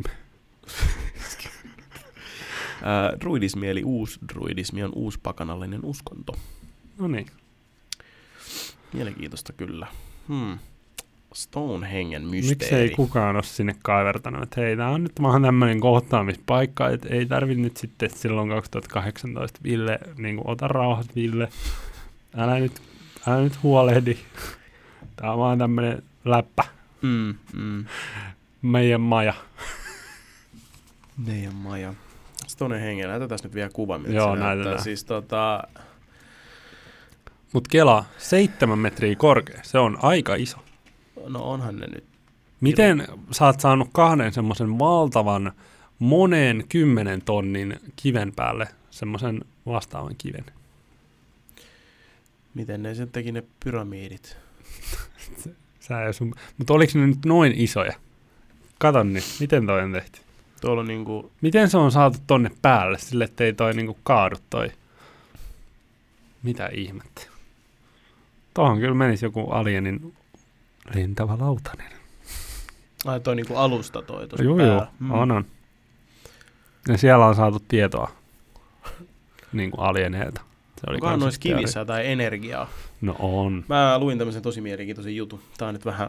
Druidismi eli uusdruidismi on uuspakanallinen uskonto. No niin. Mielenkiintoista kyllä. Stonehengen mysteeri. Miksei kukaan ole sinne kaivertanut, että hei, tämä on nyt vaan tämmöinen kohtaamispaikka, että ei tarvitse nyt sitten silloin 2018 Ville, niin kuin ota rauhat Ville, älä nyt huolehdi. Tämä on vaan tämmöinen läppä. Meidän maja. Meidän maja. Stonehengen, näytetään nyt vielä kuva, miltä joo, se näyttää. Siis mut kelaa 7 metriä korkea, se on aika iso. No onhan ne nyt. Miten sä oot saanut kahden semmoisen valtavan monen 10 tonnin kiven päälle semmoisen vastaavan kiven? Miten ne sen teki ne pyramidit? Mutta oliko ne nyt noin isoja? Kato nyt, miten toi on tehty? Tuolla on niinku... Miten se on saatu tonne päälle sille, ettei toi niinku kaadu toi? Mitä ihmettä? Tuohon kyllä menisi joku alienin lentava lautanen. Ai toi niinku alusta toi tuossa Joo, on. Ja siellä on saatu tietoa niinku alieneilta. Onkohan noissa kivissä tai energiaa? No on. Mä luin tämmöisen tosi mielenkiintoisen jutun. Tää on nyt vähän,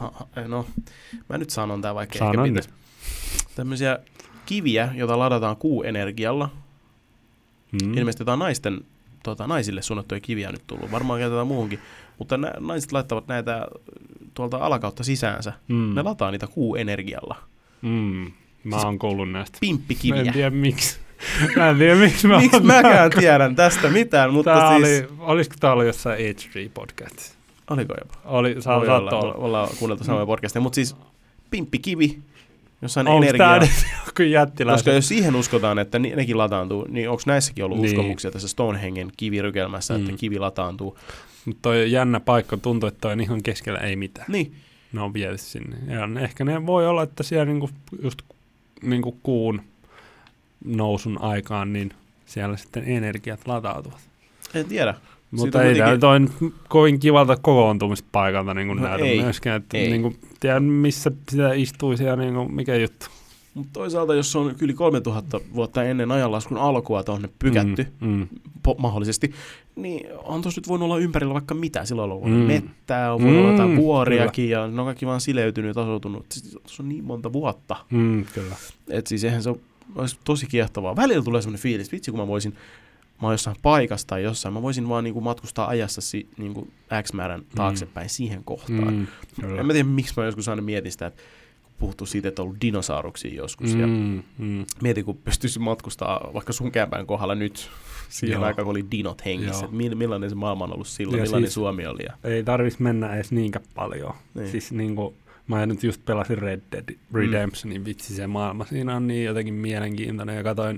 mä nyt sanon tää vaikka Sanon ehkä pitäisi. Tämmöisiä kiviä, joita ladataan kuuenergialla. Ilmeisesti jotain naisille suunnattuja kiviä nyt tullut. Varmaan käytetään muuhunkin. Mutta naiset laittavat näitä tuolta alakautta sisäänsä. Ne lataa niitä kuuenergialla. Mä oon kuullut näistä. Pimppikiviä. Mä en tiedä miksi. Miksi mäkään tiedän tästä mitään, mutta olisiko tää ollut jossain H3-podcastissa? Oliko jopa? Ollaan kuunneltu samoja podcasteja, mutta siis pimppikivi, jossain onko energiaa. Onko tää jättiläiset? Koska jos siihen uskotaan, että nekin lataantuu, niin onko näissäkin ollut uskomuksia tässä Stonehengen kivirykelmässä, että kivi lataantuu? Mutta toi jännä paikka, tuntuu, että toi on ihan keskellä ei mitään. Niin. Ne on viety sinne. Ja ehkä ne voi olla, että siellä niinku just niinku kuun nousun aikaan, niin siellä sitten energiat latautuvat. En tiedä. Mutta ei tämä toi kovin kivalta kokoontumispaikalta niin näytä myöskään, että niin tiedä missä sitä istuisi ja niin mikä juttu. Mutta toisaalta, jos on yli 3000 vuotta ennen ajanlaskun alkua tuonne pykätty, mahdollisesti, niin on tuossa nyt voinut olla ympärillä vaikka mitä. Silloin on ollut mettää, on voinut olla jotain vuoriakin, ja ne on kaikki vaan sileytynyt ja tasoitunut. Tuossa on niin monta vuotta. Kyllä. Että siis eihän se olisi tosi kiehtovaa. Välillä tulee semmoinen fiilis, vitsi kun mä oon jossain paikassa tai jossain, mä voisin vaan niinku matkustaa ajassa niinku X määrän taaksepäin siihen kohtaan. En mä tiedä, miksi mä joskus aina mietin sitä, että puhuttu siitä, että on ollut dinosauruksia joskus. Ja mietin, kun pystyisi matkustaa vaikka sun kämpään kohdalla nyt siihen aikaan, kun oli dinot hengissä. Millainen se maailma on ollut silloin, ja millainen siis Suomi oli. Ja... Ei tarvitsisi mennä edes niinkään paljon. Niin. Siis niinku, mä nyt just pelasin Red Dead Redemption, niin vitsi se maailma. Siinä on niin jotenkin mielenkiintoinen ja katoin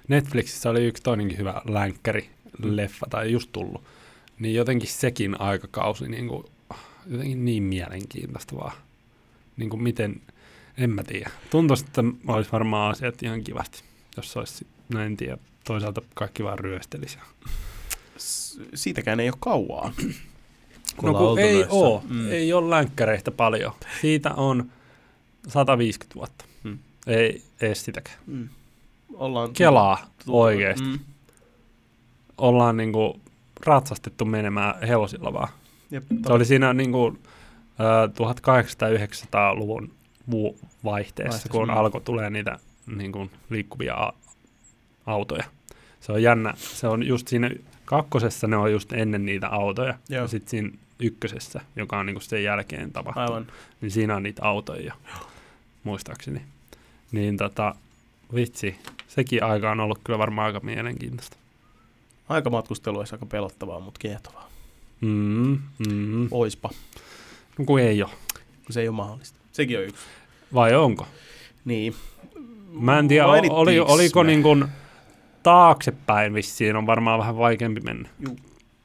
Netflixissä oli yksi toinenkin hyvä länkkäri-leffa, tai just tullut. Niin jotenkin sekin aikakausi niin kuin, jotenkin niin mielenkiintoista vaan. Niin kuin miten, en mä tiedä. Tuntuisi, että olisi varmaan asiat ihan kivasti, jos olisi, no en tiedä, toisaalta kaikki vaan ryöstelisi. Siitäkään ei ole kauaa. No kun ei ole länkkäreistä paljon. Siitä on 150 vuotta. Ei edes sitäkään. Kelaa oikeesti. Ollaan niinku ratsastettu menemään hevosilla vaan. Se oli siinä niinku 1800-900-luvun vaihteessa, kun alkoi tulee niitä niinku liikkuvia autoja. Se on jännä. Se on just siinä kakkosessa ne on just ennen niitä autoja. Joo. Ja sitten siinä ykkösessä, joka on niinku sen jälkeen tapahtunut, niin siinä on niitä autoja muistaakseni. Niin vitsi, sekin aika on ollut kyllä varmaan aika mielenkiintoista. Aikamatkustelu olisi aika pelottavaa, mutta kiehtovaa. Oispa. No kun ei ole. Kun se ei ole mahdollista. Sekin on yksi. Vai onko? Niin. Mä en tiedä, oliko niin kuin taaksepäin vissiin, on varmaan vähän vaikeampi mennä. Juu.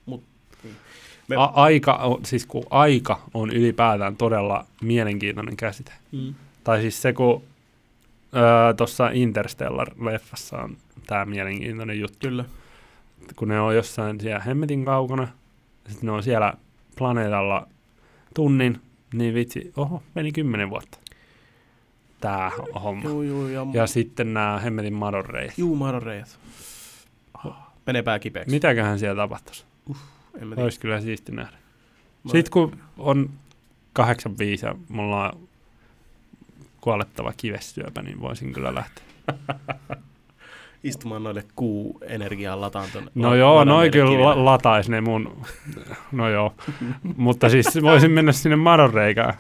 Siis kun aika on ylipäätään todella mielenkiintoinen käsite. Tai siis se, kun tuossa Interstellar-leffassa on tämä mielenkiintoinen juttu. Kyllä. Kun ne on jossain siellä hemmetin kaukana, sitten ne on siellä planeetalla tunnin, niin vitsi, meni 10 vuotta. Tää homma. Ja sitten nämä hemmetin madonreijät. Madonreijät. Menee pää kipeäksi. Mitäköhän siellä tapahtuisi? Olisi kyllä siisti nähdä. Sitten kun on 85 ja mulla on kuolettava kivessyöpä, niin voisin kyllä lähteä. Istumaan noille kuuenergiaan lataan tuonne. No joo, noi kyllä lataisi ne mun, no joo. Mutta siis voisin mennä sinne madonreikään.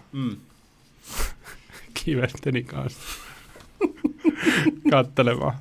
Kivesteni kanssa. Kattelemaan.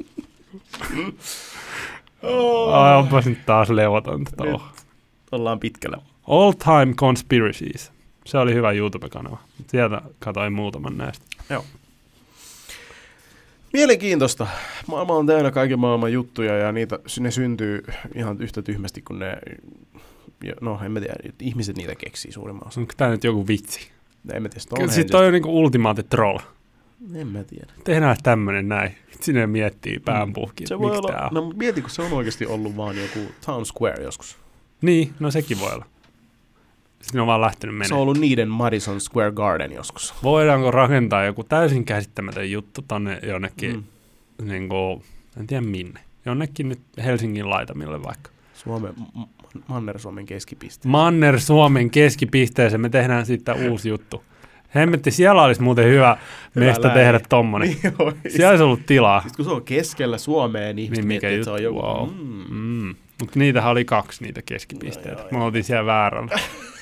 Onpas nyt taas levotonta. Ollaan pitkällä. All Time Conspiracies. Se oli hyvä YouTube-kanava. Sieltä katsoin muutaman näistä. Joo. Mielenkiintoista. Maailma on täynnä kaiken maailman juttuja ja ne syntyy ihan yhtä tyhmästi kuin ne, no en mä tiedä, ihmiset niitä keksii suurimman osan. Onko tää nyt joku vitsi? En mä tiedä. Sitten toi on niinku ultimate troll. En mä tiedä. Tehdään tämmönen näin. Sinne miettii päänpuhki, se voi olla, no mieti, kun se on oikeasti ollut vaan joku Town Square joskus. Niin, no sekin voi olla. Sitten on vaan lähtenyt menemään. Se on ollut niiden Madison Square Garden joskus. Voidaanko rakentaa joku täysin käsittämätön juttu tonne jonnekin, niin kuin, en tiedä minne, jonnekin nyt Helsingin laitamille vaikka. Manner-Suomen keskipisteeseen. Manner-Suomen keskipisteeseen, me tehdään siitä uusi juttu. Hemmetti, siellä olisi muuten hyvä mesta tehdä tommonen. Niin siellä olisi ollut tilaa. Sitten kun se on keskellä Suomea, niin ihmiset miettii, että se on joku. Wow. Mutta niitähän oli 2 niitä keskipisteitä. Me oltiin siellä väärällä.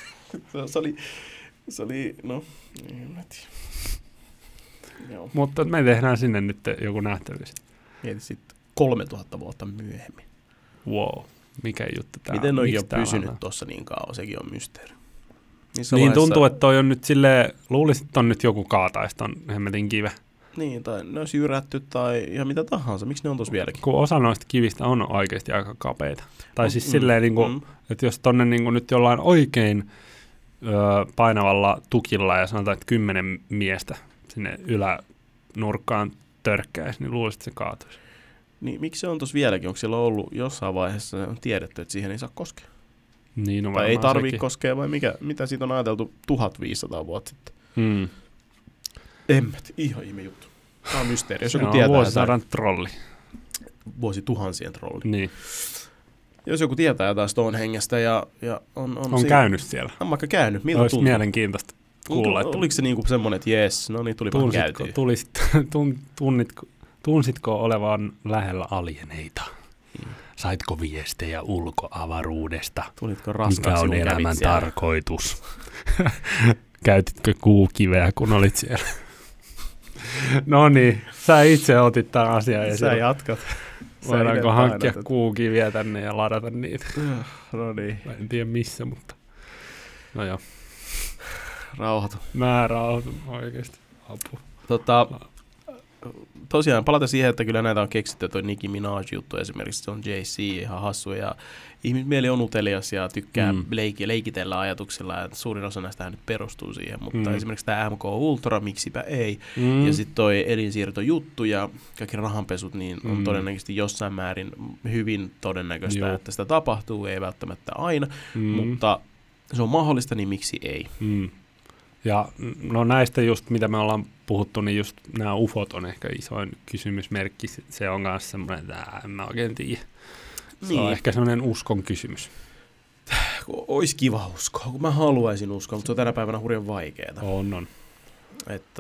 se oli, no, en tiedä. Mutta me tehdään sinne nyt joku nähtävyys. Mieti sitten 3000 vuotta myöhemmin. Wow, mikä juttu tää miten on jo pysynyt tuossa niin kauan, sekin on mysteeri. Niin tuntuu, että toi on nyt silleen, luulisin, että on nyt joku kaataisi ton hemmetin kive. Niin, tai ne olisi jyrätty tai ihan mitä tahansa. Miksi ne on tuossa vieläkin? Kun osa noista kivistä on oikeasti aika kapeita. Tai siis silleen, niin kuin, että jos tonne niin kuin nyt jollain oikein painavalla tukilla ja sanotaan, että 10 miestä sinne ylänurkkaan törkkäisi, niin luulisin, että se kaatuisi. Niin, miksi se on tuossa vieläkin? Onko siellä ollut jossain vaiheessa on tiedetty, että siihen ei saa koskea? Niin, no tai ei tarvitse koskea, vai mitä siitä on ajateltu 1500 vuotta sitten? Ihan ihme juttu. Tämä on mysteeri. Jos joku tietää, vuosisadan trolli. Vuosituhansien trolli. Niin. Jos joku tietää jotain Stonehengestä ja on käynyt siellä. On vaikka käynyt. Miltä olisi tuntuu? mielenkiintoista kuulla. Oliko se niinku semmoinen, että jes, no niin tulipa käytiin. Tunsitko olevan lähellä alieneita? Saitko viestejä ulkoavaruudesta? Tulitko raskaaksi? Mikä on elämän tarkoitus? Käytitkö kuukiveä, kun olit siellä? No niin, sä itse otit tämän asian esille. Sä jatkat. Voidaanko hankkia kuukiviä tänne ja ladata niitä? No niin. Mä en tiedä missä, mutta no joo. Rauhoitu. Mä rauhoitun oikeasti. Apua. tosiaan palata siihen, että kyllä näitä on keksitty, toi Nicki Minaj-juttu esimerkiksi, se on JC, ihan hassu, ja ihmismieli on utelias ja tykkää leikitellä ajatuksilla, ja suurin osa näistä nyt perustuu siihen, mutta esimerkiksi tämä MK Ultra, miksipä ei, ja sitten toi elinsiirtojuttu ja kaikki rahanpesut, niin on todennäköisesti jossain määrin hyvin todennäköistä, että sitä tapahtuu, ei välttämättä aina, mutta se on mahdollista, niin miksi ei? Ja no näistä just, mitä me ollaan puhuttu, niin just nämä ufot on ehkä isoin kysymysmerkki. Se on myös semmoinen, että en mä oikein tiedä. Se on ehkä semmoinen uskon kysymys. Ois kiva uskoa, kun mä haluaisin uskoa, mutta se on tänä päivänä hurjan vaikeaa. On. Että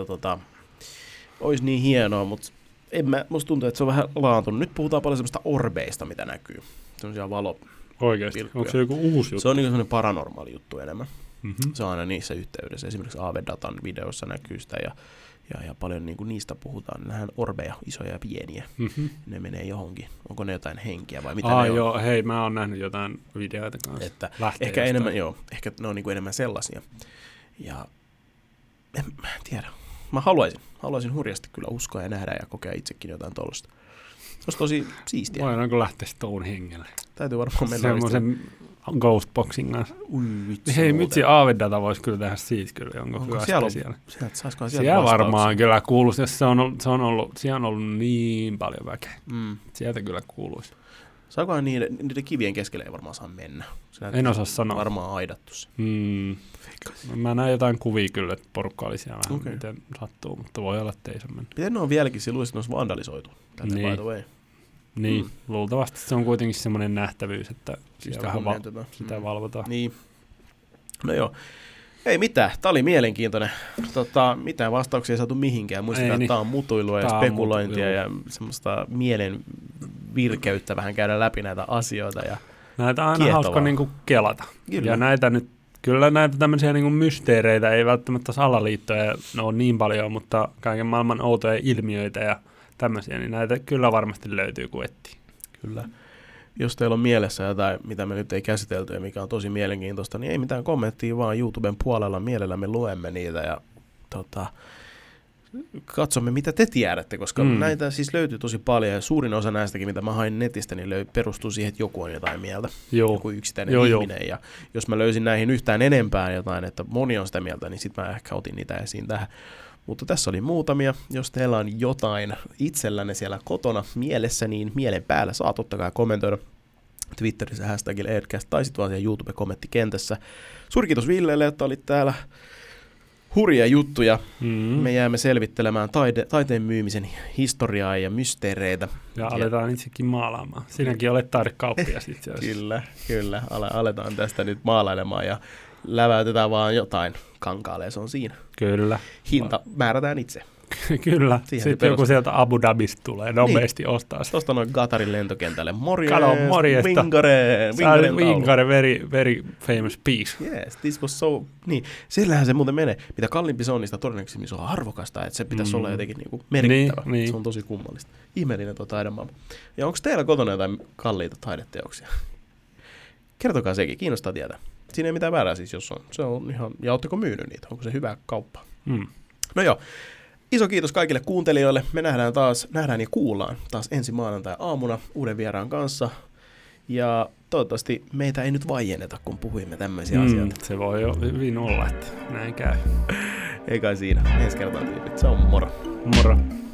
ois niin hienoa, mutta musta tuntuu, että se on vähän laantunut. Nyt puhutaan paljon semmoista orbeista, mitä näkyy. Semmoisia Oikeasti? Onko se joku uusi juttu? Se on niin semmoinen paranormaali juttu enemmän. Se on aina niissä yhteydessä. Esimerkiksi AV-datan videoissa näkyy sitä ja paljon niin kuin niistä puhutaan. Nähdään orbeja, isoja ja pieniä. Ne menee johonkin. Onko ne jotain henkiä vai mitä ne on? Hei, mä oon nähnyt jotain videoita kanssa. Että ehkä enemmän, ehkä ne on niin kuin enemmän sellaisia. Ja en tiedä. Mä haluaisin hurjasti kyllä uskoa ja nähdä ja kokea itsekin jotain tollaista. Se olisi tosi siistiä. Voidaanko lähteä Stonehengelle? Täytyy varmaan mennä. Semmoisen Ghostboxin kanssa. Hei, mitsi AV-data voisi kyllä tehdä siitä kyllä jonkun hyvästä siellä. Siellä varmaan kyllä kuuluisi, jos siellä on ollut niin paljon väkeä. Sieltä kyllä kuuluisi. Saakohan niiden kivien keskelle ei varmaan saa mennä? En osaa sanoa. Varmaan aidattu se. Mä näen jotain kuvia kyllä, että porukka oli siellä vähän miten sattuu, mutta voi olla, että ei se mennä. Miten ne on vieläkin silloin, että ne olisi vandalisoitu? Niin, luultavasti se on kuitenkin semmoinen nähtävyys, että sitä valvotaan. Niin. No joo. Ei mitään, tämä oli mielenkiintoinen. Mitään vastauksia ei saatu mihinkään. Muistetaan, että tämä on mutuilua ja spekulointia ja semmoista mielen virkeyttä vähän käydä läpi näitä asioita. Ja näitä on aina hauska niinku kelata. Kyllä. Ja näitä tämmöisiä niinku mysteereitä ei välttämättä salaliittoja ole niin paljon, mutta kaiken maailman outoja ilmiöitä ja tämmöisiä, niin näitä kyllä varmasti löytyy, kun etsii. Kyllä. Jos teillä on mielessä jotain, mitä me nyt ei käsitelty ja mikä on tosi mielenkiintoista, niin ei mitään kommenttia, vaan YouTuben puolella mielellämme luemme niitä ja katsomme, mitä te tiedätte, koska näitä siis löytyy tosi paljon ja suurin osa näistäkin, mitä mä hain netistä, niin perustuu siihen, että joku on jotain mieltä, joku yksittäinen ihminen. Ja jos mä löysin näihin yhtään enempää jotain, että moni on sitä mieltä, niin sitten mä ehkä otin niitä esiin tähän. Mutta tässä oli muutamia. Jos teillä on jotain itsellänne siellä kotona mielessä, niin mielen päällä saa totta kai kommentoida Twitterissä hashtagilla Aircast tai sitten vaan siellä YouTube-kommenttikentässä. Suuri kiitos Villelle, että olit täällä. Hurja juttuja. Me jäämme selvittelemään taiteen myymisen historiaa ja mysteereitä. Ja aletaan itsekin maalaamaan. Sinäkin olet taidekauppias itse asiassa. Kyllä. Aletaan tästä nyt maalailemaan ja läväytetään vaan jotain kankaalle, se on siinä. Kyllä. Hinta määrätään itse. Kyllä. Sitten joku sieltä Abu Dhabista tulee nopeasti ostaa se. Tuosta noin Qatarin lentokentälle. Morjesta. Vinkare, very famous piece. Yes, this was so... Niin, sillähän se muuten menee. Mitä kalliimpi se on, niin sitä todennäköisesti se on arvokasta, että se pitäisi olla jotenkin niinku merkittävä. Niin. Se on tosi kummallista. Ihmeellinen tuo taidemaailma. Ja onko teillä kotona jotain kalliita taideteoksia? Kertokaa sekin, kiinnostaa tietää. Siinä ei mitään väärää siis, jos on. Se on ihan... Ja ootteko myynyt niitä? Onko se hyvä kauppa? No joo. Iso kiitos kaikille kuuntelijoille. Me nähdään ja kuullaan taas ensi maanantai-aamuna uuden vieraan kanssa. Ja toivottavasti meitä ei nyt vaienneta, kun puhuimme tämmöisiä asioita. Se voi jo hyvin olla, että näin käy. Ei kai siinä. Ensi kertaan tyypit. Se on moro. Moro.